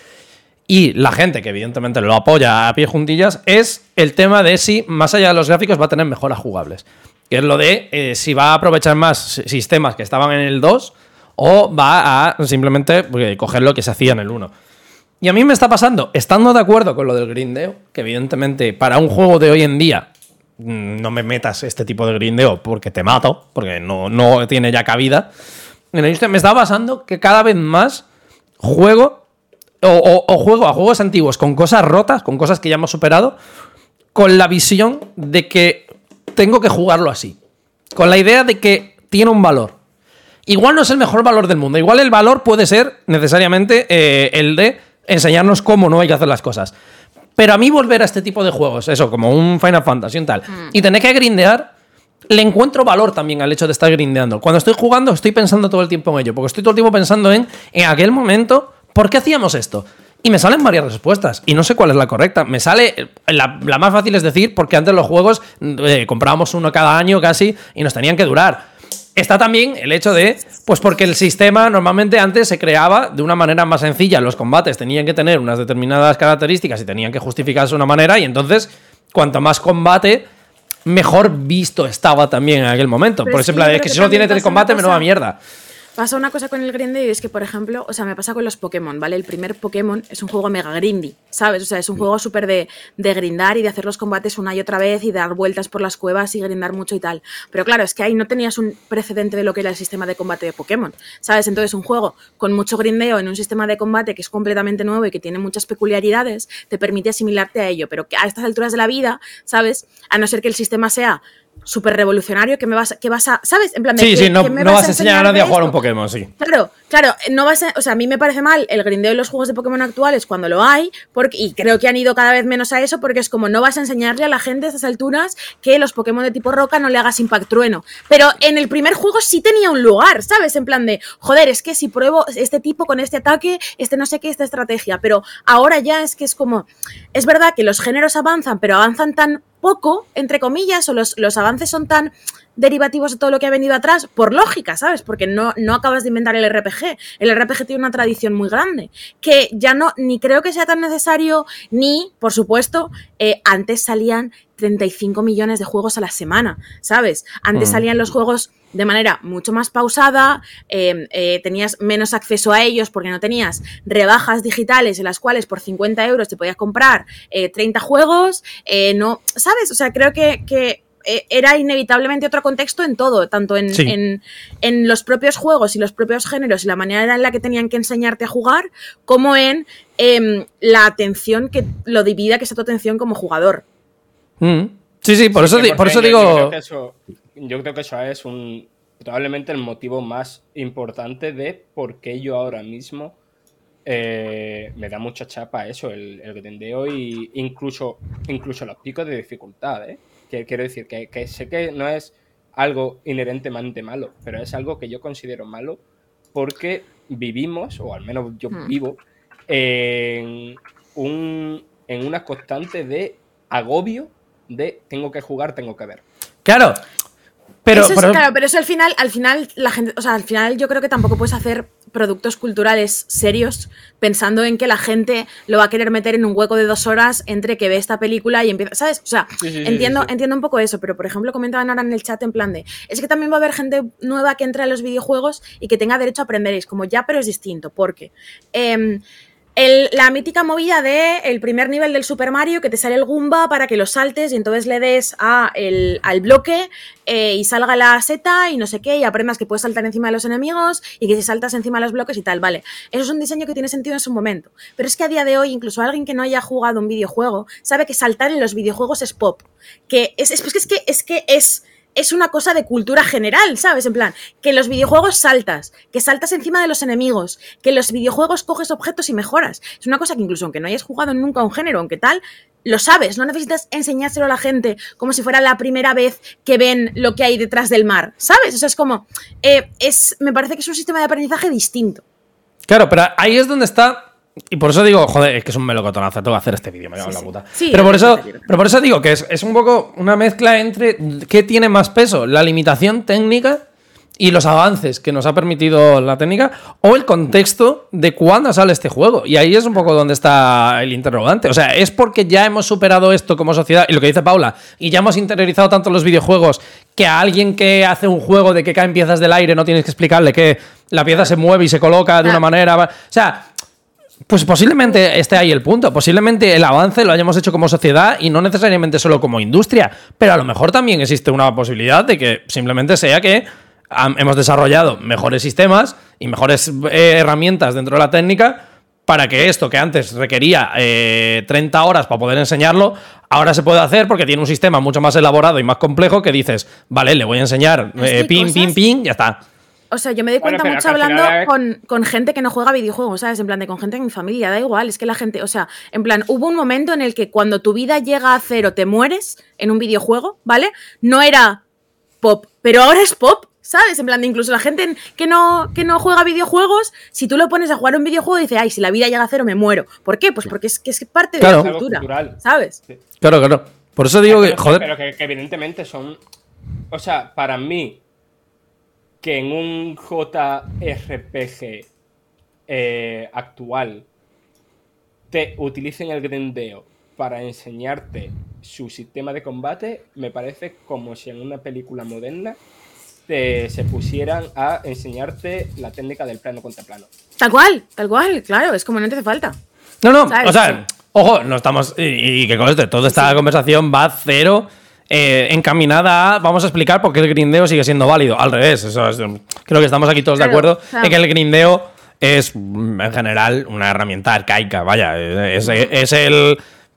Y la gente que evidentemente lo apoya a pie juntillas es el tema de si, más allá de los gráficos, va a tener mejoras jugables. Que es lo de eh, si va a aprovechar más s- sistemas que estaban en el dos o va a simplemente eh, coger lo que se hacía en el uno. Y a mí me está pasando, estando de acuerdo con lo del grindeo, que evidentemente para un juego de hoy en día mm, no me metas este tipo de grindeo porque te mato, porque no, no tiene ya cabida. En el- Me está pasando que cada vez más juego o, o- o juego a juegos antiguos con cosas rotas, con cosas que ya hemos superado, con la visión de que tengo que jugarlo así. Con la idea de que tiene un valor. Igual no es el mejor valor del mundo. Igual el valor puede ser necesariamente eh, el de enseñarnos cómo no hay que hacer las cosas. Pero a mí volver a este tipo de juegos, eso, como un Final Fantasy y tal, y tener que grindear, le encuentro valor también al hecho de estar grindeando. Cuando estoy jugando, estoy pensando todo el tiempo en ello. Porque estoy todo el tiempo pensando en, en aquel momento, ¿por qué hacíamos esto? Y me salen varias respuestas. Y no sé cuál es la correcta. Me sale. La, la más fácil es decir, porque antes los juegos eh, comprábamos uno cada año casi y nos tenían que durar. Está también el hecho de, pues porque el sistema normalmente antes se creaba de una manera más sencilla. Los combates tenían que tener unas determinadas características y tenían que justificarse de una manera. Y entonces, cuanto más combate, mejor visto estaba también en aquel momento. Pero Por es que ejemplo, yo de creo que que si solo tiene también tres pasa una combates, menuda cosa- mierda. Pasa una cosa con el grindeo y es que, por ejemplo, o sea, me pasa con los Pokémon, ¿vale? El primer Pokémon es un juego mega grindy, ¿sabes? O sea, es un juego súper de, de grindar y de hacer los combates una y otra vez y dar vueltas por las cuevas y grindar mucho y tal. Pero claro, es que ahí no tenías un precedente de lo que era el sistema de combate de Pokémon, ¿sabes? Entonces, un juego con mucho grindeo en un sistema de combate que es completamente nuevo y que tiene muchas peculiaridades, te permite asimilarte a ello. Pero que a estas alturas de la vida, ¿sabes? A no ser que el sistema sea súper revolucionario que me vas, que vas a, ¿sabes? En plan de Sí, que, sí, no, que me no vas vas a enseñar a nadie a de jugar un esto. Pokémon, sí. Claro, claro, no vas a, o sea, a mí me parece mal el grindeo en los juegos de Pokémon actuales cuando lo hay, porque, y creo que han ido cada vez menos a eso, porque es como no vas a enseñarle a la gente a estas alturas que los Pokémon de tipo roca no le hagas Impact Trueno. Pero en el primer juego sí tenía un lugar, ¿sabes? En plan de, joder, es que si pruebo este tipo con este ataque, este no sé qué, esta estrategia, pero ahora ya es que es como, es verdad que los géneros avanzan, pero avanzan tan poco, entre comillas, o los, los avances son tan derivativos de todo lo que ha venido atrás, por lógica, ¿sabes? Porque no, no acabas de inventar el R P G. El R P G tiene una tradición muy grande, que ya no, ni creo que sea tan necesario, ni, por supuesto, eh, antes salían treinta y cinco millones de juegos a la semana, ¿sabes? Antes Mm. salían los juegos de manera mucho más pausada, eh, eh, tenías menos acceso a ellos porque no tenías rebajas digitales en las cuales por cincuenta euros te podías comprar eh, treinta juegos, eh, no, ¿sabes? O sea, creo que, que era inevitablemente otro contexto en todo, tanto en, Sí. en, en los propios juegos y los propios géneros y la manera en la que tenían que enseñarte a jugar, como en eh, la atención que lo divida, que es tu atención como jugador. Mm. Sí, sí, por, Sí, eso, di- por eso cien por ciento. Yo digo... creo que eso, yo creo que eso es un probablemente el motivo más importante de por qué yo ahora mismo eh, me da mucha chapa eso, el, el grindeo y incluso, incluso los picos de dificultad, ¿eh? Que quiero decir que, que sé que no es algo inherentemente malo, pero es algo que yo considero malo porque vivimos, o al menos yo Hmm. vivo, en, un, en una constante de agobio de tengo que jugar, tengo que ver. Claro, pero... eso es, pero- claro, pero eso al final, al final, la gente, o sea, al final yo creo que tampoco puedes hacer productos culturales serios pensando en que la gente lo va a querer meter en un hueco de dos horas entre que ve esta película y empieza, ¿sabes? O sea, Sí, sí, sí, entiendo, sí, sí. entiendo un poco eso, pero por ejemplo comentaban ahora en el chat en plan de, es que también va a haber gente nueva que entre a los videojuegos y que tenga derecho a aprender, y es como ya, pero es distinto, porque eh, el, la mítica movida de el primer nivel del Super Mario, que te sale el Goomba para que lo saltes y entonces le des a el, al bloque eh, y salga la seta y no sé qué, y aprendas que puedes saltar encima de los enemigos y que si saltas encima de los bloques y tal, vale. Eso es un diseño que tiene sentido en su momento. Pero es que a día de hoy, incluso alguien que no haya jugado un videojuego sabe que saltar en los videojuegos es pop. Que es, es, es que es que es... es una cosa de cultura general, ¿sabes? En plan, que en los videojuegos saltas, que saltas encima de los enemigos, que en los videojuegos coges objetos y mejoras. Es una cosa que incluso aunque no hayas jugado nunca un género, aunque tal, lo sabes, no necesitas enseñárselo a la gente como si fuera la primera vez que ven lo que hay detrás del mar, ¿sabes? O sea, es como, eh, es, me parece que es un sistema de aprendizaje distinto. Claro, pero ahí es donde está... Y por eso digo, joder, es que es un melocotonazo, tengo que hacer este vídeo, me cago en Sí, la sí. puta. Sí, pero, por es eso, necesario. pero por eso digo que es, es un poco una mezcla entre qué tiene más peso, la limitación técnica y los avances que nos ha permitido la técnica, o el contexto de cuándo sale este juego. Y ahí es un poco donde está el interrogante. O sea, es porque ya hemos superado esto como sociedad, y lo que dice Paula, y ya hemos interiorizado tanto los videojuegos, que a alguien que hace un juego de que caen piezas del aire no tienes que explicarle que la pieza se mueve y se coloca de una Claro. manera... O sea... Pues posiblemente esté ahí el punto. Posiblemente el avance lo hayamos hecho como sociedad y no necesariamente solo como industria. Pero a lo mejor también existe una posibilidad de que simplemente sea que um, hemos desarrollado mejores sistemas y mejores eh, herramientas dentro de la técnica para que esto que antes requería eh, treinta horas para poder enseñarlo, ahora se puede hacer porque tiene un sistema mucho más elaborado y más complejo que dices, vale, le voy a enseñar Es eh, que pin, cosas- pin, pin, ya está. O sea, yo me doy Bueno, cuenta pero mucho que al hablando final es- con, con gente que no juega videojuegos, ¿sabes? En plan, de con gente de mi familia, da igual, es que la gente, o sea, en plan, hubo un momento en el que cuando tu vida llega a cero te mueres en un videojuego, ¿vale? No era pop, pero ahora es pop, ¿sabes? En plan, de incluso la gente que no, que no juega videojuegos, si tú lo pones a jugar un videojuego, dice, ay, si la vida llega a cero me muero. ¿Por qué? Pues porque es que es parte de Claro. la Es algo cultura, cultural. ¿sabes? Sí. Claro, claro. Por eso digo que, Pero, joder... pero que, que evidentemente son. O sea, para mí, que en un J R P G eh, actual te utilicen el grindeo para enseñarte su sistema de combate, me parece como si en una película moderna te, se pusieran a enseñarte la técnica del plano contra plano. Tal cual, tal cual, claro, es como no te hace falta. No, no, ¿Sabes? o sea, ojo, no estamos. Y, y que conste, toda esta conversación va cero eh, encaminada a. Vamos a explicar por qué el grindeo sigue siendo válido. Al revés, eso es, creo que estamos aquí todos Claro, de acuerdo claro. en que el grindeo es, mm, en general, una herramienta arcaica. Vaya, es, es el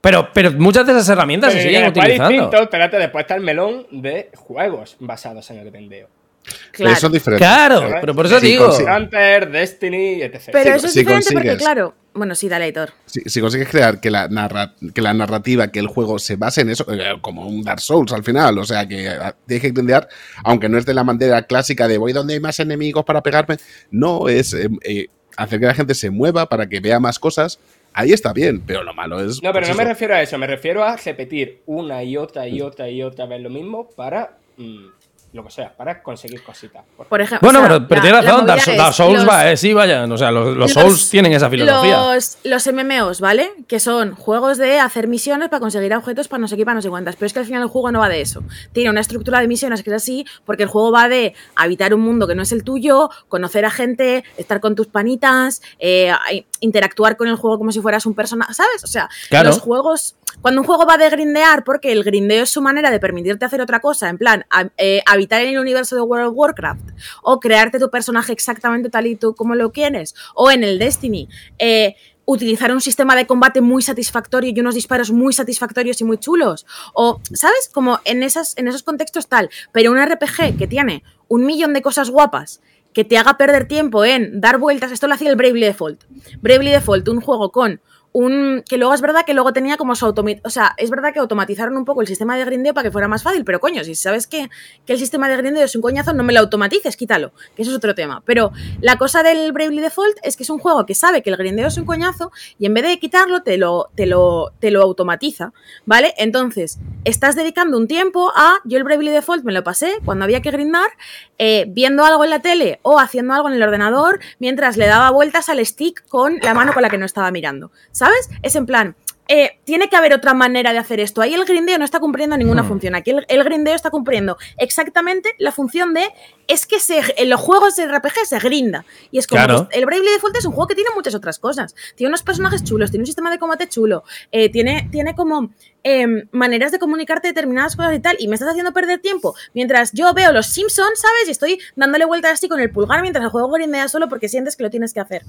Pero, pero muchas de esas herramientas Pero se siguen después utilizando. distinto, espérate, después está el melón de juegos basados en el grindeo. Claro. Eso es diferente. Claro, pero por eso Sí, digo. sí. Hunter, Destiny, etcétera. Pero Si- eso es si diferente porque, consigues- claro. Bueno, sí, dale, Aitor. Si, si consigues crear que la, narra- que la narrativa, que el juego se base en eso, eh, como un Dark Souls al final, o sea, que eh, tienes que grindear, aunque no es de la manera clásica de voy donde hay más enemigos para pegarme, no, es eh, eh, hacer que la gente se mueva para que vea más cosas, ahí está bien, pero lo malo es... No, pero pues no me eso. refiero a eso, me refiero a repetir una y otra y otra y otra vez lo mismo para mm, lo que sea, para conseguir cositas. Por- Por ejemplo. Bueno, o sea, pero, pero la- tienes la razón, Dark, movida Dark es Souls los- va, eh, sí, vaya. O sea, los, los los- Souls tienen esa filosofía. Los, los M M Os, ¿vale? Que son juegos de hacer misiones para conseguir objetos para no sé qué, para no sé cuántas. Pero es que al final el juego no va de eso. Tiene una estructura de misiones que es así, porque el juego va de habitar un mundo que no es el tuyo, conocer a gente, estar con tus panitas, eh, interactuar con el juego como si fueras un personaje, ¿sabes? O sea, Claro. los juegos... Cuando un juego va de grindear, porque el grindeo es su manera de permitirte hacer otra cosa, en plan, a- eh, habitar en el universo de World of Warcraft, o crearte tu personaje exactamente tal y tú como lo quieres, o en el Destiny, eh, utilizar un sistema de combate muy satisfactorio y unos disparos muy satisfactorios y muy chulos, o, ¿sabes? Como en, esas, en esos contextos tal, pero un R P G que tiene un millón de cosas guapas, que te haga perder tiempo en dar vueltas, esto lo hacía el Bravely Default. Bravely Default, un juego con un que luego es verdad que luego tenía como su automatización, o sea, es verdad que automatizaron un poco el sistema de grindeo para que fuera más fácil, pero coño, si sabes que, que el sistema de grindeo es un coñazo, no me lo automatices, quítalo, que eso es otro tema. Pero la cosa del Bravely Default es que es un juego que sabe que el grindeo es un coñazo y en vez de quitarlo te lo, te lo, te lo automatiza, ¿vale? Entonces, estás dedicando un tiempo a, yo el Bravely Default me lo pasé cuando había que grindar, eh, viendo algo en la tele o haciendo algo en el ordenador mientras le daba vueltas al stick con la mano con la que no estaba mirando, ¿sabes? Es en plan, eh, tiene que haber otra manera de hacer esto. Ahí el grindeo no está cumpliendo ninguna Hmm. función. Aquí el, el grindeo está cumpliendo exactamente la función de, es que se, en los juegos de R P G se grinda. Y es como, Claro. pues, el Bravely Default es un juego que tiene muchas otras cosas. Tiene unos personajes chulos, tiene un sistema de combate chulo, eh, tiene, tiene como eh, maneras de comunicarte determinadas cosas y tal, y me estás haciendo perder tiempo mientras yo veo los Simpsons, ¿sabes? Y estoy dándole vueltas así con el pulgar mientras el juego grindea solo porque sientes que lo tienes que hacer.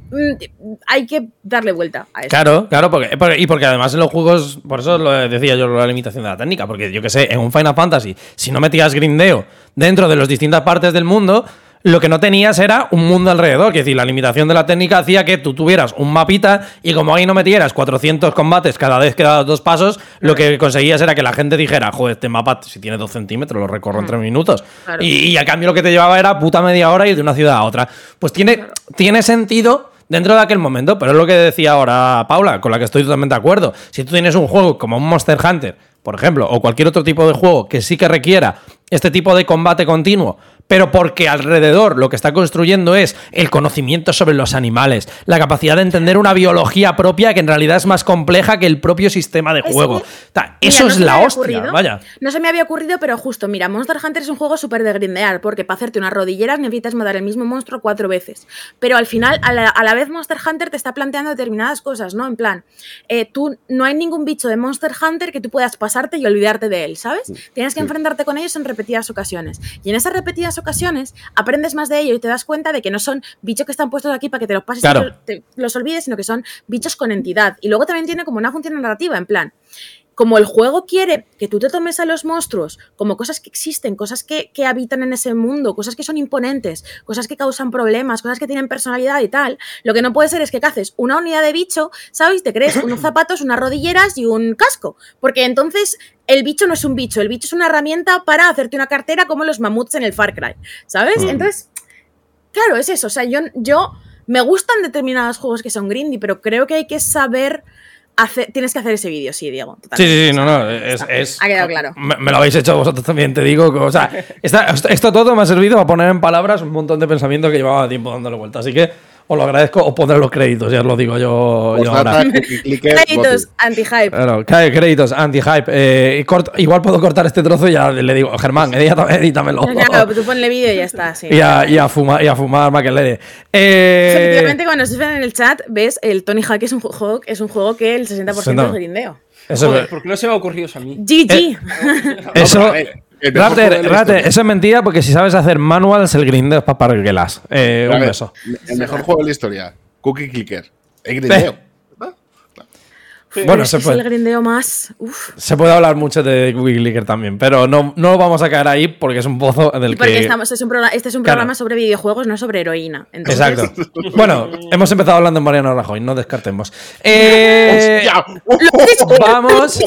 Mm, hay que darle vuelta a eso. Claro, claro, porque, porque- y porque además en los juegos, por eso lo decía yo, la limitación de la técnica, porque yo que sé, en un Final Fantasy, si no metías grindeo dentro de las distintas partes del mundo, lo que no tenías era un mundo alrededor, que es decir, la limitación de la técnica hacía que tú tuvieras un mapita y como ahí no metieras cuatrocientos combates cada vez que dabas dos pasos, lo que conseguías era que la gente dijera, joder, este mapa si tiene dos centímetros lo recorro en tres minutos. Claro. Y, y a cambio lo que te llevaba era puta media hora ir de una ciudad a otra. Pues tiene, tiene sentido dentro de aquel momento, pero es lo que decía ahora Paula, con la que estoy totalmente de acuerdo. Si tú tienes un juego como un Monster Hunter, por ejemplo, o cualquier otro tipo de juego que sí que requiera este tipo de combate continuo, pero porque alrededor lo que está construyendo es el conocimiento sobre los animales, la capacidad de entender una biología propia que en realidad es más compleja que el propio sistema de Es juego. que- Ta, Mira, Eso no es se me la había hostia, ocurrido. vaya. No se me había ocurrido, pero justo, mira, Monster Hunter es un juego súper de grindear, porque para hacerte unas rodilleras necesitas matar el mismo monstruo cuatro veces. Pero al final, a la, a la vez Monster Hunter te está planteando determinadas cosas, ¿no? En plan, eh, tú no hay ningún bicho de Monster Hunter que tú puedas pasarte y olvidarte de él, ¿sabes? Tienes que enfrentarte con ellos en repetidas ocasiones. Y en esas repetidas ocasiones aprendes más de ellos y te das cuenta de que no son bichos que están puestos aquí para que te los pases Claro. y te- te los olvides, sino que son bichos con entidad. Y luego también tiene como una función narrativa, en plan, como el juego quiere que tú te tomes a los monstruos como cosas que existen, cosas que, que habitan en ese mundo, cosas que son imponentes, cosas que causan problemas, cosas que tienen personalidad y tal, lo que no puede ser es que caces una unidad de bicho, ¿sabes? Te crees unos zapatos, unas rodilleras y un casco, porque entonces el bicho no es un bicho, el bicho es una herramienta para hacerte una cartera como los mamuts en el Far Cry, ¿sabes? Mm. Entonces, claro, es eso, o sea, yo, yo me gustan determinados juegos que son grindy, pero creo que hay que saber... Hacer, tienes que hacer ese vídeo, sí, Diego. Sí, totalmente. sí, sí, no, no, Ya es... está. es- Ha quedado claro. Me, me lo habéis hecho vosotros también, te digo. que, O sea, esta- esto todo me ha servido para poner en palabras un montón de pensamientos que llevaba tiempo dándole vuelta. Así que os lo agradezco, os pondré los créditos, ya os lo digo yo, yo ahora. Postdata, cookie clicker, Créditos Goti. anti-hype. Claro, cae créditos, anti-hype. Eh, y cort- igual puedo cortar este trozo y ya le digo, Germán, edita- edítamelo. Claro, tú ponle vídeo y ya está, sí. y, a, y, a fumar, y a fumar maquelele. Eh, Efectivamente, cuando se ven en el chat, ves, el Tony Hawk es un juego, es un juego que el sesenta por ciento es grindeo. eso, Joder, ¿por qué no se me ha ocurrido eso a mí? G G. eso, No, pero, a ver, el mejor juego Raptor, de la Raptor, historia. eso es mentira porque si sabes hacer manuals, el grindeo es para parguelas. Eh, A un ver, beso. El mejor juego de la historia. Cookie clicker. El grindeo. Sí. Bueno, es se que es puede. el grindeo más. Uf. Se puede hablar mucho de Quick Clicker también, pero no, no vamos a caer ahí porque es un pozo del Porque que... estamos, es un programa, este es un Claro. programa sobre videojuegos, no sobre heroína. Entonces, Exacto. Bueno, hemos empezado hablando de Mariano Rajoy, no descartemos. Eh, vamos.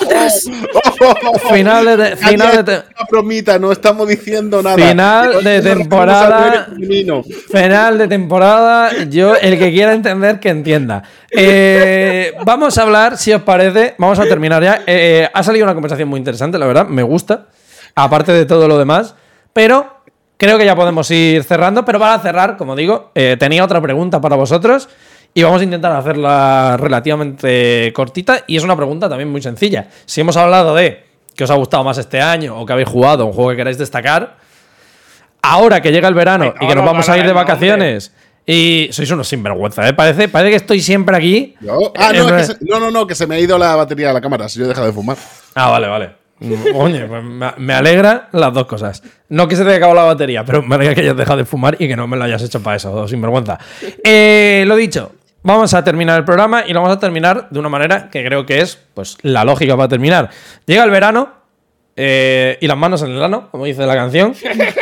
Final de, te- final de, te- Una bromita, no estamos diciendo nada. Final de No nos temporada. vamos a ver el camino. final de temporada. Yo, el que quiera entender, que entienda. Eh, vamos a hablar, si os parece, vamos a terminar ya. Eh, ha salido una conversación muy interesante, la verdad, me gusta. Aparte de todo lo demás. Pero creo que ya podemos ir cerrando. Pero para cerrar, como digo, eh, tenía otra pregunta para vosotros. Y vamos a intentar hacerla relativamente cortita. Y es una pregunta también muy sencilla. Si hemos hablado de que os ha gustado más este año o que habéis jugado, un juego que queráis destacar, ahora que llega el verano Ay, y que no, nos no, vamos no, a ir no, de no, vacaciones. Y sois unos sinvergüenza, ¿eh? Parece, parece que estoy siempre aquí. Yo- Ah, Eh, no, no es es- que se- no, no, no, que se me ha ido la batería de la cámara, si yo he dejado de fumar. Ah, vale, vale. Mm, Oye, pues me, me alegra las dos cosas. No que se te haya acabado la batería, pero me alegra que hayas dejado de fumar y que no me lo hayas hecho para eso, sinvergüenza. Eh, lo dicho, vamos a terminar el programa y lo vamos a terminar de una manera que creo que es pues la lógica para terminar. Llega el verano eh, y las manos en el ano, como dice la canción.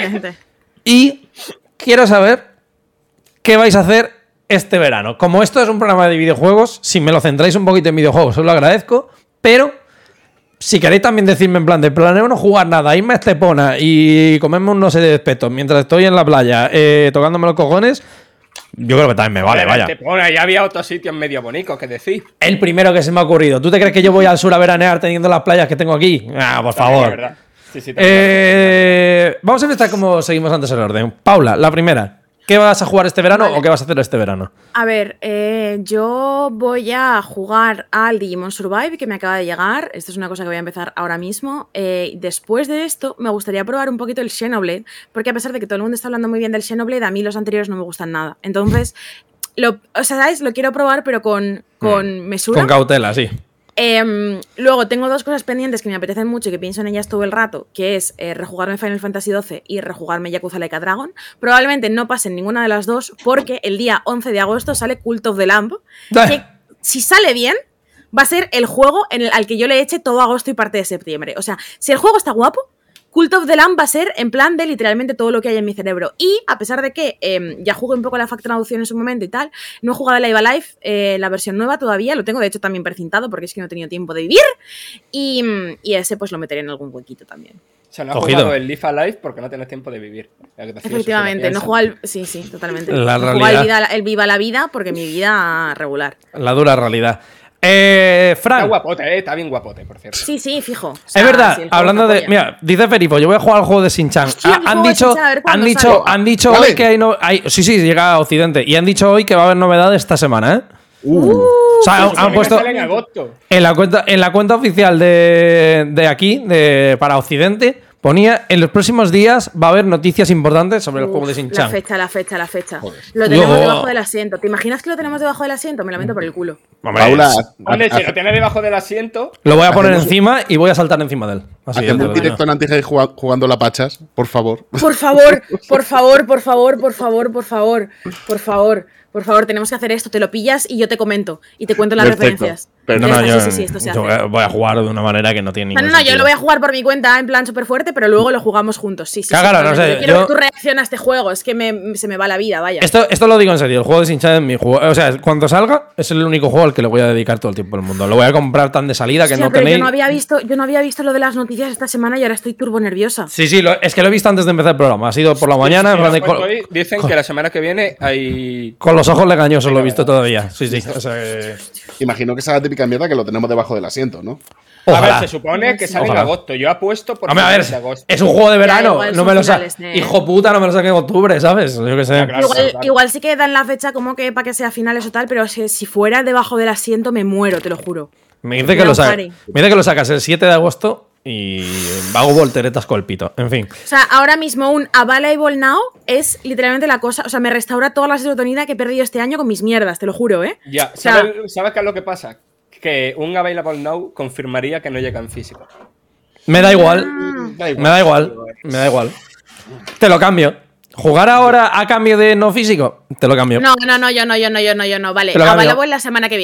Y quiero saber qué vais a hacer este verano. Como esto es un programa de videojuegos, si me lo centráis un poquito en videojuegos, os lo agradezco. Pero si queréis también decirme en plan de planeo no jugar nada, irme a Estepona y comerme unos de espetos mientras estoy en la playa eh, tocándome los cojones, yo creo que también me vale, vaya. Te pone, ya había otros sitios medio bonitos que decir. El primero que se me ha ocurrido. ¿Tú te crees que yo voy al sur a veranear teniendo las playas que tengo aquí? Ah, por También, favor. es verdad. Sí, sí, también. Eh, vamos a empezar como seguimos antes el orden. Paula, la primera. ¿Qué vas a jugar este verano Vale. o qué vas a hacer este verano? A ver, eh, yo voy a jugar al Digimon Survive que me acaba de llegar. Esto es una cosa que voy a empezar ahora mismo. Eh, después de esto, me gustaría probar un poquito el Xenoblade, porque a pesar de que todo el mundo está hablando muy bien del Xenoblade, a mí los anteriores no me gustan nada. Entonces, lo, o sea, ¿sabes? Lo quiero probar, pero con, con mesura. Con cautela, sí. Em, luego tengo dos cosas pendientes que me apetecen mucho y que pienso en ellas todo el rato, que es eh, rejugarme Final Fantasy doce y rejugarme Yakuza Like a Dragon. Probablemente no pasen ninguna de las dos porque el día once de agosto sale Cult of the Lamb, que si sale bien va a ser el juego en el, al que yo le eche todo agosto y parte de septiembre. O sea, si el juego está guapo, Cult of the Lamb va a ser en plan de literalmente todo lo que hay en mi cerebro. Y a pesar de que eh, ya jugué un poco la Fact Traducción en su momento y tal, no he jugado Live Alive, eh, la versión nueva todavía, lo tengo de hecho también precintado porque es que no he tenido tiempo de vivir. Y, y ese pues lo meteré en algún huequito también. O sea, no has Cogido. jugado el Live Alive porque no tienes tiempo de vivir. Ya que te fíes, Efectivamente, si lo no juego al... Sí, sí, totalmente. La no juego al realidad. vida- el Viva la Vida porque mi vida regular. La dura realidad. Eh, piensas. Está Fran, guapote, eh, está bien guapote, por cierto. Sí, sí, fijo. O sea, es verdad, si el juego hablando está de. polla. Mira, dice Feripo, yo voy a jugar al juego de Shin-Chan. Hostia, Ah, mi han juego de dicho, Shin-Chan, a ver han cuándo dicho, sale. han dicho Vale. hoy que hay, no, hay. Sí, sí, llega a Occidente. Y han dicho hoy que va a haber novedades esta semana, ¿eh? Uh, O sea, han, Supone han que puesto. sale en agosto. En la cuenta, en la cuenta oficial de, de aquí, de, para Occidente, ponía en los próximos días va a haber noticias importantes sobre el Uf, juego de La Shin-Chan. fecha, la fecha, la fecha. Joder. Lo tenemos Luego- debajo del asiento. ¿Te imaginas que lo tenemos debajo del asiento? Me lo meto por el culo. Hombre, Paula, es- haz- Hombre, si haz- lo tienes debajo del asiento, lo voy a poner hacemos- encima y voy a saltar encima de él. Así, hacemos ya te un lo digo. directo en Anti-Hate juga- jugando la pachas, por favor. Por favor, por favor, por favor, por favor, por favor, por favor, por favor, tenemos que hacer esto. Te lo pillas y yo te comento y te cuento las Perfecto. referencias. Pero No, Ya no, está, yo, sí, sí, sí, esto se yo hace. voy a jugar de una manera que no tiene No, ningún no, no, yo sentido. lo voy a jugar por mi cuenta en plan súper fuerte, pero luego lo jugamos juntos. Sí, sí, sí. Cágalo, no totalmente. sé, Yo quiero yo- ver tu reacción a este juego, es que me- se me va la vida, vaya. Esto, esto lo digo en serio, el juego de Shin-Chan es mi juego. O sea, cuando salga, es el único juego al que le voy a dedicar todo el tiempo del mundo. Lo voy a comprar tan de salida que Hostia, no pero tenéis. yo no había visto, yo no había visto lo de las noticias esta semana y ahora estoy turbo nerviosa. Sí, sí, lo- es que lo he visto antes de empezar el programa. Ha sido por la mañana, en si plan lo de- cuento con, hoy, dicen que la semana que viene hay. con los ojos legañosos lo he visto todavía. Sí, sí. O sea, que- Imagino que esa es la típica mierda que lo tenemos debajo del asiento, ¿no? A Ojalá. ver, se supone que sale Ojalá. en agosto. Yo apuesto por Hombre, a ver, finales de agosto. es un juego de verano. igual no son me lo sa- finales de- Hijo puta, no me lo saqué en octubre, ¿sabes? Yo qué sé. Ya, claro. Igual, claro. igual sí que dan la fecha como que para que sea finales o tal, pero si, si fuera debajo del asiento me muero, te lo juro. Me dice que Mira, lo un saca- party. me dice que lo sacas el siete de agosto y hago volteretas con el pito. En fin. O sea, ahora mismo un Available Now es literalmente la cosa, o sea, me restaura toda la serotonina que he perdido este año con mis mierdas, te lo juro, ¿eh? Ya, O sea, ¿sabes, ¿sabes qué es lo que pasa? Que un Available Now confirmaría que no llega en físico. Me da igual. Da igual. Me da igual. Me da igual. Te lo cambio. ¿Jugar ahora a cambio de no físico? Te lo cambio. No, no, no, yo no, yo no, yo no, yo no, vale. Te lo cambio. Available la semana que viene.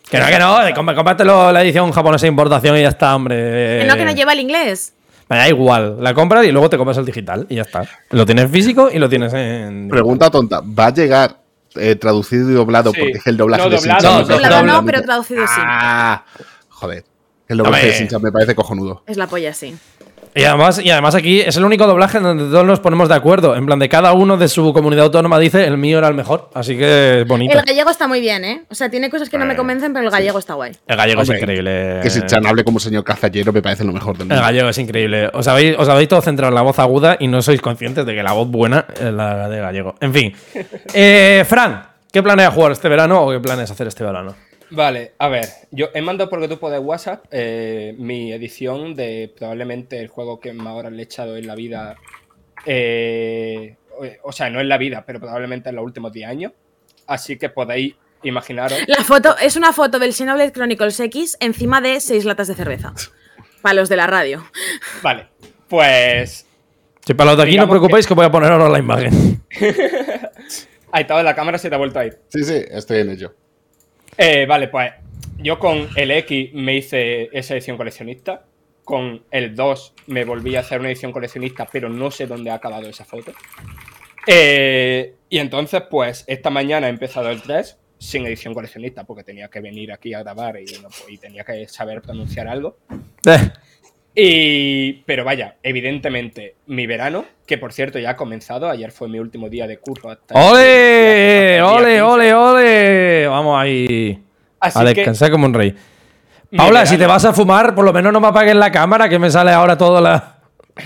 Que no, que no, comp- cómpratelo la edición japonesa de importación y ya está, hombre. Que no, que no lleva el inglés. Me da igual, la compras y luego te compras el digital y ya está. Lo tienes físico y lo tienes en... Pregunta tonta. ¿Va a llegar eh, traducido y doblado? Sí. Porque es que el doblaje No, de doblado, Shin-chan no, me parece Doblado no, totalmente- pero traducido sí. Ah, joder. El doblaje Hombre. de Shin-chan me parece cojonudo. Es la polla, sí. Y además, y además aquí es el único doblaje en donde todos nos ponemos de acuerdo. En plan, de cada uno de su comunidad autónoma dice el mío era el mejor. Así que es bonito. El gallego está muy bien, ¿eh? O sea, tiene cosas que no me convencen, pero el gallego está guay. El gallego Hombre, es increíble. Que Shin-chan hable como señor cazallero me parece lo mejor del El mundo. gallego es increíble. Os habéis, os habéis todo centrado en la voz aguda y no sois conscientes de que la voz buena es la de gallego. En fin. Eh, Fran, ¿qué planeas jugar este verano o qué planeas hacer este verano? Vale, a ver, yo he mandado por grupo de WhatsApp eh, mi edición de probablemente el juego que más horas le he echado en la vida. eh, o sea, no en la vida, pero probablemente en los últimos diez años. Así que podéis imaginaros. La foto es una foto del Xenoblade Chronicles X encima de seis latas de cerveza. Para los de la radio. Vale, pues. Si para los de aquí no os Digamos preocupéis que... voy a poner ahora la imagen. Ahí estaba la cámara, se te ha vuelto a ir. Sí, sí, estoy en ello. Eh, vale, pues yo con el X me hice esa edición coleccionista. Con el dos me volví a hacer una edición coleccionista, pero no sé dónde ha acabado esa foto. Eh, y entonces, pues, esta mañana he empezado el tres sin edición coleccionista, porque tenía que venir aquí a grabar y, no, y tenía que saber pronunciar algo. Eh, Y, pero vaya, evidentemente, mi verano, que por cierto ya ha comenzado, ayer fue mi último día de curso. Hasta ¡Ole! hasta el ¡Ole, día ole, ole! Vamos ahí. Así a que- descansar como un rey. Mi Paula, si verano- te vas a fumar, por lo menos no me apagues la cámara, que me sale ahora todo la.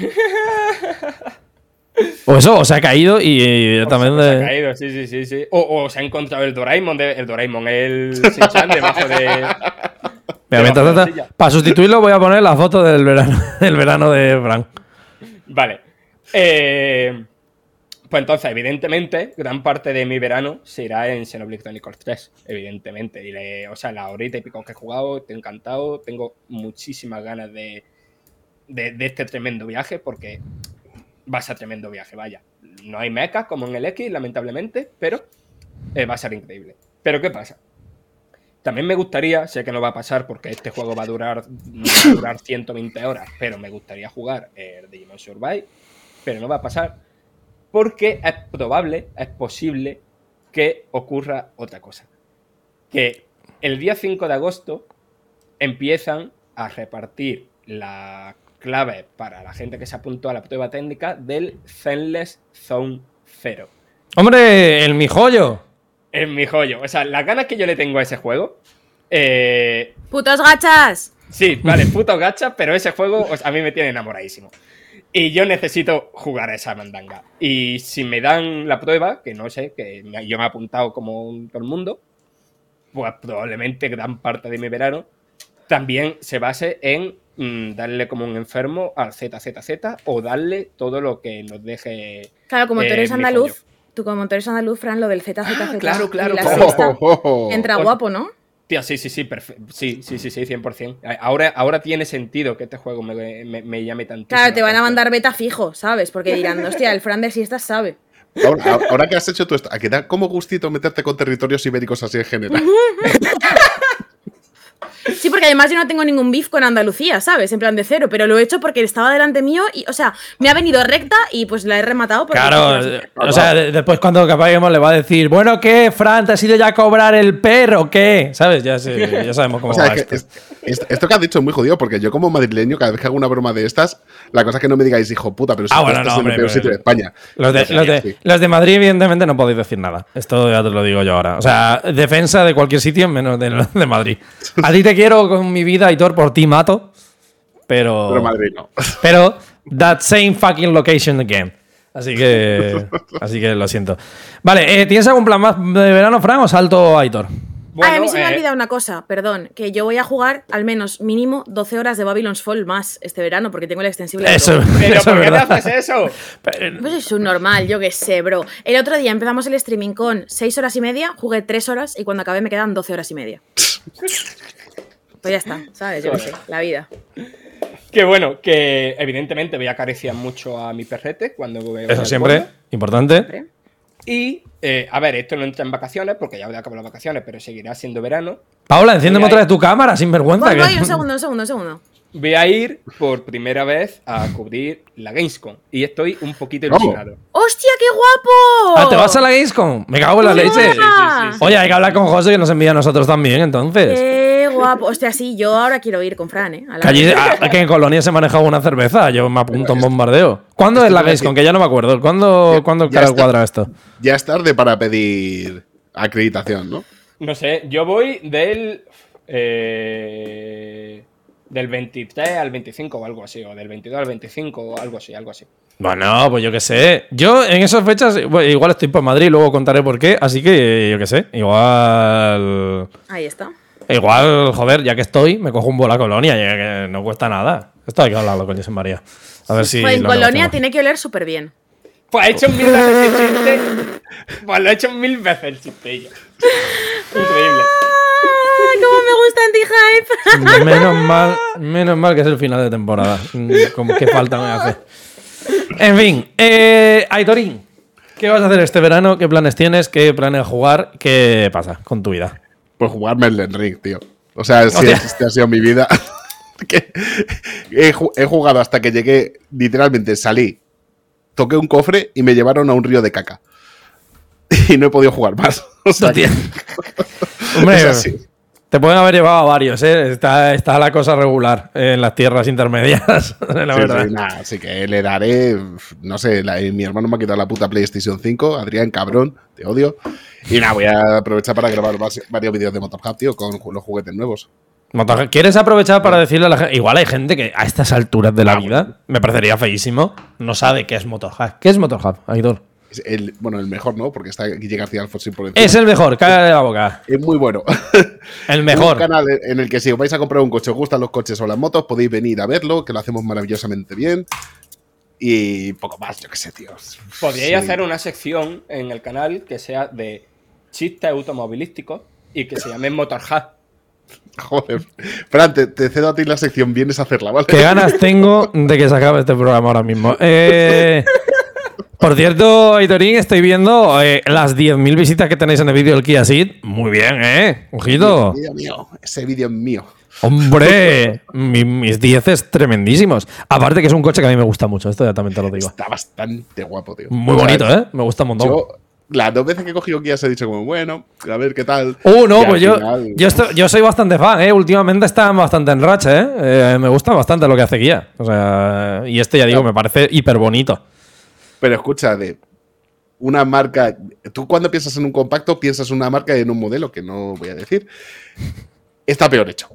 O eso, o se ha caído y, y también Se ha de. caído, sí, sí, sí, sí. O, o se ha encontrado el Doraemon, de, el Doraemon, el Shin-chan debajo de... Mira, mientras debajo de la tanto, silla. para sustituirlo voy a poner la foto del verano, del verano de Frank. Vale. Eh, pues entonces, evidentemente, gran parte de mi verano se irá en Xenoblade Chronicles tres, evidentemente. Y le- o sea, la horita y pico que he jugado, estoy encantado, tengo muchísimas ganas de, de, de este tremendo viaje, porque va a ser tremendo viaje, vaya. No hay mechas como en el X, lamentablemente, pero eh, va a ser increíble. Pero ¿qué pasa? También me gustaría, sé que no va a pasar porque este juego va a durar, va a durar ciento veinte horas, pero me gustaría jugar el Digimon Survive, pero no va a pasar porque es probable, es posible que ocurra otra cosa. Que el día cinco de agosto empiezan a repartir la clave para la gente que se apuntó a la prueba técnica del Zenless Zone Zero. ¡Hombre, el mi joyo! Es mi joyo. O sea, las ganas que yo le tengo a ese juego. Eh, ¡Putos gachas! sí, vale, puto gacha, pero ese juego o sea, a mí me tiene enamoradísimo. Y yo necesito jugar a esa mandanga. Y si me dan la prueba, que no sé, que me- yo me he apuntado como un- todo el mundo, pues probablemente gran parte de mi verano también se base en mm, darle como un enfermo al Z Z Z o darle todo lo que nos deje. Claro, como tú Eh, eres mi andaluz, joyo. tú como tú eres andaluz, Fran, lo del Z Z Z. Ah, claro, claro, y la claro. siesta, Oh, oh, oh. entra Pues- guapo, ¿no? Tía, sí, sí, sí, perfecto. Sí, sí, sí, sí, cien por ciento. Ahora, ahora tiene sentido que este juego me, me, me llame tantísimo. Claro, te van a la atención. mandar beta fijo, ¿sabes? Porque dirán, hostia, el Fran de siestas sabe. Ahora, ahora que has hecho tú esto, ¿a qué da como gustito meterte con territorios ibéricos así en general? Sí, porque además yo no tengo ningún beef con Andalucía, ¿sabes? En plan de cero, pero lo he hecho porque estaba delante mío y, o sea, me ha venido recta y pues la he rematado porque... Claro, eh, o sea, de- después cuando apaguemos le va a decir, bueno, ¿qué, Fran? ¿Te has ido ya a cobrar el perro o qué? ¿Sabes? Ya, sé- ya sabemos cómo O sea, va es que esto. es- es- esto que has dicho es muy jodido, porque yo como madrileño, cada vez que hago una broma de estas, la cosa es que no me digáis, hijo puta, pero si Ah, tú bueno, estás no, en el hombre, peor pero- sitio de España. Los de, Sí, los, de, sí. los de Madrid, evidentemente, no podéis decir nada. Esto ya te lo digo yo ahora. O sea, defensa de cualquier sitio menos de, de Madrid. A ti te quiero con mi vida, Hitor, por ti mato. Pero. Pero Madrid no. Pero, that same fucking location again. Así que. Así que lo siento. Vale, eh, ¿tienes algún plan más de verano, Fran, o salto a Hitor? Ay, a mí se me ha eh, olvidado una cosa, perdón, que yo voy a jugar al menos mínimo doce horas de Babylon's Fall más este verano porque tengo el extensible. de Eso, todo. ¿Pero eso es por qué te verdad. haces eso? Pues es un normal, yo qué sé, bro. El otro día empezamos el streaming con seis horas y media, jugué tres horas y cuando acabé me quedan doce horas y media. Pues ya está, ¿sabes? Yo qué sé, la vida. Que bueno, que evidentemente voy a acariciar mucho a mi perrete cuando veo Eso siempre, importante. Siempre. Y, eh, a ver, esto no entra en vacaciones porque ya voy a acabar las vacaciones, pero seguirá siendo verano. Paula, enciéndeme Voy a otra ir- vez tu cámara, sin vergüenza. Voy, que- voy, un segundo, un segundo, un segundo. Voy a ir por primera vez a cubrir la Gamescom y estoy un poquito ¿Cómo? ilusionado. ¡Hostia, qué guapo! Ah, ¿te vas a la Gamescom? Me cago en la ¡Qué leche. guapa! Sí, sí, sí. Oye, hay que hablar con José que nos envía a nosotros también, entonces. ¡Qué guapo! Hostia, sí, yo ahora quiero ir con Fran, ¿eh? A la- Que, allí, ah, que en Colonia se maneja una cerveza, yo me apunto a un bombardeo. ¿Cuándo es la Gamescom? Que ya no me acuerdo. ¿Cuándo, Ya- ¿cuándo ya cara está. cuadra esto? Ya es tarde para pedir acreditación, ¿no? No sé, yo voy del. eh, del veintitrés al veinticinco o algo así, o del veintidós al veinticinco o algo así, algo así. Bueno, pues yo qué sé. Yo en esas fechas, bueno, igual estoy por Madrid, luego contaré por qué. Así que yo qué sé. Igual. Ahí está. Igual, joder, ya que estoy, me cojo un vuelo a Colonia, ya que no cuesta nada. Esto hay que hablarlo con José María. A ver si. Pues en lo Colonia negociamos. tiene que oler súper bien. Pues ha hecho mil veces el chiste. Pues lo he hecho mil veces el chiste ya. Increíble. ¡Ah, cómo me gusta Anti-Hype! Menos mal, menos mal que es el final de temporada. Mm, Como que falta me hace. En fin, eh, Aitorín, ¿qué vas a hacer este verano? ¿Qué planes tienes? ¿Qué planes jugar? ¿Qué pasa con tu vida? Pues jugarme el Elden Ring, tío. O sea, si Hostia. este ha sido mi vida. Que he, ju- he jugado hasta que llegué, literalmente salí, toqué un cofre y me llevaron a un río de caca. Y no he podido jugar más. O sea, que, Hombre, es así. te pueden haber llevado a varios, ¿eh? Está, está la cosa regular en las tierras intermedias, la Sí, verdad. sí, nada, así que le daré, no sé, la- mi hermano me ha quitado la puta PlayStation cinco, Adrián, cabrón, te odio. Y nada, voy a aprovechar para grabar vas- varios vídeos de Motorhub, tío, con ju- los juguetes nuevos. Motor- ¿Quieres aprovechar para decirle a la gente? Igual hay gente que a estas alturas de la vida me parecería feísimo, no sabe qué es Motorhub. ¿Qué es Motorhub, Aitor? Es el, bueno, el mejor, ¿no? Porque está Guille García Alfonsín por encima. Es el mejor, cállate la boca. Es muy bueno. El Un mejor. canal en el que si os vais a comprar un coche, os gustan los coches o las motos, podéis venir a verlo, que lo hacemos maravillosamente bien. Y poco más, yo qué sé, tío. Podríais Sí. hacer una sección en el canal que sea de chistes automovilísticos y que se llame Motorhub. Joder. Fran, te, te cedo a ti la sección, vienes a hacerla, ¿vale? Qué ganas tengo de que se acabe este programa ahora mismo. Eh, por cierto, Aitorín, estoy viendo eh, las diez mil visitas que tenéis en el vídeo del Kia Ceed. Muy bien, ¿eh? Ojito. Vídeo mío, ese vídeo es mío. Hombre, mi- mis dieces tremendísimos. Aparte que es un coche que a mí me gusta mucho, esto ya también te lo digo. Está bastante guapo, tío. Muy O sea, bonito, ¿eh? Me gusta un montón. Yo, las dos veces que he cogido Kia se he dicho como, bueno, a ver qué tal. Uh, no, Y al pues yo, final- yo, estoy- yo soy bastante fan, ¿eh? Últimamente están bastante en racha, ¿eh? Eh, Me gusta bastante lo que hace Kia. O sea, y este ya digo, me parece hiper bonito. Pero escucha, de una marca. Tú cuando piensas en un compacto, piensas en una marca y en un modelo, que no voy a decir. Está peor hecho.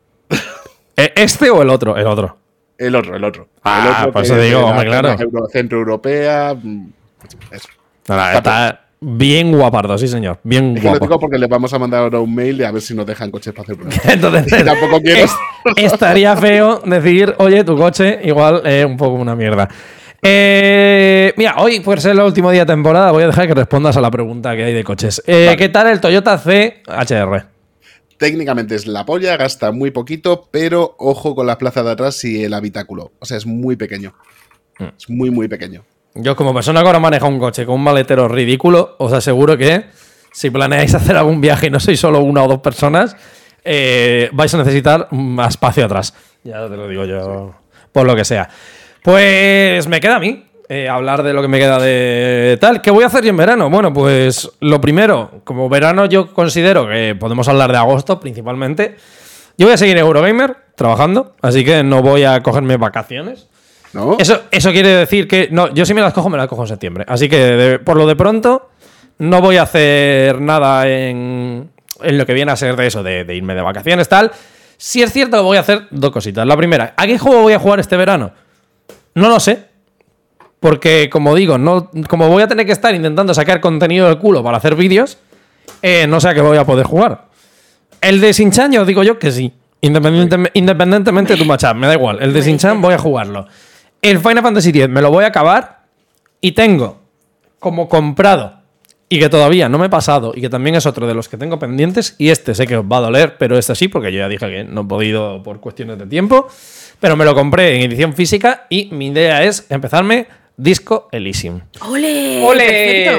¿Este o el otro? El otro. El otro, el otro. Ah, el otro por que eso es digo, de la hombre, claro. zona euro- centro europea. mm, Eso. Nada, está bien guapardo, sí, señor. Bien Es que lo guapo. digo porque le vamos a mandar ahora un mail y a ver si nos dejan coches para hacer pruebas. Entonces, Tampoco quiero. es- estaría feo decir, oye, tu coche igual es un poco una mierda. Eh, mira, hoy, por ser el último día de temporada, voy a dejar que respondas a la pregunta que hay de coches. Eh, Vale. ¿Qué tal el Toyota C H R? Técnicamente es la polla, gasta muy poquito, pero ojo con la plaza de atrás y el habitáculo. O sea, es muy pequeño. Mm. Es muy, muy pequeño. Yo, como persona que ahora maneja un coche con un maletero ridículo, os aseguro que si planeáis hacer algún viaje y no sois solo una o dos personas, eh, vais a necesitar más espacio atrás. Ya te lo digo yo, por lo que sea. Pues me queda a mí eh, hablar de lo que me queda de tal. ¿Qué voy a hacer yo en verano? Bueno, pues lo primero, como verano yo considero que podemos hablar de agosto principalmente. Yo voy a seguir en Eurogamer trabajando, así que no voy a cogerme vacaciones. ¿No? Eso, eso quiere decir que. No, yo si me las cojo, me las cojo en septiembre. Así que de- por lo de pronto, no voy a hacer nada en, en lo que viene a ser de eso, de, de irme de vacaciones, tal. Si es cierto que voy a hacer dos cositas. La primera, ¿a qué juego voy a jugar este verano? No lo sé. Porque, como digo, no, como voy a tener que estar intentando sacar contenido del culo para hacer vídeos, eh, no sé a qué voy a poder jugar. El de Shin-Chan, yo digo yo que sí. Independientemente, independientemente de tu matchup, me da igual. El de Shin-Chan voy a jugarlo. El Final Fantasy diez me lo voy a acabar y tengo como comprado y que todavía no me he pasado y que también es otro de los que tengo pendientes y este sé que os va a doler, pero este sí, porque yo ya dije que no he podido por cuestiones de tiempo, pero me lo compré en edición física y mi idea es empezarme Disco Elysium. ¡Ole! ¡Ole!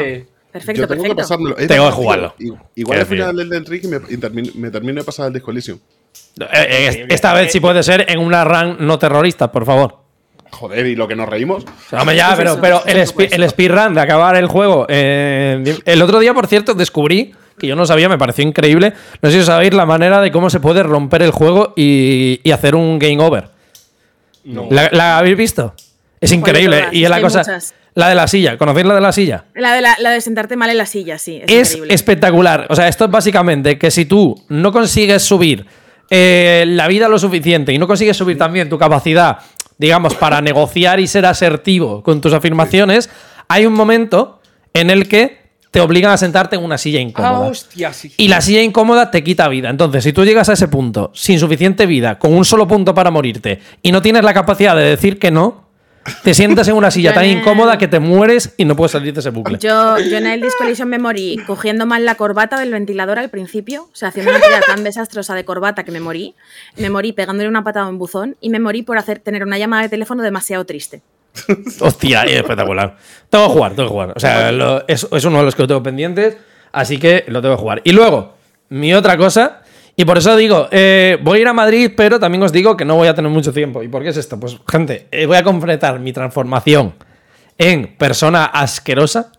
Perfecto, Yo tengo perfecto. que pasármelo. Es Tengo que verdad, tío. jugarlo. I- Igual Qué al final del de Enrique me, y termino- me termino de pasar el Disco Elysium. Eh, eh, esta vez sí puede ser en una run no terrorista, por favor. Joder, y lo que nos reímos. O sea, hombre, ya, Pues pero, eso, pero por el, spi- supuesto. el speedrun de acabar el juego. eh, el otro día, por cierto, descubrí, que yo no sabía, me pareció increíble. No sé si sabéis la manera de cómo se puede romper el juego y, y hacer un game over. No. ¿La, la habéis visto? Es increíble. todas? Y Es es la que hay cosa. muchas. La de la silla. ¿Conocéis la de la silla? La de, la, la de sentarte mal en la silla, sí. Es, Es increíble. espectacular. O sea, esto es básicamente que si tú no consigues subir eh, la vida lo suficiente y no consigues subir también tu capacidad, digamos, para negociar y ser asertivo con tus afirmaciones, hay un momento en el que te obligan a sentarte en una silla Ah, incómoda. hostia, sí. Y la silla incómoda te quita vida. Entonces, si tú llegas a ese punto sin suficiente vida, con un solo punto para morirte, y no tienes la capacidad de decir que no, te sientas en una silla Yo tan en el- incómoda que te mueres y no puedes salir de ese bucle. Yo, yo en el Disco Elysium me morí cogiendo mal la corbata del ventilador al principio, o sea, haciendo una tira tan desastrosa de corbata que me morí. Me morí pegándole una patada a un buzón y me morí por hacer tener una llamada de teléfono demasiado triste. Hostia, es espectacular. Tengo que jugar, tengo que jugar. O sea, lo- es, es uno de los que tengo pendientes, así que lo tengo que jugar. Y luego, mi otra cosa, y por eso digo, eh, voy a ir a Madrid, pero también os digo que no voy a tener mucho tiempo. ¿Y por qué es esto? Pues, gente, eh, voy a completar mi transformación en persona asquerosa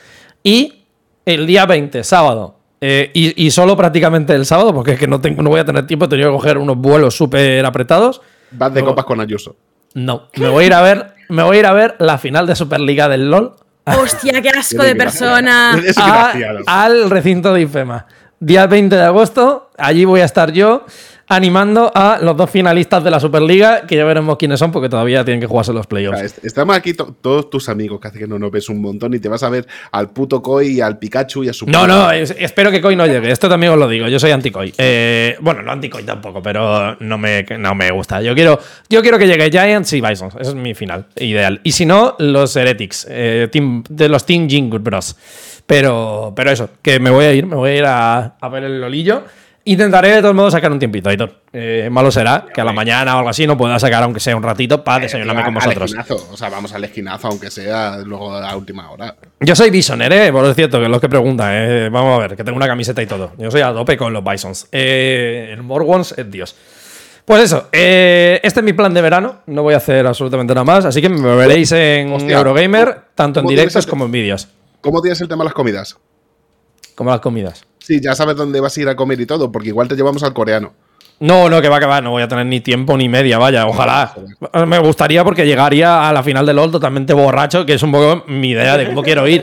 y el día veinte, sábado, eh, y, y solo prácticamente el sábado, porque es que no, tengo, no voy a tener tiempo, he tenido que coger unos vuelos súper apretados. Vas de No. copas con Ayuso. No, me voy a ir a ver, me voy a ir a ver la final de Superliga del LOL ¡Hostia, qué asco de Qué desgraciado. persona! Es a- desgraciado. al recinto de IFEMA. Día veinte de agosto, allí voy a estar yo animando a los dos finalistas de la Superliga, que ya veremos quiénes son, porque todavía tienen que jugarse los O playoffs. sea, est- estamos aquí to- todos tus amigos, que hace que no nos ves un montón y te vas a ver al puto Koi y al Pikachu y a su. No, no, es- espero que Koi no llegue. Esto también os lo digo. Yo soy anti-Koi. Eh, bueno, no anti-Koi tampoco, pero no me, no me gusta. Yo quiero, yo quiero que llegue Giants y Bisons. Ese es mi final ideal. Y si no, los Heretics, eh, team- de los Team Jingle Bros. Pero, pero eso, que me voy a ir, me voy a ir a, a ver el lolillo. Intentaré de todos modos sacar un tiempito, Aitor. Eh, malo será que a la mañana o algo así no pueda sacar, aunque sea un ratito, para desayunarme con Al vosotros. esquinazo, o sea, vamos al esquinazo, aunque sea luego a la última hora. Yo soy Bisoner, ¿eh? Por cierto, que es lo que preguntan. ¿eh? Vamos a ver, que tengo una camiseta y todo. Yo soy a tope con los Bisons. Eh, el Morgons es Dios. Pues eso, eh, este es mi plan de verano. No voy a hacer absolutamente nada más. Así que me veréis en Hostia, Eurogamer, tanto en ¿cómo directos tienes el- como en vídeos. ¿Cómo tienes el tema de las comidas? Como las comidas. Sí, ya sabes dónde vas a ir a comer y todo, porque igual te llevamos al coreano. No, no, que va, que va. No voy a tener ni tiempo ni media, vaya. Ojalá. Me gustaría porque llegaría a la final del LoL totalmente borracho, que es un poco mi idea de cómo quiero ir.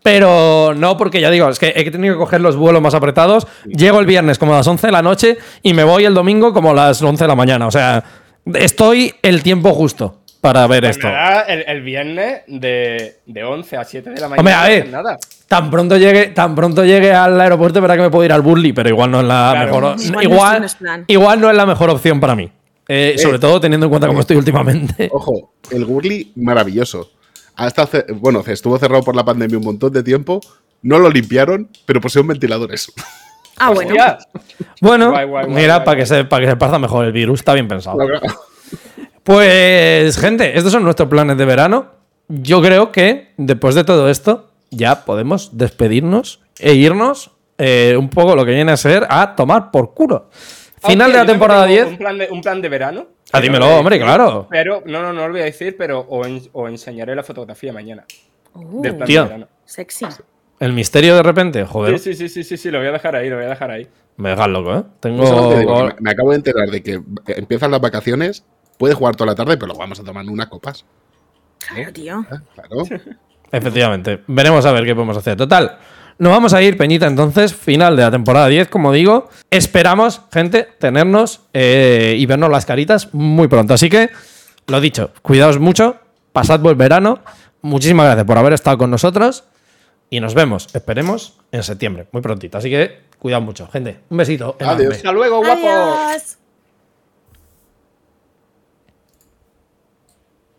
Pero no, porque ya digo, es que he tenido que coger los vuelos más apretados. Llego el viernes como a las once de la noche y me voy el domingo como a las once de la mañana. O sea, estoy el tiempo justo para ver Pues esto. nada, el, el viernes de, de once a siete de la mañana. Hombre, a no ver. haces nada. Tan pronto llegue, tan pronto llegue al aeropuerto, verá que me puedo ir al Burley, pero igual no es la Claro. mejor. Igual no Igual, tienes plan. igual no es la mejor opción para mí. Eh, sobre todo teniendo en cuenta cómo estoy últimamente. Ojo, el Gurley, maravilloso. Hasta ce- bueno, ce- estuvo cerrado por la pandemia un montón de tiempo. No lo limpiaron, pero pusieron ventiladores. Ah, bueno. Hostia. Bueno, Guay, guay, guay, mira, guay, para que, guay. se, para que se parta mejor el virus, está bien pensado. Pues, gente, estos son nuestros planes de verano. Yo creo que después de todo esto, ya podemos despedirnos e irnos eh, un poco lo que viene a ser a tomar por culo. Final Hostia, de la yo temporada tengo diez. Un plan de, un plan de verano. Ah, dímelo, hombre, claro. Pero, no, no, no lo voy a decir, pero os, en- os enseñaré la fotografía mañana. Uh, Del plan Tío. de verano. sexy. El misterio de repente, joder, Sí, sí, sí, sí, sí, sí, lo voy a dejar ahí, lo voy a dejar ahí. me dejas loco, ¿eh? Yo solo te digo Tengo. que me, me acabo de enterar de que empiezan las vacaciones, puedes jugar toda la tarde, pero lo vamos a tomar en unas copas. Claro, tío. ¿eh? Claro. Efectivamente. Veremos a ver qué podemos hacer. Total. Nos vamos a ir, Peñita, entonces, final de la temporada diez, como digo. Esperamos, gente, tenernos eh, y vernos las caritas muy pronto. Así que, lo dicho, cuidaos mucho, pasad buen verano. Muchísimas gracias por haber estado con nosotros y nos vemos, esperemos, en septiembre, muy prontito. Así que, cuidaos mucho, gente. Un besito. enorme. Adiós. Hasta luego, guapo. Adiós.